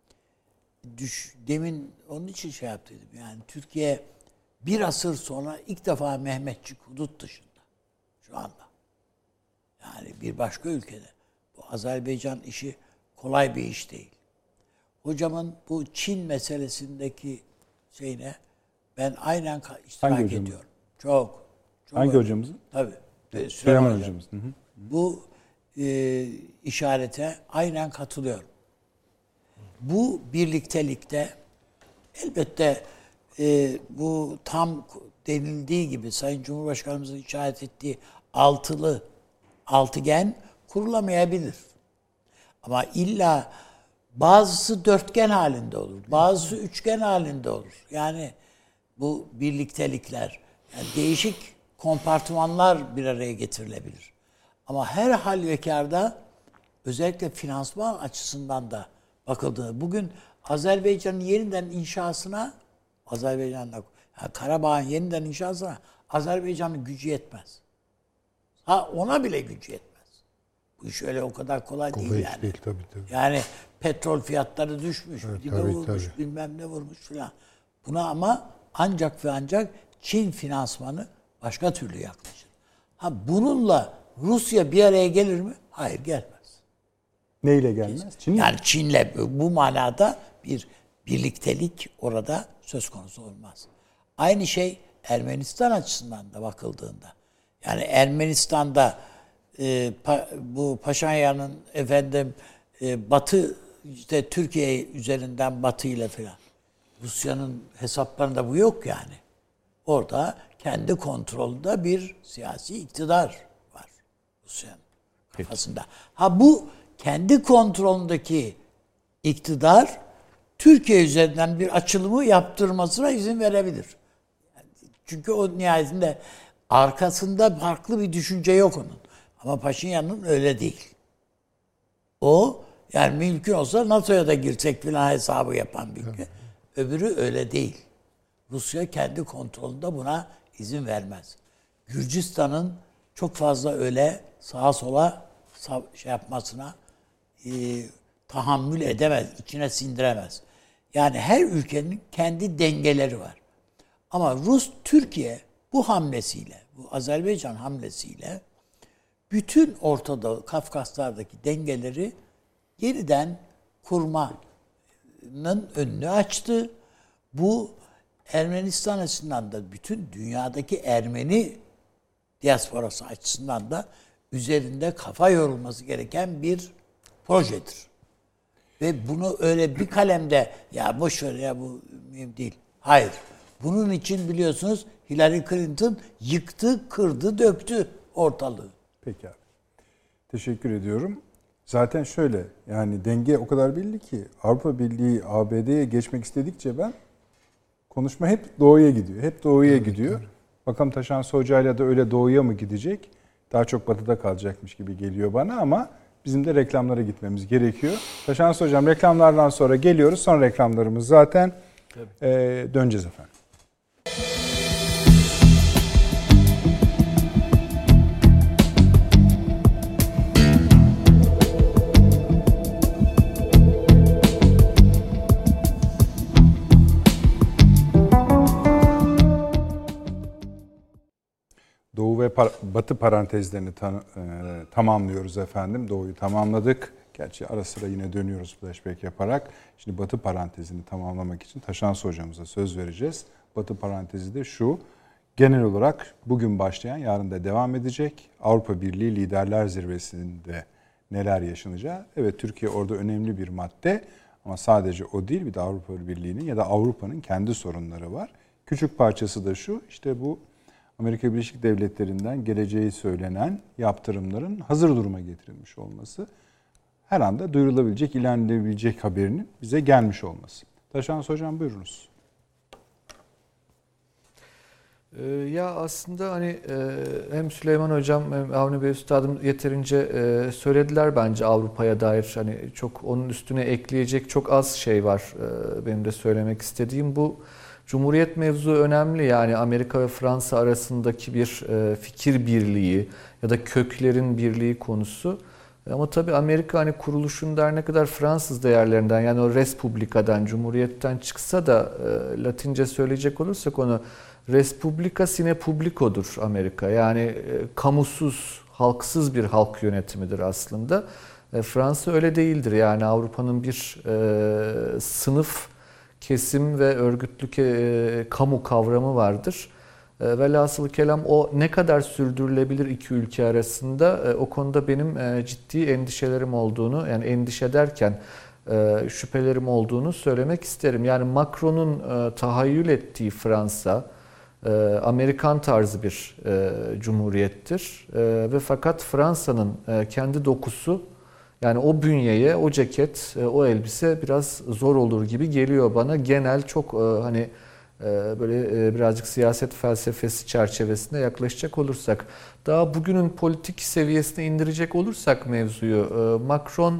Düş, demin onun için şey yaptıydım. Yani Türkiye bir asır sonra ilk defa Mehmetçik hudut dışında şu anda. Yani bir başka ülkede. Bu Azerbaycan işi kolay bir iş değil. Hocamın bu Çin meselesindeki şeyine ben aynen iştirak Hangi ediyorum. hocamız? Çok. çok Hangi önemli. hocamızın? Tabii. Süleyman, Süleyman Hocam. hocamız. Hı hı. Bu e, işarete aynen katılıyorum. Bu birliktelikte elbette e, bu tam denildiği gibi Sayın Cumhurbaşkanımızın işaret ettiği altılı altıgen kurulamayabilir. Ama illa bazısı dörtgen halinde olur. Bazısı üçgen halinde olur. Yani bu birliktelikler yani değişik kompartımanlar bir araya getirilebilir. Ama her halükarda özellikle finansman açısından da bakıldığında bugün Azerbaycan'ın yeniden inşasına Azerbaycan'da yani Karabağ'ın yeniden inşasına Azerbaycan'ın gücü yetmez. Ha ona bile gücü yetmez. Bu iş öyle o kadar kolay, Kolay değil yani. değil tabii tabii. Yani petrol fiyatları düşmüş, Evet, dibe tabii, vurmuş, tabii. bilmem ne vurmuş filan. Buna ama ancak ve ancak Çin finansmanı başka türlü yaklaşır. Ha bununla Rusya bir araya gelir mi? Hayır, gelmez. Neyle gelmez? Çin mi? Yani Çin'le bu manada bir birliktelik orada söz konusu olmaz. Aynı şey Ermenistan açısından da bakıldığında. Yani Ermenistan'da e, pa, bu Paşinyan'ın efendim e, Batı işte Türkiye üzerinden Batı ile filan. Rusya'nın hesaplarında bu yok yani. Orada kendi kontrolünde bir siyasi iktidar var Rusya'nın kafasında. Ha bu kendi kontrolündeki iktidar Türkiye üzerinden bir açılımı yaptırmasına izin verebilir. Çünkü o nihayetinde arkasında farklı bir düşünce yok onun. Ama Paşinyan'ın öyle değil. O yani mümkün olsa NATO'ya da girsek filan hesabı yapan bir ülke. Öbürü öyle değil. Rusya kendi kontrolünde buna izin vermez. Gürcistan'ın çok fazla öyle sağa sola şey yapmasına e, tahammül edemez, içine sindiremez. Yani her ülkenin kendi dengeleri var. Ama Rus, Türkiye bu hamlesiyle, bu Azerbaycan hamlesiyle bütün Orta Doğu, Kafkaslardaki dengeleri yeniden kurmanın önünü açtı. Bu Ermenistan açısından da bütün dünyadaki Ermeni diasporası açısından da üzerinde kafa yorulması gereken bir projedir. Ve bunu öyle bir kalemde ya boş ver ya bu mühim değil. Hayır. Bunun için biliyorsunuz Hillary Clinton yıktı, kırdı, döktü ortalığı. Peki abi. Teşekkür ediyorum. Zaten şöyle yani denge o kadar belli ki Avrupa Birliği A B D'ye geçmek istedikçe ben konuşma hep doğuya gidiyor. Hep doğuya evet, gidiyor. Tabii. Bakalım Taşansı Hoca'yla da öyle doğuya mı gidecek? Daha çok batıda kalacakmış gibi geliyor bana ama bizim de reklamlara gitmemiz gerekiyor. Taşansı Hocam reklamlardan sonra geliyoruz. Son reklamlarımız zaten e, döneceğiz efendim. Doğu ve Batı parantezlerini ta, e, tamamlıyoruz efendim. Doğu'yu tamamladık. Gerçi ara sıra yine dönüyoruz flashback yaparak. Şimdi Batı parantezini tamamlamak için Taşansı hocamıza söz vereceğiz. Batı parantezi de şu. Genel olarak bugün başlayan, yarın da devam edecek Avrupa Birliği Liderler Zirvesi'nde neler yaşanacağı. Evet, Türkiye orada önemli bir madde ama sadece o değil, bir de Avrupa Birliği'nin ya da Avrupa'nın kendi sorunları var. Küçük parçası da şu, işte bu Amerika Birleşik Devletleri'nden geleceği söylenen yaptırımların hazır duruma getirilmiş olması, her anda duyurulabilecek, ilan edilebilecek haberinin bize gelmiş olması. Taşansı hocam buyurunuz. Ya aslında hani hem Süleyman Hocam hem Avni Bey Üstadım yeterince söylediler bence Avrupa'ya dair. Hani çok onun üstüne ekleyecek çok az şey var benim de söylemek istediğim. Bu Cumhuriyet mevzu önemli, yani Amerika ve Fransa arasındaki bir fikir birliği ya da köklerin birliği konusu. Ama tabii Amerika hani kuruluşunda her ne kadar Fransız değerlerinden, yani o Respublika'dan, Cumhuriyet'ten çıksa da Latince söyleyecek olursak onu Respublica sine publico'dur Amerika. Yani e, kamusuz, halksız bir halk yönetimidir aslında. E, Fransa öyle değildir. Yani Avrupa'nın bir e, sınıf, kesim ve örgütlü e, kamu kavramı vardır. E, velhasılı kelam o ne kadar sürdürülebilir iki ülke arasında, e, o konuda benim e, ciddi endişelerim olduğunu, yani endişe derken e, şüphelerim olduğunu söylemek isterim. Yani Macron'un e, tahayyül ettiği Fransa, Amerikan tarzı bir e, cumhuriyettir e, ve fakat Fransa'nın e, kendi dokusu, yani o bünyeye, o ceket, e, o elbise biraz zor olur gibi geliyor bana. Genel çok e, hani e, böyle e, birazcık siyaset felsefesi çerçevesinde yaklaşacak olursak, daha bugünün politik seviyesine indirecek olursak mevzuyu, e, Macron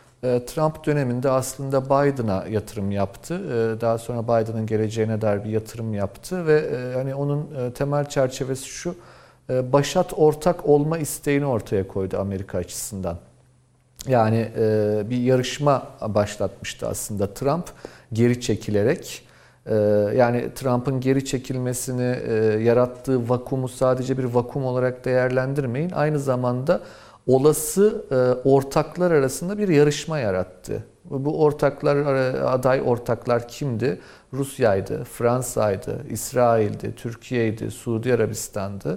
Trump döneminde aslında Biden'a yatırım yaptı. Daha sonra Biden'ın geleceğine dair bir yatırım yaptı ve hani onun temel çerçevesi şu: başat ortak olma isteğini ortaya koydu Amerika açısından. Yani bir yarışma başlatmıştı aslında Trump geri çekilerek. Yani Trump'ın geri çekilmesini, yarattığı vakumu sadece bir vakum olarak değerlendirmeyin. Aynı zamanda olası ortaklar arasında bir yarışma yarattı. Bu ortaklar, aday ortaklar kimdi? Rusya'ydı, Fransa'ydı, İsrail'di, Türkiye'ydi, Suudi Arabistan'dı.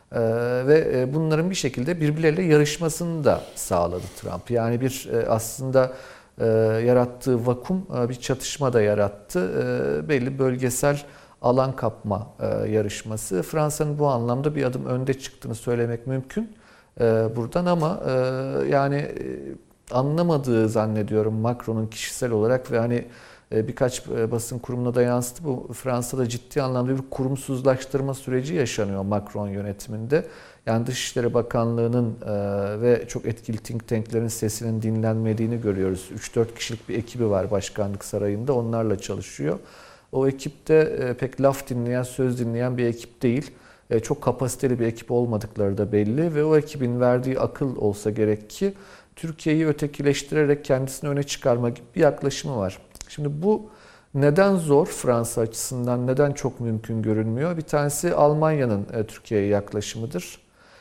Ve bunların bir şekilde birbirleriyle yarışmasını da sağladı Trump. Yani bir aslında yarattığı vakum bir çatışma da yarattı. Belli bölgesel alan kapma yarışması. Fransa'nın bu anlamda bir adım önde çıktığını söylemek mümkün buradan, ama yani anlamadığı zannediyorum Macron'un kişisel olarak ve hani birkaç basın kurumuna da yansıdı. Bu Fransa'da ciddi anlamda bir kurumsuzlaştırma süreci yaşanıyor Macron yönetiminde. Yani Dışişleri Bakanlığı'nın ve çok etkili think tanklerin sesinin dinlenmediğini görüyoruz. üç dört kişilik bir ekibi var Başkanlık Sarayı'nda, onlarla çalışıyor. O ekipte pek laf dinleyen, söz dinleyen bir ekip değil. Çok kapasiteli bir ekip olmadıkları da belli ve o ekibin verdiği akıl olsa gerek ki Türkiye'yi ötekileştirerek kendisini öne çıkarma gibi bir yaklaşımı var. Şimdi bu neden zor Fransa açısından, neden çok mümkün görünmüyor? Bir tanesi Almanya'nın Türkiye'ye yaklaşımıdır.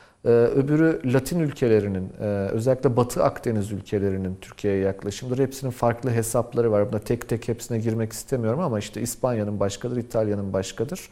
Öbürü Latin ülkelerinin, özellikle Batı Akdeniz ülkelerinin Türkiye'ye yaklaşımıdır. Hepsinin farklı hesapları var. Buna tek tek hepsine girmek istemiyorum ama işte İspanya'nın başkadır, İtalya'nın başkadır.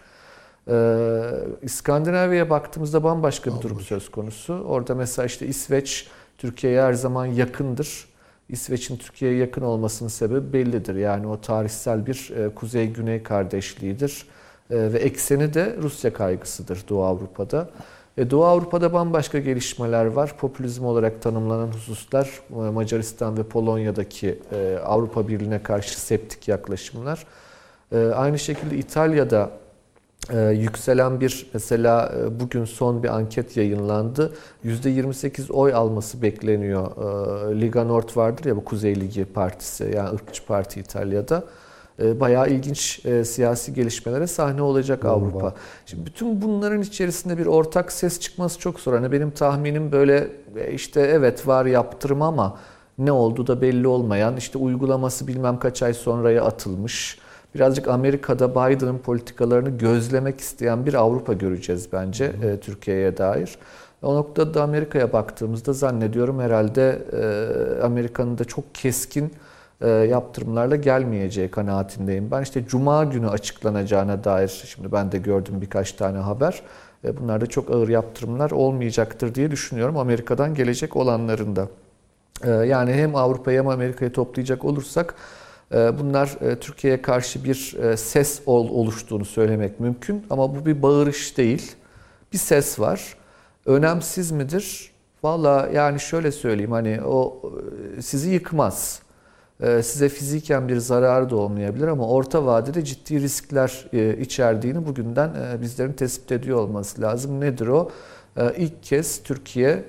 Ee, İskandinavya'ya baktığımızda bambaşka bir durum söz konusu. Orada mesela işte İsveç Türkiye'ye her zaman yakındır. İsveç'in Türkiye'ye yakın olmasının sebebi bellidir. Yani o tarihsel bir e, kuzey-güney kardeşliğidir. E, ve ekseni de Rusya kaygısıdır Doğu Avrupa'da. E, Doğu Avrupa'da bambaşka gelişmeler var. Popülizm olarak tanımlanan hususlar, e, Macaristan ve Polonya'daki e, Avrupa Birliği'ne karşı septik yaklaşımlar. E, aynı şekilde İtalya'da Ee, yükselen bir, mesela bugün son bir anket yayınlandı. yüzde yirmi sekiz oy alması bekleniyor. Ee, Liga Nord vardır ya, bu Kuzey Ligi partisi, yani ırkçı parti İtalya'da. Ee, bayağı ilginç e, siyasi gelişmelere sahne olacak Vallahi. Avrupa. Şimdi bütün bunların içerisinde bir ortak ses çıkması çok zor. Hani benim tahminim böyle işte evet var yaptırım ama ne olduğu da belli olmayan, işte uygulaması bilmem kaç ay sonraya atılmış, birazcık Amerika'da Biden'ın politikalarını gözlemek isteyen bir Avrupa göreceğiz bence e, Türkiye'ye dair. O noktada da Amerika'ya baktığımızda zannediyorum herhalde e, Amerika'nın da çok keskin e, yaptırımlarla gelmeyeceği kanaatindeyim. Ben işte Cuma günü açıklanacağına dair şimdi ben de gördüm birkaç tane haber. E, bunlar da çok ağır yaptırımlar olmayacaktır diye düşünüyorum Amerika'dan gelecek olanlarında. E, yani hem Avrupa'yı hem Amerika'yı toplayacak olursak e, bunlar e, Türkiye'ye karşı bir e, ses ol, oluştuğunu söylemek mümkün. Ama bu bir bağırış değil. Bir ses var. Önemsiz midir? Valla yani şöyle söyleyeyim hani o sizi yıkmaz. Size fiziken bir zararı da olmayabilir ama orta vadede ciddi riskler içerdiğini bugünden bizlerin tespit ediyor olması lazım. Nedir o? İlk kez Türkiye,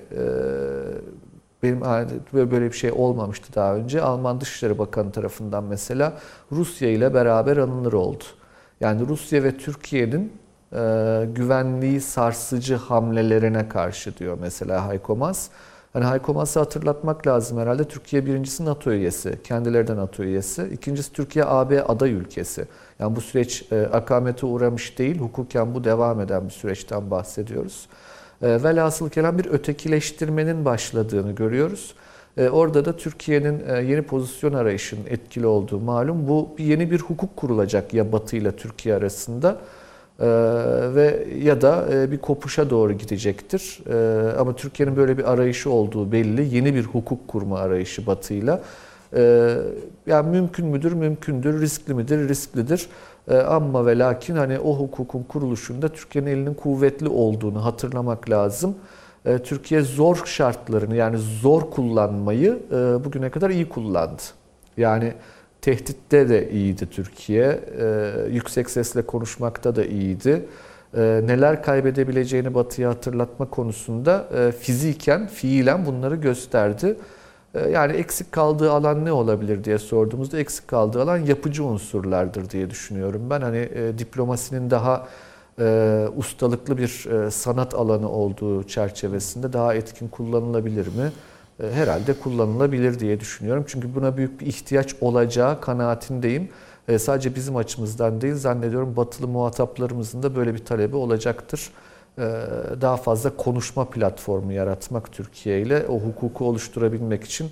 benim böyle bir şey olmamıştı daha önce, Alman Dışişleri Bakanı tarafından mesela Rusya ile beraber anılır oldu. Yani Rusya ve Türkiye'nin güvenliği sarsıcı hamlelerine karşı diyor mesela Heiko Maas. Hani Heiko Maas'ı hatırlatmak lazım herhalde. Türkiye birincisi NATO üyesi, kendileri de NATO üyesi. İkincisi Türkiye A B aday ülkesi. Yani bu süreç e, akamete uğramış değil, hukuken bu devam eden bir süreçten bahsediyoruz. E, velhasıl kelam bir ötekileştirmenin başladığını görüyoruz. E, orada da Türkiye'nin e, yeni pozisyon arayışının etkili olduğu malum. Bu bir yeni bir hukuk kurulacak ya Batı ile Türkiye arasında. Ee, ve ya da e, bir kopuşa doğru gidecektir. Ee, ama Türkiye'nin böyle bir arayışı olduğu belli. Yeni bir hukuk kurma arayışı Batı'yla. Ee, yani mümkün müdür? Mümkündür. Riskli midir? Risklidir. Ee, ama ve lakin hani o hukukun kuruluşunda Türkiye'nin elinin kuvvetli olduğunu hatırlamak lazım. Ee, Türkiye zor şartlarını yani zor kullanmayı e, bugüne kadar iyi kullandı. Yani tehditte de iyiydi Türkiye, ee, yüksek sesle konuşmakta da iyiydi. Ee, neler kaybedebileceğini Batı'ya hatırlatma konusunda e, fiziken, fiilen bunları gösterdi. Ee, yani eksik kaldığı alan ne olabilir diye sorduğumuzda eksik kaldığı alan yapıcı unsurlardır diye düşünüyorum. Ben hani e, diplomasinin daha e, ustalıklı bir e, sanat alanı olduğu çerçevesinde daha etkin kullanılabilir mi? Herhalde kullanılabilir diye düşünüyorum. Çünkü buna büyük bir ihtiyaç olacağı kanaatindeyim. Sadece bizim açımızdan değil, zannediyorum batılı muhataplarımızın da böyle bir talebi olacaktır. Daha fazla konuşma platformu yaratmak Türkiye ile o hukuku oluşturabilmek için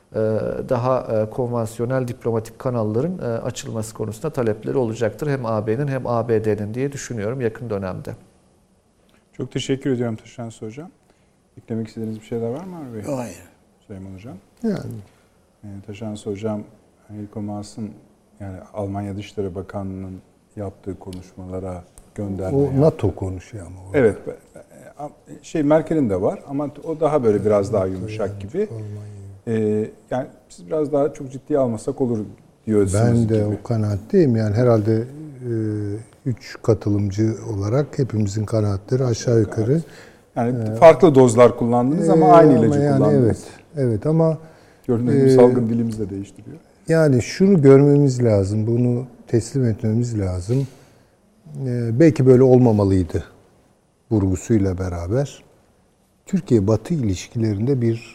daha konvansiyonel diplomatik kanalların açılması konusunda talepleri olacaktır. Hem A B'nin hem A B D'nin diye düşünüyorum yakın dönemde. Çok teşekkür ediyorum Taşansı Hocam. Eklemek istediğiniz bir şeyler var mı Arif Bey? Hayır. Süleyman Hocam. Yani. Yani Taşansı Hocam, Heiko Maas'ın yani Almanya Dışişleri Bakanlığı'nın yaptığı konuşmalara gönderme O yaptı. NATO konuşuyor ama. Orada. Evet. Şey Merkel'in de var ama o daha böyle biraz daha yumuşak gibi. Ee, yani biz biraz daha çok ciddiye almasak olur diyorsunuz Ben de gibi. o kanaatteyim. Yani herhalde e, üç katılımcı olarak hepimizin kanaatleri aşağı yukarı. Evet. Yani ee, farklı dozlar kullandınız ama ee, aynı ilacı yani kullandınız. Evet, evet ama gördüğünüz e, salgın dilimizi de değiştiriyor. Yani şunu görmemiz lazım, bunu teslim etmemiz lazım. Ee, belki böyle olmamalıydı vurgusuyla beraber. Türkiye-Batı ilişkilerinde bir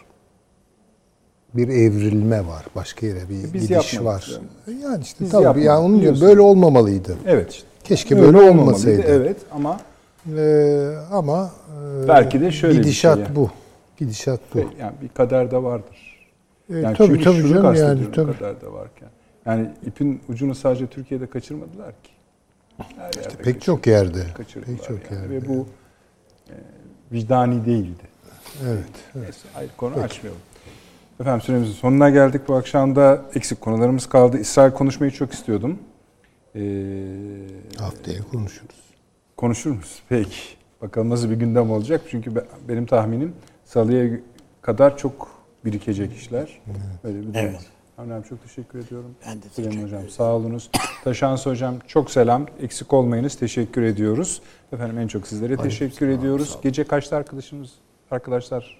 bir evrilme var. Başka yere bir Biz gidiş var. Yani, yani işte Biz tabii yani onun gibi böyle olmamalıydı. Evet işte. Keşke böyle, böyle olmasaydı. Evet ama Ee, ama e, belki de şöyle gidişat bir şey yani. bu. Gidişat bu. Yani bir kader de vardır. E, yani tabii tabii canım yani tabii. Kader de varken. Yani ipin ucunu sadece Türkiye'de kaçırmadılar ki. Her işte pek kaçırdılar. çok yerde. Pek çok yani. yerde. Ve bu e, vicdani değildi. Evet. evet. Neyse, hayır konu Peki. açmayalım. Efendim süremizin sonuna geldik. Bu akşam da eksik konularımız kaldı. İsrail konuşmayı çok istiyordum. Ee, Haftaya konuşuruz. Konuşur muyuz? Peki. Bakalım nasıl bir gündem olacak. Çünkü benim tahminim Salı'ya kadar çok birikecek işler. Evet. Böyle bir evet. Önemli. Çok teşekkür ediyorum. Ben de teşekkür Süleyman ederim. Hocam sağ olunuz. Taşansı Hocam çok selam. Eksik olmayınız. Teşekkür ediyoruz. Efendim en çok sizlere Hayır, teşekkür sağ ediyoruz. Sağ Gece kaçta arkadaşımız? Arkadaşlar?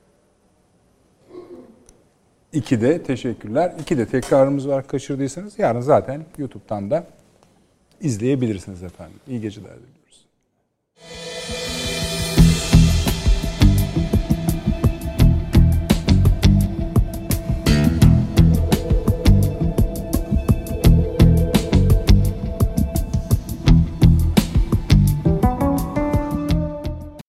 ikide teşekkürler. ikide tekrarımız var. Kaçırdıysanız yarın zaten YouTube'dan da izleyebilirsiniz efendim. İyi geceler diliyorum.